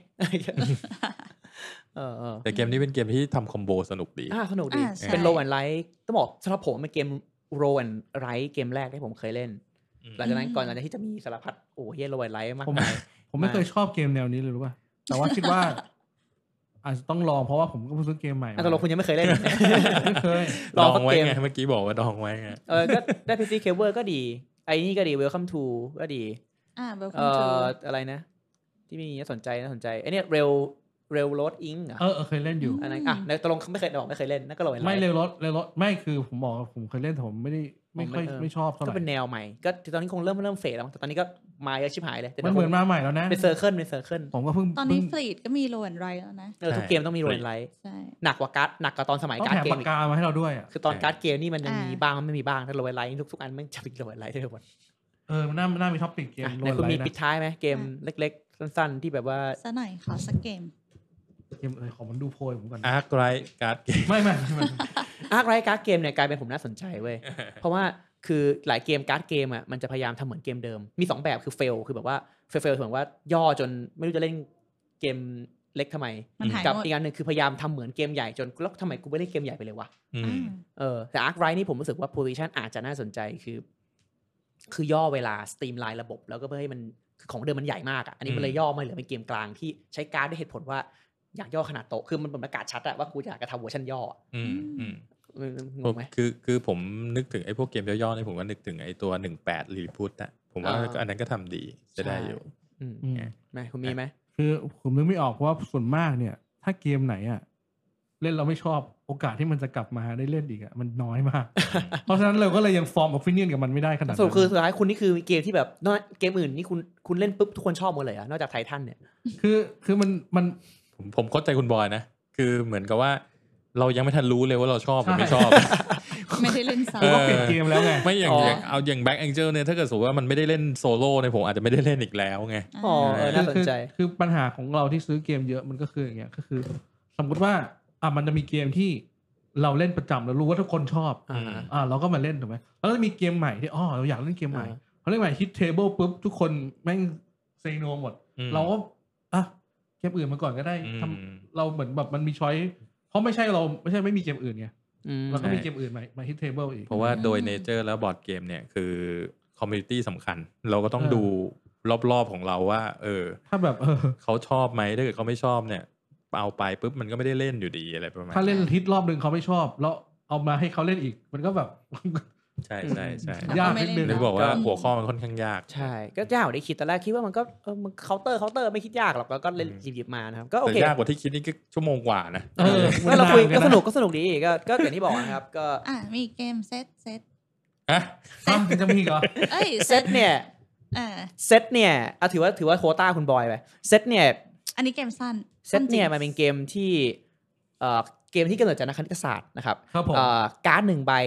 แต่เกมนี้เป็นเกมที่ทำคอมโบสนุกดีอ่าสนุกดีเป็นโรแอนไลท์ต้องบอกสำหรับผมเป็นเกมโรแอนไลท์เกมแรกที่ผมเคยเล่นหลังจากนั้นก่อนหลังจากที่จะมีสารพัดโอ้เฮียโรแอนไลท์มากมายผมไม่เคยชอบเกมแนวนี้เลยรู้ป่ะแต่ว่าคิดว่าอาจจะต้องลองเพราะว่าผมก็เพิ่งซื้อเกมใหม่แต่เราคุณยังไม่เคยเล่นไม่เคยลองไว้ไงเมื่อกี้บอกว่าดองไว้ไงเออก็ได้ พี ซี Cover ก็ดีไอ้นี่ก็ดี Welcome to ก็ดีอ่า Welcome to อะไรนะที่มีน่าสนใจน่าสนใจไอ้นี่ Rail Railroad Inc อ่ะเออเคยเล่นอยู่อันนั้นอ่ะในตกลงไม่เคยบอกไม่เคยเล่นนั่นก็เลยไม่ Railroad Railroad ไม่คือผมบอกผมเคยเล่นแต่ผมไม่ได้ไม่ค่อยไม่ชอบเท่าไหร่ก็เป็นแนวใหม่ก็ตอนนี้คงเริ่มเริ่มเฟดแล้วแต่ตอนนี้ก็มาเยอะชิบหายเลยมันเหมือนมาใหม่แล้วนะเป็นเซอร์เคิลเป็นเซอร์เคิลผมก็เพิ่งตอนนี้ฟลีดก็มีโรแอนไรแล้วนะเออทุกเกมต้องมีโรแอนไรใช่หนักกว่าการ์ดหนักกว่าตอนสมัยการ์ดเกมปากกามาให้เราด้วยอ่ะคือตอนการ์ดเกมนี่มันจะมีบ้างมันไม่มีบ้างถ้าโรแอนไรทุกทุกอันมันจะมีโรแอนไรได้หมดเออมันน่ามันน่ามีท็อปิกเกมโรแอนไรนะคุณมีปิดท้ายไหมเกมเล็กๆสั้นๆที่แบบว่าสักหน่อยขอสักเกมเกมอะไรของมันดูโพยผมก่อนอาร์คไรการ์ดเกมไม่ไม่อาร์คไรการ์ดเกมเนี่ยกลายเป็นผมน่าสนใจเว้ยเพราะว่าคือหลายเกมการ์ดเกมอ่ะมันจะพยายามทำเหมือนเกมเดิมมีสองแบบคือเฟลคือแบบว่าเฟลเฟลเหมือนว่าย่อจนไม่รู้จะเล่นเกมเล็กทำไมกับอีกอันนึงคือพยายามทำเหมือนเกมใหญ่จนแล้วทำไมกูไม่เล่นเกมใหญ่ไปเลยวะเออแต่อาร์คไรนี่ผมรู้สึกว่าโพซิชันอาจจะน่าสนใจคือคือย่อเวลาสตรีมไลน์ระบบแล้วก็เพื่อให้มันคือของเดิมมันใหญ่มากอ่ะอันนี้มันเลยย่อมาเหลือเป็นเกมกลางที่ใช้การ์ดด้วยเหตุผลว่าอยากย่อขนาดโต๊ะคือมันประกาศชัดอะว่ากูอยากจะทำเวอร์ชันย่ออืมอืมงงไหมคือคือผมนึกถึงไอ้พวกเกมย่อๆนี่ผมก็นึกถึงไอ้ตัวหนึ่งแปดรีพุทอะผมว่าอันนั้นก็ทำดีจะได้อยู่อืมไหมคุณมีไหมคือผมนึกไม่ออกเพราะว่าส่วนมากเนี่ยถ้าเกมไหนอะเล่นเราไม่ชอบโอกาสที่มันจะกลับมาได้เล่นอีกอะมันน้อยมากเพราะฉะนั้นเราก็เลยยังฟอร์มออฟฟิเนียนกับมันไม่ได้ขนาดนั้นสรุปคือสุดท้ายคุณนี่คือเกมที่แบบนอกเกมอื่นนี่คุณคุณเล่นปุ๊บทุกคนชอบหมดเลยอะนอกจากไททันเนี่ยคือคือมันมันผมผมเข้าใจคุณบอยนะคือเหมือนกับว่าเรายังไม่ทันรู้เลยว่าเราชอบหรือไม่ชอบไม่ได้เล่นซ้ำก็เปลี่ยนเกมแล้วไงไม่อย่างเอาอย่างแบ็คแองเจิลเนี่ยถ้าเกิดสมมติว่ามันไม่ได้เล่นโซโล่เนี่ยผมอาจจะไม่ได้เล่นอีกแล้วไงอ๋อน่าสนใจคือปัญหาของเราที่ซื้อเกมเยอะมันก็คืออย่างเงี้ยก็คือสมมติว่าอ่ะมันจะมีเกมที่เราเล่นประจำแล้วรู้ว่าทุกคนชอบอ่าเราก็มาเล่นถูกไหมแล้วก็มีเกมใหม่ที่อ๋อเราอยากเล่นเกมใหม่พอเล่นใหม่ฮิตเทเบิลปุ๊บทุกคนแม่งเซโนหมดเราก็อ่ะเกมอื่นมาก่อนก็ได้ทำเราเหมือนแบบมันมีช้อยเพราะไม่ใช่เราไม่ใช่ไม่มีเกมอื่นไงเราก็มีเกมอื่นมามาฮิตเทเบิลอีกเพราะว่าโดยเนเจอร์แล้วบอร์ดเกมเนี่ยคือคอมมูนิตี้สำคัญเราก็ต้องดูรอบๆของเราว่าเออถ้าแบบเออเขาชอบไหมถ้าเกิดเขาไม่ชอบเนี่ยเอาไปปุ๊บมันก็ไม่ได้เล่นอยู่ดีอะไรประมาณถ้าเล่นทิศรอบนึงเขาไม่ชอบแล้วเอามาให้เขาเล่นอีกมันก็แบบใช่ใช่ใช่ยากนิดนึงเลยบอกว่าหัวข้อมันค่อนข้างยากใช่ก็ยากกว่าที่คิดตอนแรกคิดว่ามันก็เออมันเคาน์เตอร์เคาน์เตอร์ไม่คิดยากหรอกแล้วก็เล่นหยิบมานะครับก็โอเคยากกว่าที่คิดนี่ก็ชั่วโมงกว่านะเออเราคุยก็สนุกก็สนุกดีก็ก็อย่างที่บอกนะครับก็อ่ะมีเกมเซตเซตอ่ะจะมีเหรอเอ้ยเซตเนี่ยเซตเนี่ยเอาถือว่าถือว่าโควต้าคุณบอยไปเซตเนี่ยอันนี้เกมสั้นเซตเนี่ยมันเป็นเกมที่เอ่อเกมที่กำเนิดจากนักคณิตศาสตร์นะครับครับผมการ์ดหนึ่งใบ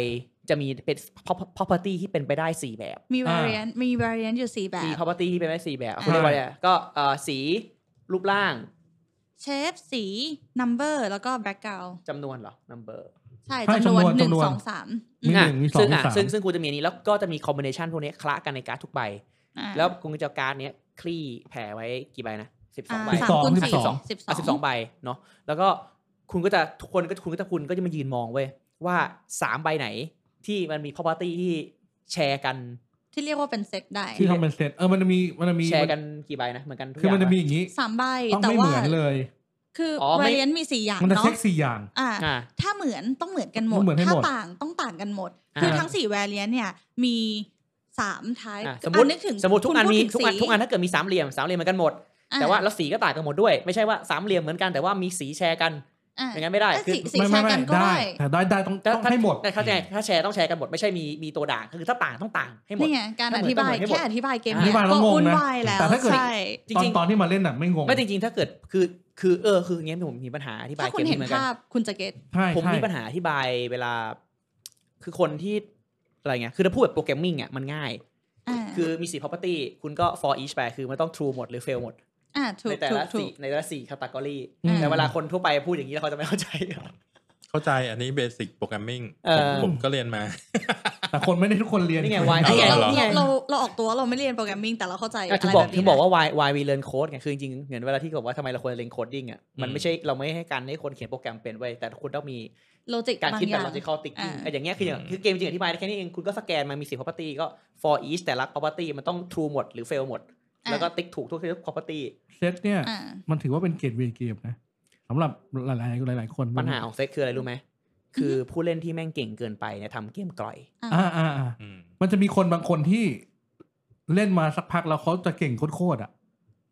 จะมีเป็น property ที่เป็นไปได้สี่แบบมี variant มี variant อยู่สี่แบบมี property ที่เป็นไปได้สี่แบบคุณเรียกว่าอะไรก็เอ่อสีรูปร่างเชฟสี number แล้วก็ background จำนวนเหรอ number ใช่จำนวนหนึ่งสองสามมีหนึ่งมีสองมีสามซึ่งซึ่งคุณจะมีอันนี้แล้วก็จะมี combination พวกนี้คละกันในการ์ดทุกใบแล้วคุณจะการ์ดเนี้ยคลี่แผ่ไว้กี่ใบนะสิบสองใบสิบสองคูณสี่สิบสอง สิบสองใบเนาะแล้วก็คุณก็จะทุกคนก็คุณก็จะคุณก็จะมายืนมองเว้ยว่าสามใบไหนที่มันมี property ที่แชร์กันที่เรียกว่าเป็นเซตได้ที่ทำเป็นเซตเออมันจะมีมันจะมีแชร์กันกี่ใบนะเหมือนกันคือมันจะมีอย่างนี้สามใบแต่ว่าไม่เหมือนเลยคือ variant มีสี่อย่างเนาะมันจะเช็คสี่อย่างอ่าถ้าเหมือนต้องเหมือนกันหมดถ้าต่างต้องต่างกันหมดคือทั้งสี่ variant เนี่ยมีสาม type สมมุติสมมุติทุกอันมีทุกอันทุกอันถ้าเกิดมีสามเหลี่ยมสามเหลี่ยมเหมือนกันหมดแต่ว่าแล้วสีก็ต่างกันหมดด้วยไม่ใช่ว่าสามเหลี่ยมเหมือนกันแต่ว่ามีสีแชร์กันอย่างนั้นไม่ได้คือสีแชร์กันก็ได้แต่ได้ได้ต้องต้องให้หมดถ้าแชร์ถ้าแชร์ต้องแชร์กันหมดไม่ใช่มีมีตัวด่างคือถ้าต่างต้องต่างให้หมดนี่ไงการอธิบายแค่อธิบายเกมนี้ก็วุ่นวายแล้วแต่ถ้าเกิดตอนตอนที่มาเล่นน่ะไม่งงไม่จริงๆถ้าเกิดคือคือเออคืออย่างเงี้ยผมมีปัญหาอธิบายเกมนี้เหมือนกันคุณจะเก็ตผมมีปัญหาอธิบายเวลาคือคนที่อะไรเงี้ยคือถ้าพูดแบบโปรแกรมมิ่งอ่ะมันง่ายคือมีสี่ property คุณก็ for each ไปคือมันต้อง true หมดหรือ fail หมดในแต่ละสี่ในแต่ละสี่ category แต่เวลาคนทั่วไปพูดอย่างนี้แล้วเขาจะไม่เข้าใจเข้าใจอันนี้เบสิกโปรแกรมมิ่งผมก็เรียนมาแต่คนไม่ได้ทุกคนเรียนนี่ไง why เราเราออกตัวเราไม่เรียนโปรแกรมมิ่งแต่เราเข้าใจอะไรแบบนี้ถึงบอกว่า why why we learn code ไงคือจริงๆเหมือนเวลาที่บอกว่าทำไมเราควรเรียน coding อ่ะมันไม่ใช่เราไม่ให้การให้คนเขียนโปรแกรมเป็นไว้แต่คุณต้องมีการคิดแบบ logical thinking อย่างเงี้ยคืออย่างคือเกมจริงอธิบายแค่นี้เองคุณก็สแกนมันมีสี่ property ก็ for each แต่ละ property มันต้อง true หมดหรือ fail หมดแล้วก็ติ๊กถูกทุก property เซตเนี่ยมันถือว่าเป็นเกรดเวเกมนะสำหรับหลายๆหลายๆคนปัญหาของเซตคืออะไรรู้ไหมคือผู้เล่นที่แม่งเก่งเกินไปเนี่ยทำเกมกล่อยอ่าอ่าอ่ามันจะมีคนบางคนที่เล่นมาสักพักแล้วเขาจะเก่งโคตรๆอ่ะ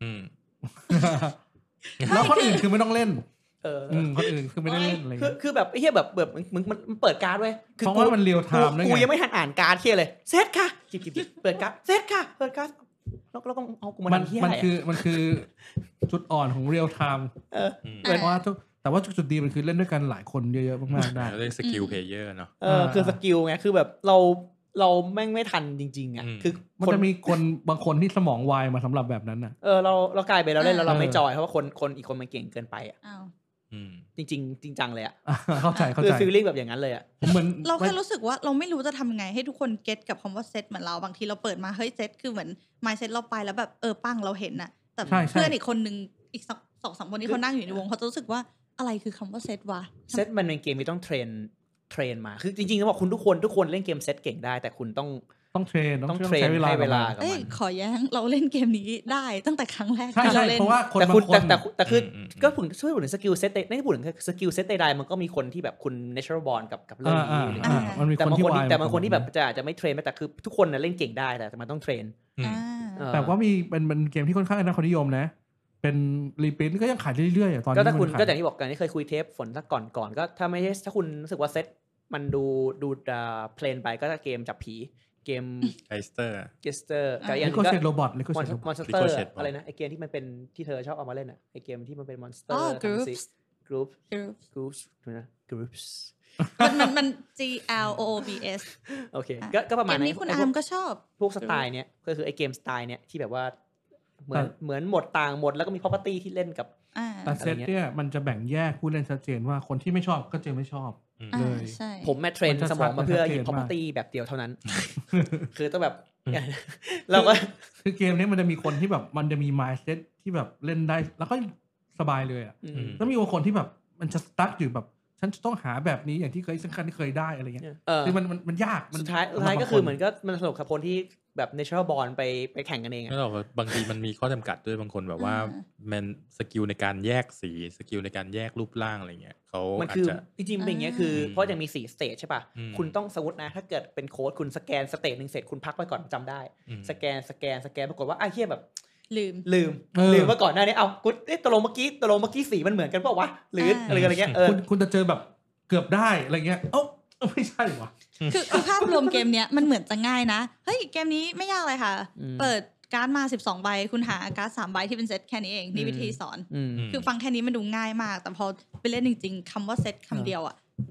แล้วคนอื่นคือไม่ต้องเล่นเออคนอื่นคือไม่ได้เล่นอะไรคือคือแบบไอ้เหี้ยแบบแบบมึงมันเปิดการ์ดไว้คือเพราะว่ามันเรียลไทม์กูยังไม่ทันอ่านการ์ดเหี้ยเลยเซตค่ะจิบๆเปิดการ์ดเซตค่ะเปิดการ์ดแล้วก็เอากูมาทำเหี้ยอะไรมันคือมันคือจุดอ่อนของเรียลไทม์เออเพราะว่าแต่ว่าจุดดีมันคือเล่นด้วยกันหลายคนเยอะๆมากๆได้เรียกสกิลเพลเยอร์เนาะเออคือสกิลไงคือแบบเราเราแม่งไม่ทันจริงๆอ่ะคือมันจะมีคนบางคนที่สมองวายมาสำหรับแบบนั้นน่ะเออเราเรากลายไปเราเล่นแล้วเราไม่จอยเพราะว่าคนคนอีกคนมันเก่งเกินไปอ่ะจริงๆจริงจังเลยอ่ะเข้าใจเข้าใจคือฟีลลิ่งแบบอย่างนั้นเลยอ่ะเหมือนเราแค่รู้สึกว่าเราไม่รู้จะทำยังไงให้ทุกคนเก็ตกับคำว่าเซตเหมือนเราบางทีเราเปิดมาเฮ้ยเซตคือเหมือนมายเซตเราไปแล้วแบบเออปั้งเราเห็นน่ะแต่เพื่อนอีกคนนึงอีกสองสามคนที่เขานั่งอยู่ในวงเขาจะรู้สึกว่าอะไรคือคำว่าเซตวะเซตมันเป็นเกมที่ต้องเทรนเทรนมาคือจริงๆต้องบอกคุณทุกคนทุกคนเล่นเกมเซตเก่งได้แต่คุณต้องต้องเทรนต้องเทรนให้เวลากับมันขอแย้งเราเล่นเกมนี้ได้ตั้งแต่ครั้งแรกที่เราเล่นเพราะว่าคนบางคนแต่แต่คือก็ผมช่วยพูดถึงสกิลเซตไม่ได้พูดถึงสกิลเซตใดๆมันก็มีคนที่แบบคุณ natural born กับกับเรื่องนี้แต่บางคนแต่บางคนที่แบบจะอาจจะไม่เทรนแต่คือทุกคนน่ะเล่นเก่งได้แต่มันต้องเทรนแต่ว่ามีเป็นเป็นเกมที่ค่อนข้างน่านิยมนะเป็นรีพรินท์ก็ยังขายเรื่อยๆตอนนี้ก็ถ้าคุณก็อย่างที่บอกกันที่เคยคุยเทปฝนสักก่อนก่อนก็ถ้าไม่ใช่ถ้าคุณรู้สึกว่าเซตมันดูดูเพลนไปก็จะเกมจับผีเกมไกสเตอร์ไกสเตอร์กับอย่างก็เซตโรบอทเลยก็เซตมอนสเตอร์อะไรนะไอเกมที่มันเป็นที่เธอชอบเอามาเล่นอ่ะไอเกมที่มันเป็นมอนสเตอร์กรุ๊ปกรุ๊ปกรุ๊ปถูกนะกรุ๊ปมันมัน G L O O B S โอเคก็ก็ประมาณนี้คุณอาร์มก็ชอบพวกสไตล์เนี้ยก็คือไอเกมสไตล์เนี้ยที่แบบว่าเหมือนเหมือนหมดต่างหมดแล้วก็มี property ที่เล่นกับแต่เซตเนี่ยมันจะแบ่งแยกผู้เล่นชัดเจนว่าคนที่ไม่ชอบก็จะไม่ชอบเลยผมแมทเทรนสมองมาเพื่อหยิบ property แบบเดียวเท่านั้นคือต้องแบบเราก็คือเกมนี้มันจะมีคนที่แบบมันจะมี mindset ที่แบบเล่นได้แล้วก็สบายเลยอ่ะแล้วมีบางคนที่แบบมันจะสตั๊กอยู่แบบฉันจะต้องหาแบบนี้อย่างที่เคยสังคัญที่เคยได้อะไรเงี้ยคือมันมันมันยากสุดท้ายสุดท้ายก็คือเหมือนก็มันสนุกกับคนที่แบบ natural born ไปไปแข่งกันเองอ่ะแล้วบางทีมันมีข้อจำกัดด้วยบางคนแบบว่ามันสกิลในการแยกสีสกิลในการแยกรูปร่างอะไรเงี้ยเขาอาจจะจริงๆเป็นอย่างเงี้ยคือเพราะยังมีสี่สเตจใช่ป่ะคุณต้องสมมุตินะถ้าเกิดเป็นโค้ดคุณสแกนสเตจนึงเสร็จคุณพักไว้ก่อนจำได้สแกนสแกนสแกนปรากฏว่าไอ้เหี้ยแบบลืมลืมลืมว่าก่อนหน้านี้เอากูเอ๊ะตกลงเมื่อกี้ตกลงเมื่อกี้สีมันเหมือนกันเปล่าวะหรืออะไรอะไรเงี้ยเออคุณคุณจะเจอแบบเกือบได้อะไรเงี้ยเอ้าไม่ใช่วะคือคือภาพรวมเกมเนี้ยมันเหมือนจะง่ายนะเฮ้ยเกมนี้ไม่ยากเลยค่ะเปิดการ์ดมาสิบสองใบคุณหาการ์ดสามใบที่เป็นเซตแค่นี้เองนี่วิธีสอนคือฟังแค่นี้มันดูง่ายมากแต่พอไปเล่นจริงๆคำว่าเซตคำเดียวอ่ะ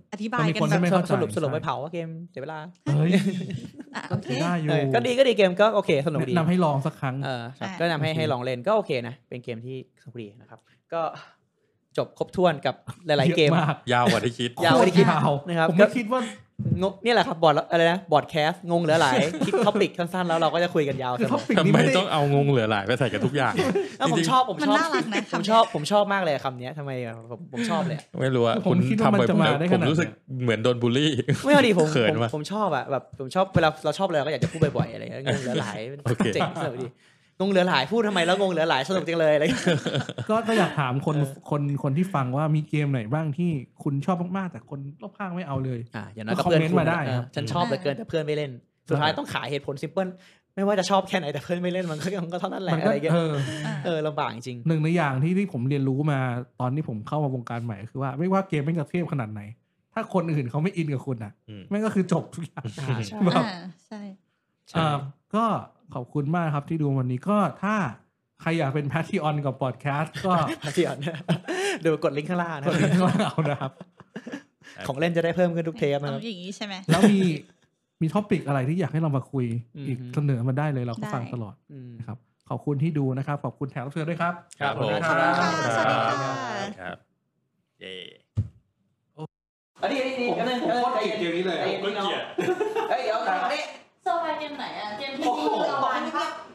อธิบายกันแบบสรุปสรุปไปเผาว่าเกมเสียเวลาเฮ้ยโอเคได้อยู่ก็ดีก็ดีเกมก็โอเคสนุกดีนำให้ลองสักครั้งเออก็นำให้ให้ลองเล่นก็โอเคนะเป็นเกมที่สนุกดีนะครับก็จบครบถ้วนกับหลายๆเกมยาวกว่าที่คิดยาวกว่าที่คิดนะครับผมไม่คิดว่านี่แหละครับบอร์ดอะไรนะบอร์ดแคสงงเหลือหลายคิดท็อปิกสั้นๆแล้วเราก็จะคุยกันยาวทำไมต้องเอางงเหลือหลายไปใส่กันทุกอย่างผมชอบผมชอบผมชอบผมชอบมากเลยคำนี้ทำไมผมผมชอบเลยไม่รู้ว่าคุณทำไปผมรู้สึกเหมือนโดนบูลลี่ไม่พอดีผมผมชอบอะแบบผมชอบเวลาเราชอบอะไรก็อยากจะพูดบ่อยๆอะไรงงเหลือหลายเจ๋งสนุกดีงงเหลือหลายพูดทำไมแล้วงงเหลือหลายสนุกจังเลยอะไรก็ก็อยากถามคนคนคนที่ฟังว่ามีเกมไหนบ้างที่คุณชอบมากๆแต่คนรอบข้างไม่เอาเลยอ่าอย่างนั้นก็คอมเมนต์มาได้ฉันชอบเหลือเกินแต่เพื่อนไม่เล่นสุดท้ายต้องขายเหตุผลซิมเพิลไม่ว่าจะชอบแค่ไหนแต่เพื่อนไม่เล่นมันก็ก็เท่านั้นแหละอะไรเงี้ยเออลำบากจริงหนึ่งในอย่างที่ที่ผมเรียนรู้มาตอนที่ผมเข้ามาวงการใหม่คือว่าไม่ว่าเกมเป็นกระเทียบขนาดไหนถ้าคนอื่นเขาไม่อินกับคุณอ่ะมันก็คือจบทุกอย่างใช่ใช่อ่าก็ขอบคุณมากครับที่ดูวันนี้ก็ถ้าใครอยากเป็นแพทริออนกับพอดแคสต์ก็แพทริออนดูกดลิงก์ข้างล่างนะกดลิงก์ข้างล่างเอานะครับของเล่นจะได้เพิ่มขึ้นทุกเทปนะครับอย่างนี้ใช่ไหมแล้วมีมีท็อปิกอะไรที่อยากให้เรามาคุยอีกเสนอมาได้เลยเราก็ฟังตลอดนะครับขอบคุณที่ดูนะครับขอบคุณแขกรับเชิญด้วยครับครับผมสวัสดีครับเย้อันนี้นี่ก็เลยโคตรเกลียดเกมนี้เลยโคตรเกลียดเฮ้ยเดี๋ยวตามมาดิโซฟาเกมไหนอ่ะเกมที่มีรางวัลครับ